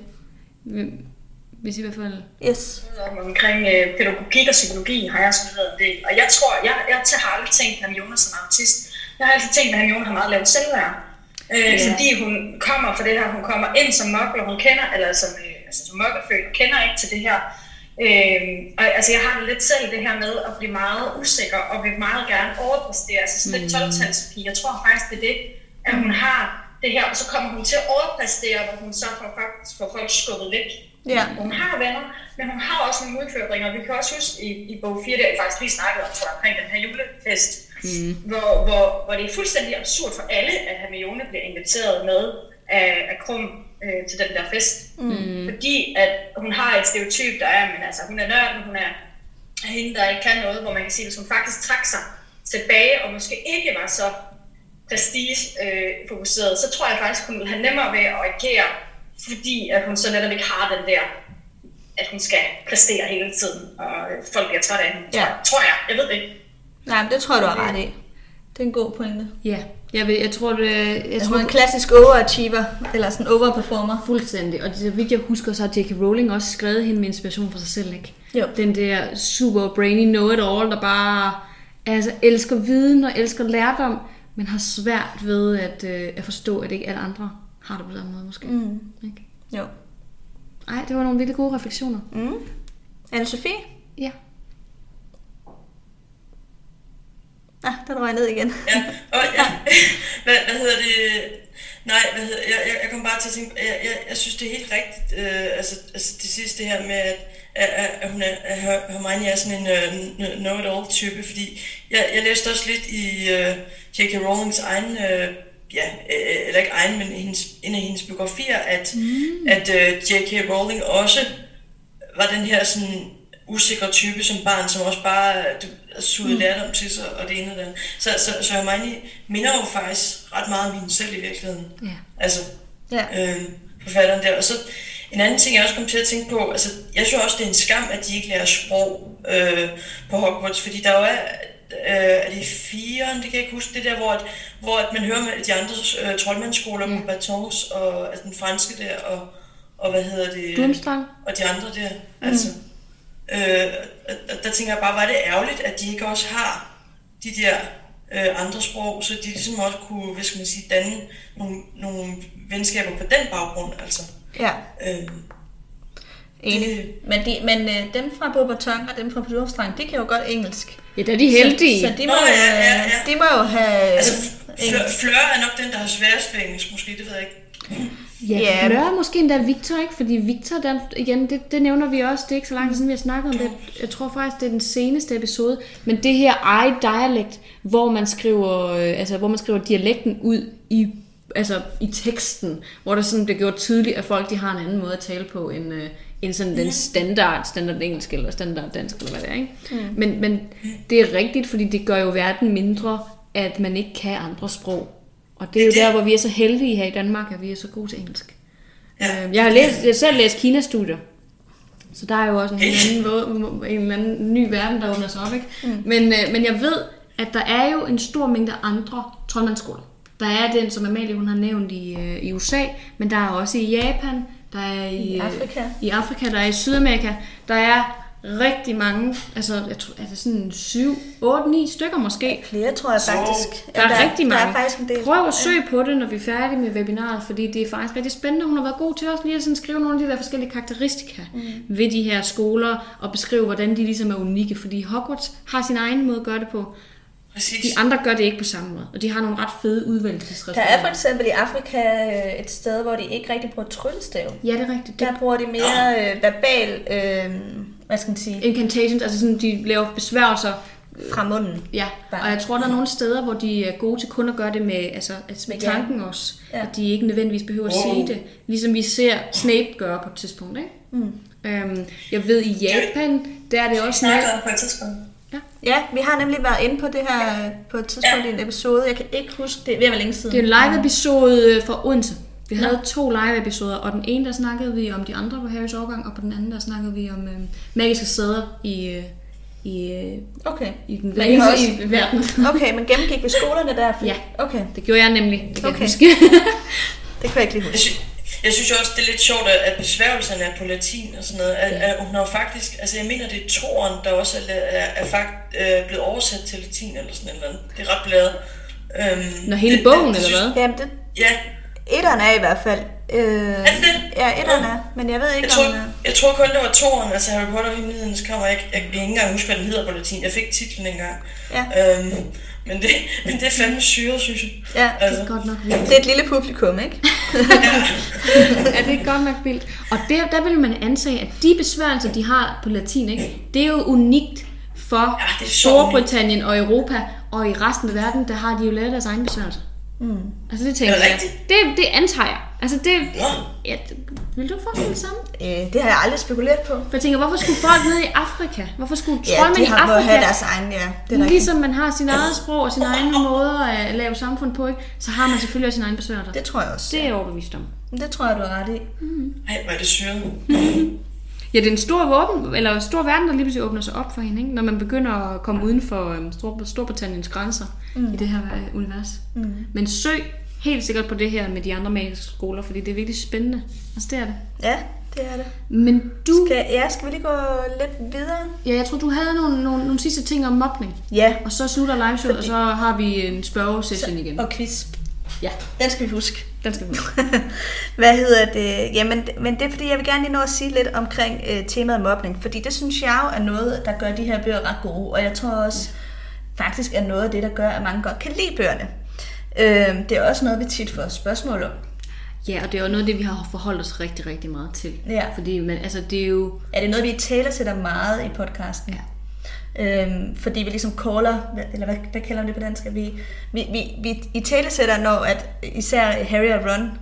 Hvis i hvert fald...
Yes.
Omkring øh, pædagogik og psykologi har jeg studeret en del. Og jeg tror, jeg, jeg har aldrig tænkt på Hermione som autist. Jeg har altid tænkt, at Hermione har meget lavt selvværd. Øh, yeah. Fordi hun kommer fra det her, hun kommer ind som muggle, hun kender, eller som, øh, altså, som mugglefødt, hun kender ikke til det her. Øh, og altså, jeg har det lidt selv det her med at blive meget usikker, og vil meget gerne overpræstere. Altså sådan lidt tolv-talspige. Jeg tror faktisk, det er det, at hun har det her, og så kommer hun til at overpræstere, hvor hun så får, faktisk får folk skubbet væk. Ja. Hun har venner, men hun har også nogle udfordringer. Vi kan også huske i, i bog fire, der faktisk lige snakkede om, tror jeg, omkring den her julefest, mm. hvor, hvor, hvor det er fuldstændig absurd for alle, at Hermione bliver inviteret med af, af Krum. øh, til den der fest. Mm. Fordi at hun har et stereotyp, der er, men altså hun er nørden, hun er hende, der ikke kan noget, hvor man kan sige, hvis hun faktisk trak sig tilbage, og måske ikke var så prestige-fokuseret, så tror jeg faktisk, hun vil have nemmere ved at agere, fordi at hun så netop ikke har den der, at hun skal præstere hele tiden, og folk bliver træt af hende. Ja. Tror jeg, jeg ved det ikke.
Nej, men det tror jeg, du har ret i. Det er en god pointe.
Ja, jeg, ved, jeg tror, det jeg
jeg
tror,
tror en klassisk overachiever, eller sådan overperformer.
fuldstændig. Og det, så vidt jeg husker, så har J K Rowling også skrevet hende med inspiration for sig selv, ikke?
Jo.
Den der super brainy know-it-all, der bare altså, elsker viden og elsker lærdom, men har svært ved at, øh, at forstå, at ikke alle andre har det på samme måde, måske.
Mm.
Ikke?
Jo.
Ej, det var nogle virkelig gode refleksioner.
Mm. Anne-Sophie?
Ja.
Ah, der var jeg ned igen.
Ja, og ja, hvad, hvad hedder det? Nej, hvad hedder jeg, jeg, jeg kom bare til at tænke, jeg, jeg, jeg synes det er helt rigtigt, øh, altså, altså det sidste her med, at, at, at hun er, at Hermione er sådan en uh, know-it-all type, fordi jeg, jeg læste også lidt i uh, J K Rowlings egen, uh, ja, eller ikke egen, men hendes, en af hendes biografier, at, mm. at uh, J K Rowling også var den her sådan usikre type som barn, som også bare sugede mm. lærdom til sig, og det ene og det andet. Så, så, så Hermione minder jo faktisk ret meget om hende selv i virkeligheden.
Ja.
Altså,
Ja.
øh, forfatteren der. Og så en anden ting, jeg også kom til at tænke på, altså, jeg synes også, det er en skam, at de ikke lærer sprog øh, på Hogwarts, fordi der jo er, øh, er det firen, det kan jeg ikke huske, det der, hvor, at, hvor at man hører med de andre øh, troldmandsskoler mm. på Batons, og altså, den franske der, og, og hvad hedder det?
Durmstrang. Og
de andre der, mm. altså. Øh, der tænker jeg bare, var det ærgerligt, at de ikke også har de der øh, andre sprog, så de ligesom også kunne, hvad skal man sige, danne nogle, nogle venskaber på den baggrund, altså.
Ja.
Øh,
Enig. Det, men de, men øh, dem fra Beauxbatons og dem fra Durmstrang, de kan jo godt engelsk.
Ja, der er de heldige.
Så, så de, må,
Nå, ja, ja, ja.
de må jo have
altså,
engelsk.
Fleur er nok den, der har sværest ved engelsk, måske, det ved jeg ikke.
Ja,
Ja.
Fleur er måske endda Victor, ikke? Fordi Victor, der, igen, det, det nævner vi også, det er ikke så lang tid siden, vi har snakket om det. Jeg tror faktisk, det er den seneste episode. Men det her eye-dialect, hvor man skriver, øh, altså, hvor man skriver dialekten ud i, altså, i teksten, hvor der sådan bliver gjort tydeligt, at folk de har en anden måde at tale på, end, øh, end sådan den standard, standard engelsk eller standard dansk, eller hvad det er, ikke? Mm. Men, men det er rigtigt, fordi det gør jo verden mindre, at man ikke kan andre sprog. Og det er jo der, hvor vi er så heldige her i Danmark, at vi er så gode til engelsk. Ja. Jeg har læst, jeg har selv læst Kina-studier, så der er jo også en, en, anden, en eller anden ny verden, der åbner sig op, ikke? Mm. Men, men jeg ved, at der er jo en stor mængde andre troldmandsskoler. Der er den, som Amalie hun har nævnt i, i U S A, men der er også i Japan, der er i,
I Afrika.
i Afrika, der er i Sydamerika, der er rigtig mange, altså jeg tror, er det sådan syv, otte, ni stykker måske?
Flere tror jeg faktisk.
Der er
ja, der,
rigtig mange.
Der er faktisk en del.
Prøv at søge på det, når vi er færdige med webinaret, fordi det er faktisk rigtig spændende. Hun har været god til også lige at sådan skrive nogle af de der forskellige karakteristika mm. ved de her skoler, og beskrive, hvordan de ligesom er unikke, fordi Hogwarts har sin egen måde at gøre det på.
Præcis.
De andre gør det ikke på samme måde, og de har nogle ret fede udvælgelsesresultater.
Der er for eksempel i Afrika et sted, hvor de ikke rigtig bruger tryllestav.
Ja, det er rigtigt.
Der bruger de mere øh, verbal, øh, hvad skal man sige?
Incantations, altså sådan, de laver besværgelser
fra munden.
Ja, og jeg tror, der er nogle steder, hvor de er gode til kun at gøre det med, altså, altså med tanken også. Ja. At de ikke nødvendigvis behøver at sige det. Ligesom vi ser Snape gøre på et tidspunkt, ikke? Mm. Øhm, jeg ved, i Japan, der er det også
noget... på et tidspunkt.
Ja. ja, vi har nemlig været inde på det her på et tidspunkt ja. i en episode. Jeg kan ikke huske det. Det er vel længe siden.
Det er en live-episode fra Odense. Vi havde ja. to live-episoder, og den ene, der snakkede vi om de andre på Harrys årgang, og på den anden, der snakkede vi om øh, magiske sæder i, øh, i, øh,
okay.
i den verden.
Også...
i verden.
Okay, men gennemgik vi skolerne der?
Ja,
okay.
Det gjorde jeg nemlig. Det kan
okay.
jeg huske.
Det kan jeg ikke lige huske.
Jeg synes, jeg synes også, det er lidt sjovt, at besværgelserne er på latin og sådan noget. At, at hun har faktisk, altså jeg mener, det er toren, der også er, er, er fakt, øh, blevet oversat til latin eller sådan noget. Det er ret bladet. Øhm,
Når hele
det,
bogen,
det,
eller hvad?
Jamen, det...
Ja.
Etteren er i hvert fald. Øh,
er det?
Ja, etteren er, men jeg ved ikke,
jeg tror,
om...
Jeg tror kun, det var toren, altså Harry Potter og Hemmelighedens Kammer. Jeg, jeg, jeg kan ikke engang huske, hvad den hedder på latin. Jeg fik titlen engang. Ja. Øhm, men, det, men det er fandme syret, synes jeg.
Ja,
altså. Det er godt nok vildt.
Det er et lille publikum, ikke?
ja. ja, det er godt nok vildt. Og der, der vil man antage, at de besværgelser, de har på latin, ikke, det er jo unikt for ja, Storbritannien og Europa, og i resten af verden, der har de jo lavet deres egen besværgelser. Mm. Altså det tænker jeg. Det, det antager jeg. Altså det... Ja, vil du forestille det samme?
Øh, det har jeg aldrig spekuleret på.
For jeg tænker, hvorfor skulle folk nede i Afrika? Hvorfor skulle
Ja,
troldmænd
de
i
har må
Afrika?
have deres egen, ja. Det er
Ligesom man har sin eget sprog og sin egen måde at lave samfund på, ikke? Så har man selvfølgelig også sin egen besøger.
Det tror jeg også.
Det er jeg overbevist om.
Det tror jeg, du har ret i.
Mm.
Ej, hvor er det syret.
Ja, det er en stor våben, eller en stor verden, der lige pludselig åbner sig op for hende, ikke? Når man begynder at komme uden for um, Stor- Storbritanniens grænser mm. i det her uh, univers. Mm. Men søg helt sikkert på det her med de andre magiske skoler, fordi det er virkelig spændende. Altså, det er det.
Ja, det er det.
Men du...
Skal, ja, skal vi lige gå lidt videre?
Ja, jeg tror, du havde nogle, nogle, nogle sidste ting om mobning.
Ja.
Og så slutter liveshowet, fordi... og så har vi en spørgesession igen.
Og quiz.
Ja.
Den skal vi huske.
Den skal vi huske.
Hvad hedder det? Jamen, men det er fordi, jeg vil gerne lige nå at sige lidt omkring øh, temaet mobning. Fordi det synes jeg jo er noget, der gør de her bøger ret gode. Og jeg tror også, ja. faktisk er noget af det, der gør, at mange godt kan lide bøgerne. Øh, det er også noget, vi tit får spørgsmål om.
Ja, og det er jo noget af det, vi har forholdt os rigtig, rigtig meget til.
Ja.
Fordi man, altså, det er jo...
Ja, det er noget, vi talesætter meget i podcasten. Ja. Øhm, fordi vi ligesom caller, eller hvad, hvad kalder det på dansk? Vi, vi, vi, vi i talesætter, når at især Harry og Ron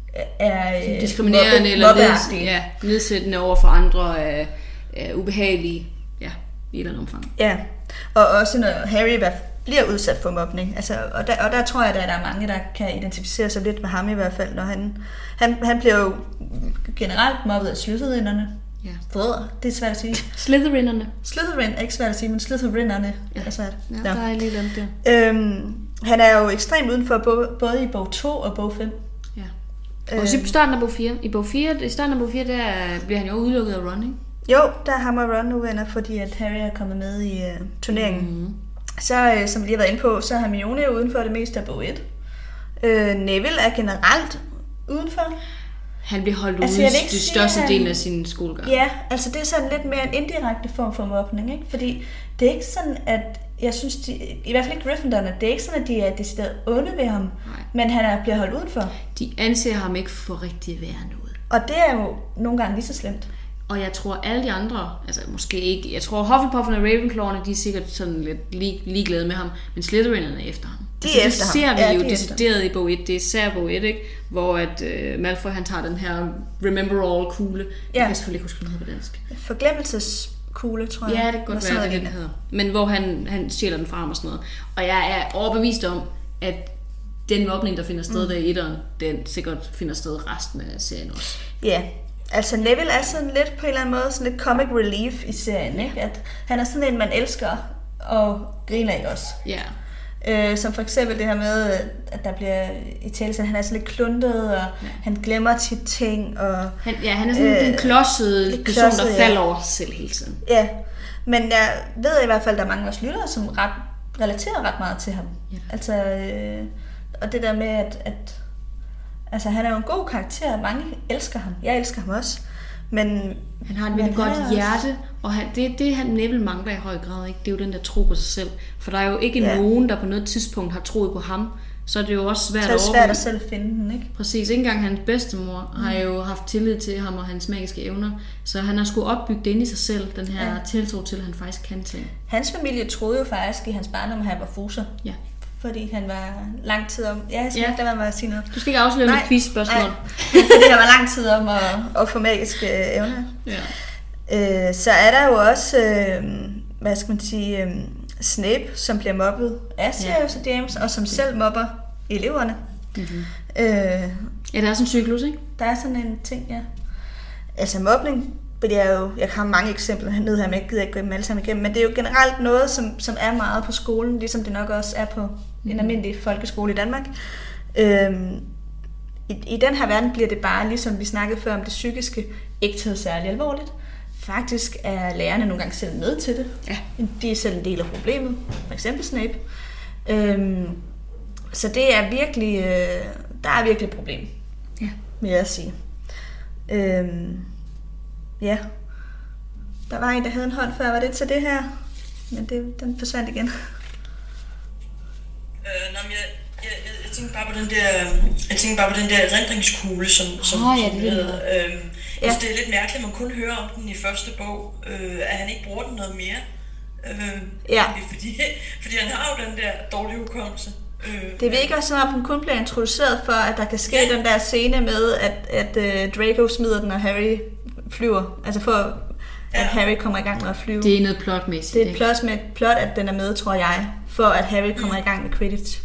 er
diskriminerende mobbe, eller neds, ja, nedsættende over for andre, er, er ubehagelige, ja, i et eller andet omfang.
Ja, og også når Harry bliver udsat for mobning. Altså, og, der, og der tror jeg, at der er mange, der kan identificere sig lidt med ham i hvert fald, når han, han, han bliver jo generelt mobbet af Slytherinderne. Ja. Det er svært at sige.
Slytherinerne.
Slytherin er ikke svært at sige, men Slytherinerne
ja.
er svært.
Ja, ja. Der er lige langt der.
Øhm, han er jo ekstremt udenfor både i bog to og bog fem.
Ja. Og øhm. i starten af bog fire. I bog fire, i starten af bog fire, der bliver han jo udelukket af Ron, ikke?
Jo, der er ham og Ron uvenner, fordi at Harry er kommet med i uh, turneringen. Mm-hmm. Så, uh, som vi lige har været inde på, så er Hermione jo udenfor det meste af bog et. Uh, Neville er generelt udenfor.
Han bliver holdt altså, ude det største han... del af sin skolegang.
Ja, altså det er sådan lidt mere en indirekte form for mobning, ikke? Fordi det er ikke sådan, at jeg synes, de, i hvert fald ikke Gryffindorerne, det er ikke sådan, at de er decideret onde ved ham, nej. Men han er, bliver holdt udenfor.
De anser ham ikke for rigtig at være noget.
Og det er jo nogle gange lige så slemt.
Og jeg tror alle de andre, altså måske ikke, jeg tror Hufflepuff'erne og Ravenclaw'erne, de er sikkert sådan lidt ligeglade med ham, men Slytherinerne er efter ham.
De
altså,
er efter
det ser
ham.
vi
Ja,
jo decideret i bog et, det er især bog et, ikke? Hvor at uh, Malfoy han tager den her Remember All kugle. Ja. Jeg kan selvfølgelig ikke huske, den hedder på dansk.
Forglemmelseskugle, tror jeg.
Ja, det kan godt være, det den hedder. Men hvor han, han stjæler den fra ham og sådan noget. Og jeg er overbevist om, at den mobning, der finder sted mm. der i etteren, den sikkert finder sted resten af serien også.
Ja, altså Neville er sådan lidt på en eller anden måde sådan lidt comic relief i serien, ikke? At han er sådan en, man elsker og griner af også.
Ja.
Øh, som for eksempel det her med, at der bliver i tale, han er sådan lidt kluntet, og ja. Han glemmer tit ting. Og,
han, ja, han er sådan øh, en klodset person, klodset, der falder ja. over sig selv hele tiden.
Ja, men jeg ved i hvert fald, at der er mange af os lyttere, som ret, relaterer ret meget til ham. Ja. Altså, øh, og det der med, at, at altså, han er jo en god karakter, mange elsker ham. Jeg elsker ham også. Men
han har et virkelig godt også... hjerte, og han, det, det han Neville mangler i høj grad, ikke? Det er jo den der tro på sig selv. For der er jo ikke ja. nogen, der på noget tidspunkt har troet på ham, så er det jo også svært,
så er det svært at selv finde den, ikke?
Præcis, ikke engang hans bedstemor mm. har jo haft tillid til ham og hans magiske evner, så han har skulle opbygge det ind i sig selv, den her ja. tiltro til, at han faktisk kan ting.
Hans familie troede jo faktisk i hans barndom, at han var fuser.
Ja.
Fordi han var lang tid om... Ja, jeg skal
ja.
ikke lade mig at sige noget.
Du skal ikke afsløre noget quiz-spørgsmål.
Nej, fordi han var lang tid om at, at få magiske evner. Ja. Øh, så er der jo også, øh, hvad skal man sige, øh, Snape, som bliver mobbet af Sirius og James, og som selv mobber eleverne.
Mm-hmm. Øh, ja, der er sådan en cyklus, ikke?
Der er sådan en ting, ja. Altså mobning, fordi jeg jo, jeg har mange eksempler ned her, men jeg gider ikke gå dem alle sammen igennem, men det er jo generelt noget, som, som er meget på skolen, ligesom det nok også er på mm. en almindelig folkeskole i Danmark. Øhm, i, I den her verden bliver det bare, ligesom vi snakkede før om det psykiske, ikke taget særlig alvorligt. Faktisk er lærerne nogle gange selv med til det.
Ja.
De er selv en del af problemet, for eksempel Snape. Øhm, så det er virkelig, øh, der er virkelig et problem,
ja.
vil jeg sige. Øhm, Ja, der var en, der havde en hånd før. Var det til det her? Men det, den forsvandt igen.
Øh, nej, men jeg, jeg, jeg, jeg tænkte bare på den der, jeg tænkte bare på den der erindringskugle, som, som,
oh, ja,
som
det,
hedder. Øh, ja. Det er lidt mærkeligt, at man kun hører om den i første bog, øh, at han ikke bruger den noget mere. Øh,
ja.
Fordi, fordi han har jo den der dårlige hukommelse. Øh,
Det virker som om, hun kun bliver introduceret for, at der kan ske ja. den der scene med, at, at uh, Draco smider den, og Harry flyver. Altså for, at ja. Harry kommer i gang med at flyve.
Det er noget plotmæssigt.
Det er et plot, med, plot, at den er med, tror jeg, for at Harry kommer mm. i gang med Quidditch.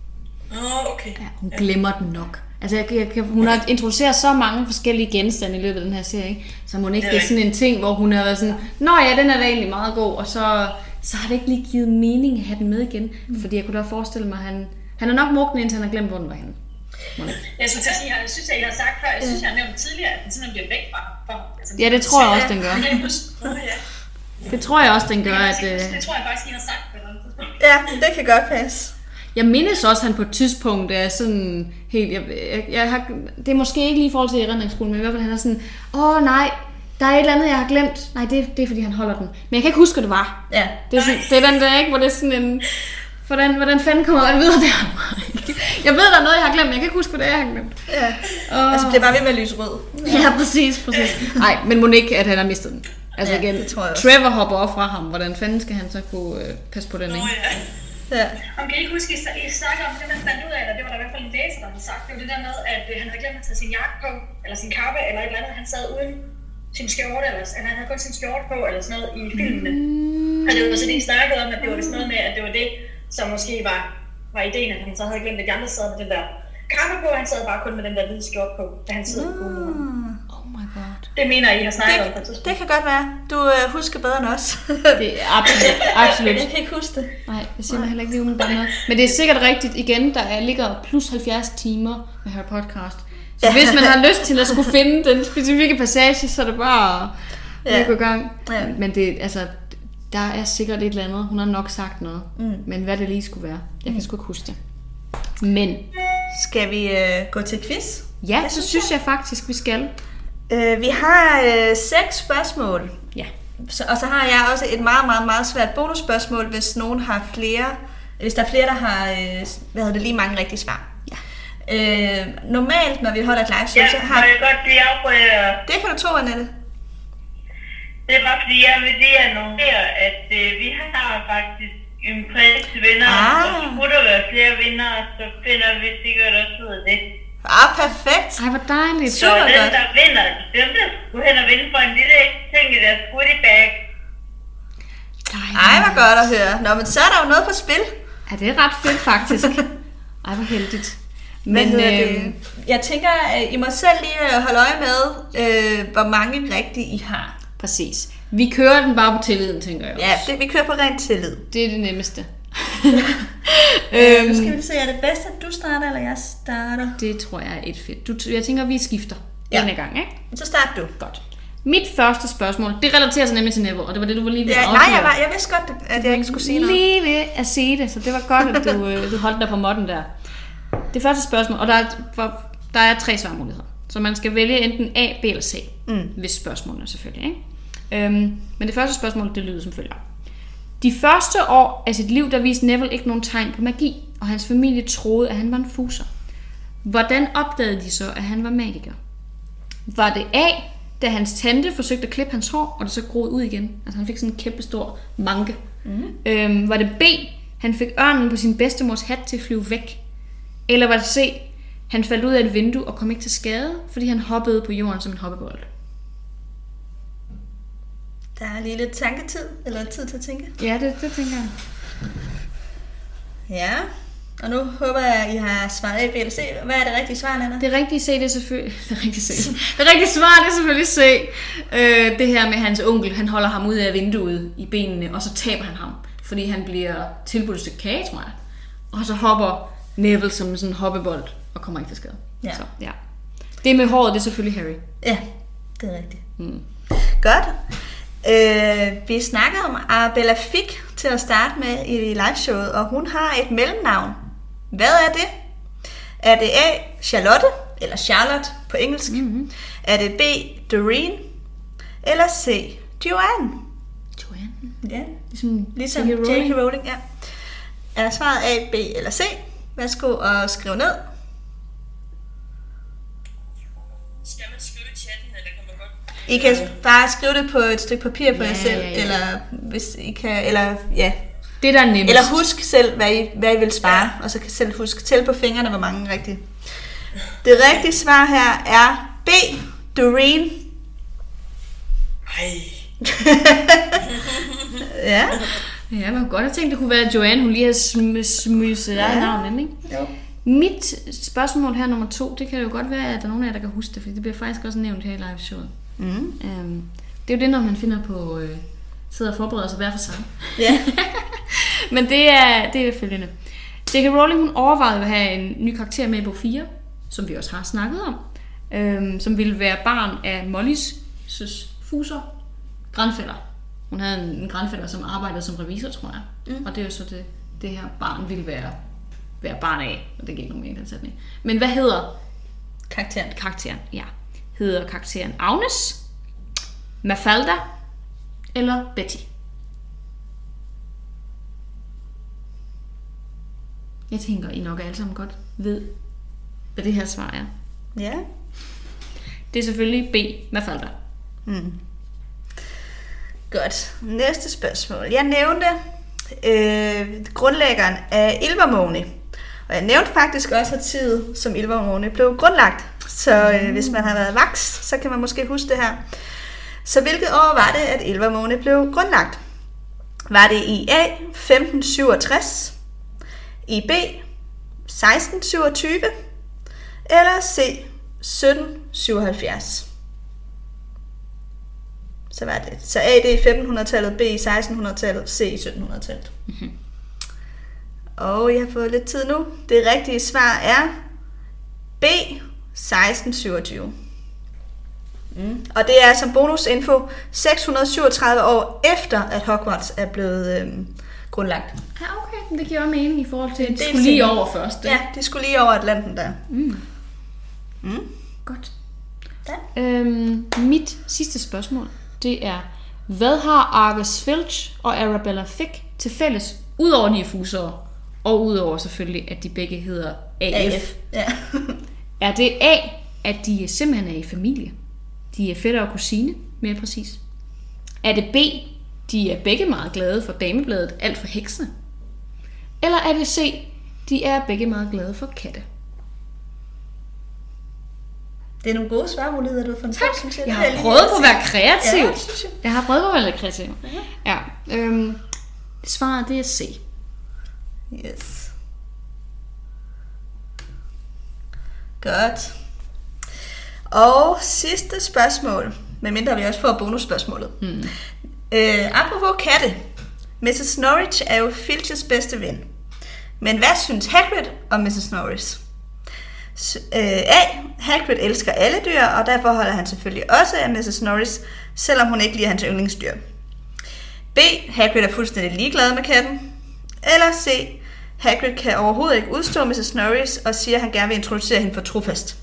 Åh, oh, okay.
Ja, hun glemmer den nok. Altså, jeg, jeg, hun har introduceret så mange forskellige genstande i løbet af den her serie, ikke? Så må hun ikke, det er sådan en ting, hvor hun har været sådan, nå ja, den er da egentlig meget god, og så, så har det ikke lige givet mening at have den med igen. Mm. Fordi jeg kunne da forestille mig, at han, han har nok brugt den, indtil han har glemt, hvor den var henne.
Jeg synes, at jeg synes, at I har sagt før, jeg synes, jeg har nævnt tidligere, at den simpelthen bliver væk fra ham. Altså,
ja, det tror jeg også, den gør.
ja.
Det tror jeg også, den gør, at...
Det tror jeg faktisk, I har sagt på et eller andet tidspunkt.
Ja, det kan godt passe.
Jeg mindes også, at han på et tidspunkt er sådan helt... Jeg, jeg, jeg har, det er måske ikke lige i forhold til erindringsskolen, men i hvert fald han er sådan... Åh nej, der er et eller andet, jeg har glemt. Nej, det, det er fordi, han holder den. Men jeg kan ikke huske, hvad det var.
Ja.
Det er, sådan, det er den der, ikke? Hvor det er sådan en... Hvordan, hvordan fanden kommer jeg videre derfra? Jeg ved, der er noget, jeg har glemt, men jeg kan ikke huske, hvad det er, jeg har glemt.
Ja.
Og...
Altså, det bliver bare ved med at lyse rød.
Ja, ja præcis, præcis. Nej, men må ikke, at han har mistet den. Altså
ja,
igen, Trevor hopper op fra ham. Hvordan fanden skal han så kunne øh, passe på den, ikke?
Oh, ja. Ja. Om kan I ikke huske, I snakker om det, man fandt ud af, eller det var der i hvert fald en læser, der havde sagt, det var det der med, at øh, han havde glemt at tage sin jakke på, eller sin kappe, eller et eller andet, han sad uden sin skjorte, eller, eller han havde kun sin skjorte på, eller sådan noget i filmene. Mm. Og det var så det, I snakkede om, at det var sådan noget med, at det var det, som måske var, var ideen, at han så havde glemt, at de andre sad med den der kappe på, og han sad bare kun med den der hvide skjorte på, da han sidder på mm.
Oh my god.
Det mener I har snakket
det,
om på et tidspunkt.
Det kan godt være. Du øh, husker bedre end os.
Det er absolut, absolut.
Jeg kan ikke huske det.
Nej, det siger mig heller ikke lige umiddelbart noget. Men det er sikkert rigtigt igen, der er, ligger plus halvfjerds timer med her podcast. Så ja. Hvis man har lyst til at skulle finde den specifikke passage, så er det bare at ja. gå i gang. Ja. Men det, altså, der er sikkert et eller andet. Hun har nok sagt noget. Mm. Men hvad det lige skulle være, jeg kan sgu ikke huske det. Men
skal vi øh, gå til quiz?
Ja, jeg så synes jeg. jeg faktisk, vi skal.
Øh, vi har øh, seks spørgsmål.
Ja.
Så, og så har jeg også et meget, meget, meget svært bonusspørgsmål, hvis nogen har flere, hvis der er flere, der har øh, hvad hedder det, lige mange rigtige svar.
Ja.
Øh, normalt, når vi holder et live show,
ja,
så har...
Ja, jeg godt lige afbryde.
Det kan du tro, Annette.
Det er bare fordi, jeg vil lige annoncere, at øh, vi har faktisk en præs vinder, ah. og skulle der være flere vinder, så finder vi sikkert også ud af det.
Ah, perfekt.
Ej, hvor dejligt.
Så den, godt. Der vinder, dem der skulle hen og vinde for en lille ting i deres goodie bag.
Ej, hvor godt at høre. Nå, men så er der jo noget på spil.
Ja, det er ret fedt faktisk. Ej, hvor heldigt.
Men øh, jeg tænker, at I må selv lige holde øje med, øh, hvor mange rigtige I har.
Præcis. Vi kører den bare på tilliden, tænker jeg også.
Ja, det, vi kører på rent tillid.
Det er det nemmeste.
øhm, nu skal vi se, er det bedst, at du starter, eller jeg starter?
Det tror jeg er et fedt. Du, jeg tænker, vi skifter ja. denne gang, ikke?
Så start du.
Godt. Mit første spørgsmål, det relaterer sig nemlig til Neville, og det var det, du var lige ved at
ja, Nej, jeg, var, jeg vidste godt, at jeg ikke skulle sige noget.
Lige ved at sige det, så det var godt, at du, du holdt dig på måtten der. Det første spørgsmål, og der er, for, der er tre svarmuligheder. Så man skal vælge enten A, B eller C, mm. hvis spørgsmålene selvfølgelig, ikke? Øhm, men det første spørgsmål, det lyder som følger. De første år af sit liv, der viste Neville ikke nogen tegn på magi, og hans familie troede, at han var en fuser. Hvordan opdagede de så, at han var magiker? Var det A, da hans tante forsøgte at klippe hans hår, og det så groede ud igen? Altså han fik sådan en kæmpe stor manke. Mm. Øhm, var det B, han fik ørnen på sin bedstemors hat til at flyve væk? Eller var det C, han faldt ud af et vindue og kom ikke til skade, fordi han hoppede på jorden som en hoppebold?
Der er lige lidt tanketid, eller tid til at tænke.
Ja, det, det tænker jeg.
Ja, og nu håber jeg, at I har svaret A, B eller C. Hvad er det rigtige svar, Anna?
Det rigtige C, det er selvfølgelig... Det rigtige, C. Det rigtige svar, det er selvfølgelig C. Øh, det her med hans onkel, han holder ham ud af vinduet i benene, og så taber han ham, fordi han bliver tilbudt et stykke kage, tror jeg. Og så hopper Neville som sådan en hoppebold, og kommer ikke til skade.
Ja.
Så, ja. Det med håret, det er selvfølgelig Harry.
Ja, det er rigtigt. Mm. Godt. Øh, vi snakkede om Arabella Fick til at starte med i liveshowet, og hun har et mellemnavn. Hvad er det? Er det A, Charlotte, eller Charlotte på engelsk? Mm-hmm. Er det B, Doreen, eller C, Joanne?
Joanne?
Ja,
ligesom,
ligesom J K Rowling. Rowling, ja. Er svaret A, B eller C? Værsgo og skriv ned.
Skal man skrive i chatten, eller kan man godt...
I kan bare skrive det på et stykke papir for
ja,
jer selv,
ja, ja.
eller hvis I kan, eller ja,
Det der er nemmest.
Eller husk selv, hvad I, hvad I vil svare, ja. Og så kan selv huske, tæl på fingrene, hvor mange rigtige. Det rigtige svar her er B. Doreen.
Ej.
Ja.
Ja, man kunne godt have tænkt, det kunne være Joanne, hun lige har sm- smyset ja. navnet, ikke?
Jo.
Mit spørgsmål her nummer to, det kan jo godt være, at der er nogen af jer, der kan huske det, fordi det bliver faktisk også nævnt her i liveshowet. Mm. Øhm, det er jo det, når man finder på, øh, sidder og forbereder sig hver for sig.
Ja.
Men det er, det er følgende. J K. Rowling, hun overvejede at have en ny karakter med i bog fire, som vi også har snakket om, øhm, som ville være barn af Mollys fuser, grandfætter. Hun havde en, en grandfætter, som arbejdede som revisor, tror jeg. Mm. Og det er jo så det, det her barn ville være, være barn af, og det giver ikke nogen mening, den sætning. Men hvad hedder
karakteren?
Karakteren, ja. Hedder karakteren Agnes, Mafalda eller Betty? Jeg tænker, I nok alle sammen godt ved, hvad det her svar er.
Ja.
Det er selvfølgelig B. Mafalda.
Mm. Godt. Næste spørgsmål. Jeg nævnte øh, grundlæggeren af Ilvermorny. Og jeg nævnte faktisk også, at tid som Ilvermorny blev grundlagt. Så øh, mm. hvis man har været vaks, så kan man måske huske det her. Så hvilket år var det, at Ilvermorny blev grundlagt? Var det i A. femten syvogtres, i B. seksten syvogtyve eller C. sytten syvoghalvfjerds? Så var det. Så A det i femtenhundredetallet, B i sekstenhundredetallet, C i syttenhundredetallet. Mm-hmm. Og jeg har fået lidt tid nu. Det rigtige svar er B. seksten syvogtyve. Mm. Og det er som bonusinfo seks hundrede syvogtredive år efter, at Hogwarts er blevet øhm, grundlagt.
Ja, okay. Men det giver mening i forhold til, at de skulle lige over først.
Ja, de skulle lige over Atlanten der.
Mm.
Mm.
Godt.
Ja.
Øhm, mit sidste spørgsmål, det er, hvad har Argus Filch og Arabella Fick til fælles, udover de er fusere, og udover selvfølgelig, at de begge hedder A F?
A F. Ja.
Er det A, at de simpelthen er i familie? De er fætter og kusine, mere præcis. Er det B, de er begge meget glade for damebladet Alt for heksene? Eller er det C, de er begge meget glade for katte?
Det er nogle gode svarmuligheder, du har fundet.
Tak. Jeg, jeg har prøvet på at være kreativ.
Ja,
jeg har prøvet på at være lidt kreativ. Ja. Øhm, svaret det er C.
Yes. Godt. Og sidste spørgsmål, medmindre vi også får bonusspørgsmålet. Mm. Øh, apropos katte. missus Norwich er jo Filches bedste ven. Men hvad synes Hagrid om missus Norris? A. Hagrid elsker alle dyr, og derfor holder han selvfølgelig også af missus Norris, selvom hun ikke lige er hans yndlingsdyr. B. Hagrid er fuldstændig ligeglad med katten. Eller C. Hagrid kan overhovedet ikke udstå missus Norris og siger, at han gerne vil introducere hende for trofast.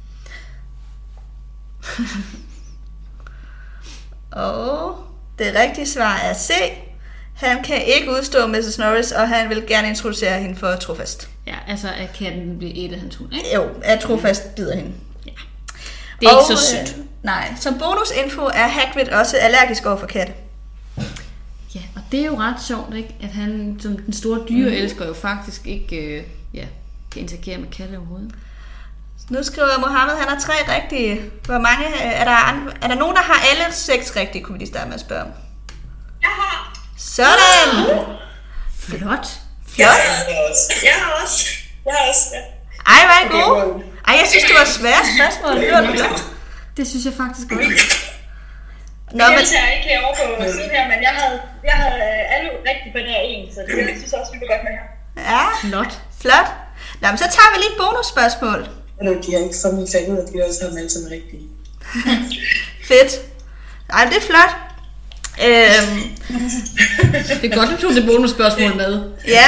Og det rigtige svar er C. Han kan ikke udstå missus Norris, og han vil gerne introducere hende for trofast.
Ja, altså at katten bliver et af hans hund, ikke?
Jo, at trofast bider hende.
Ja. Det er
og,
ikke så sødt.
Øh, nej, som bonusinfo er Hagrid også allergisk over for katte.
Ja, og det er jo ret sjovt, ikke? At han som den store dyreelsker jo faktisk ikke øh, ja, kan interagere med katte overhovedet.
Nu skriver Mohammed, han har tre rigtige. Hvor mange er der? Andre, er der nogen, der har alle seks rigtige, kunne vi lige starte med at spørge om?
Jeg har.
Sådan!
Flot.
Flot.
Jeg har også. Jeg har også. Jeg har også, ja.
Ej, hvor er I gode. Ej, jeg synes, det var svære spørgsmål. Det var det.
Det synes jeg faktisk også.
Nå,
jeg
men...
er ikke herovre på siden her, men jeg havde, jeg havde alle rigtigt på den her en, så det jeg synes også, vi var godt med her.
Ja,
flot.
Flot. Nå, men så tager vi lige et bonusspørgsmål.
Eller de har ikke for mig fandt ud af, at de også har dem alle sammen rigtige.
Fedt. Ej, det er flot. Øhm...
det er godt, du tog det bonusspørgsmål med.
Ja.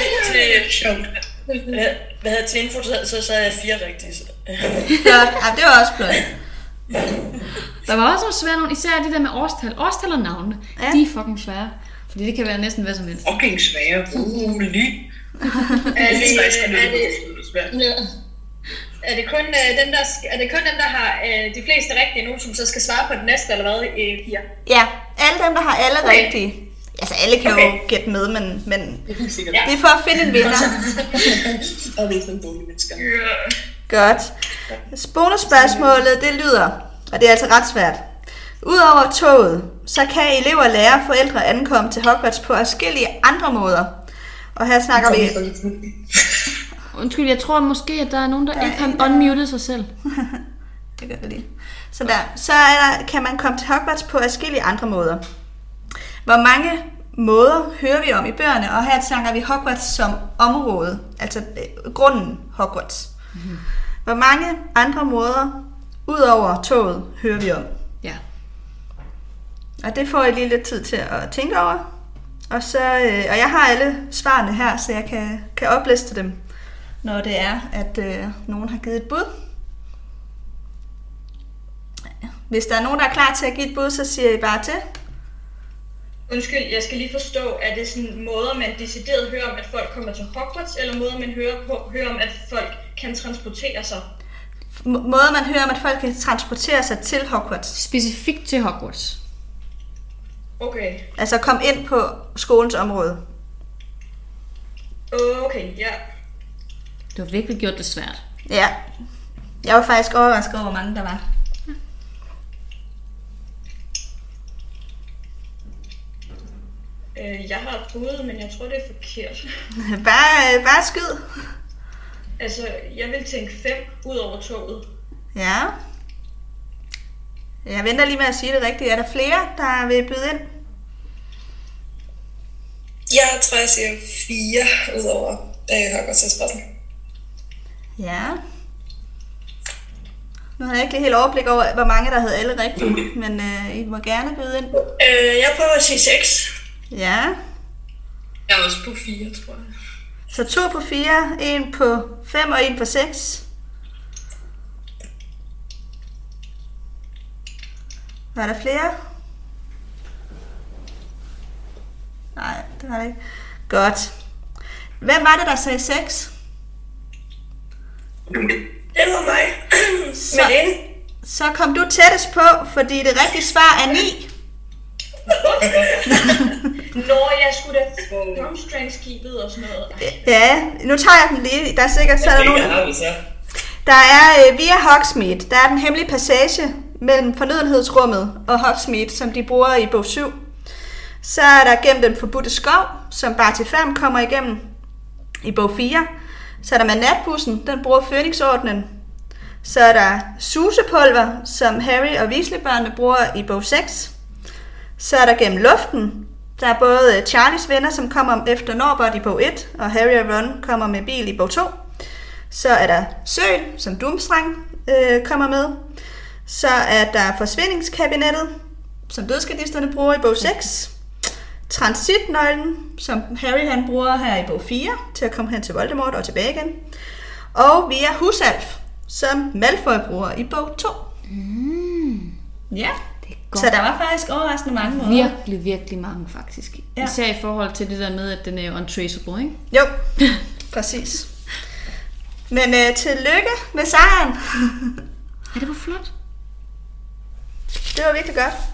Hvad hedder til info, så, så, så er jeg fire rigtige.
Flot. Ja, det var også flot.
Der var også nogle svære nogle, især de der med årstal. Årstal og navne, ja. De er fucking svære. Fordi det kan være næsten hvad som helst.
Fucking svære. Uh, lige.
Er det, er det, er det kun øh, dem der er det kun dem der har øh, de fleste rigtige nu, som så skal svare på det næste eller hvad, øh, Pia?
Ja, alle dem der har alle okay. rigtige. Altså alle kan okay. jo gætte med, men, men det, er det er for at finde en vinder.
Og det er sådan dårlige mennesker.
Godt. Bonusspørgsmålet, det lyder, og det er altså ret svært. Udover toget, så kan elever lære forældre ankomme til Hogwarts på forskellige andre måder. Og her snakker vi...
Undskyld, jeg tror måske, at der er nogen, der, der ikke har unmuted sig selv.
Det gør det lige. Så der, så er der, kan man komme til Hogwarts på forskellige andre måder. Hvor mange måder hører vi om i bøgerne, og her snakker vi Hogwarts som område, altså grunden Hogwarts. Mm-hmm. Hvor mange andre måder, ud over toget, hører vi om?
Ja.
Og det får I lige lidt tid til at tænke over. Og, så, øh, og jeg har alle svarene her, så jeg kan, kan opliste dem, når det er, at øh, nogen har givet et bud. Hvis der er nogen, der er klar til at give et bud, så siger I bare til.
Undskyld, jeg skal lige forstå, er det sådan måder, man decideret hører om, at folk kommer til Hogwarts, eller måder, man hører, på, hører om, at folk kan transportere sig?
M- måder, man hører om, at folk kan transportere sig til Hogwarts.
Specifikt til Hogwarts.
Okay.
Altså kom ind på skolens område.
Okay, ja.
Du har virkelig gjort det svært.
Ja. Jeg var faktisk overrasket over, hvor mange der var.
Jeg har et bud, men jeg tror, det er forkert.
bare, bare skyd.
Altså, jeg vil tænke fem ud over toget.
Ja. Jeg venter lige med at sige det rigtigt. Er der flere, der vil byde ind?
Jeg tror, jeg siger fire ud over øh, Hogwarts Expressen.
Ja. Nu har jeg ikke lige helt overblik over, hvor mange der havde alle rigtigt, men øh, I må gerne byde ind.
Øh, jeg prøver at sige seks.
Ja.
Jeg er også på fire, tror jeg.
Så to på fire, en på fem og en på seks. Var der flere? Nej, det var det ikke. Godt. Hvem var det, der sagde seks?
Det var mig.
Så,
Malene.
så kom du tættest på, fordi det rigtige svar er ni.
Når jeg skulle da Durmstrang-skibet og sådan noget.
Ja, nu tager jeg den lige. Der er sikkert så er der nogen. Der er øh, via Hogsmeade, der er den hemmelige passage mellem fornødenhedsrummet og Hogsmeade, som de bruger i bog syv. Så er der gennem den forbudte skov, som Barty Fam kommer igennem i bog fire. Så er der med natbussen, den bruger Fønixordenen. Så er der susepulver, som Harry og Weasley-børnene bruger i bog seks. Så er der gennem luften. Der er både Charlies venner, som kommer efter Norbert i bog et, og Harry og Ron kommer med bil i bog to. Så er der søen, som Durmstrang øh, kommer med. Så er der forsvindingskabinettet, som dødsgardisterne bruger i bog seks. Transitnøglen, som Harry han bruger her i bog fire, til at komme hen til Voldemort og tilbage igen. Og via Husalf, som Malfoy bruger i bog to.
Mm.
Ja,
det er godt.
Så der var faktisk overraskende mange måder.
Virkelig, virkelig mange faktisk.
Ja.
Især i forhold til det der med, at den er untraceable, ikke?
Jo, præcis. Men øh, tillykke med sejren.
Ja, det var flot.
Det var virkelig godt.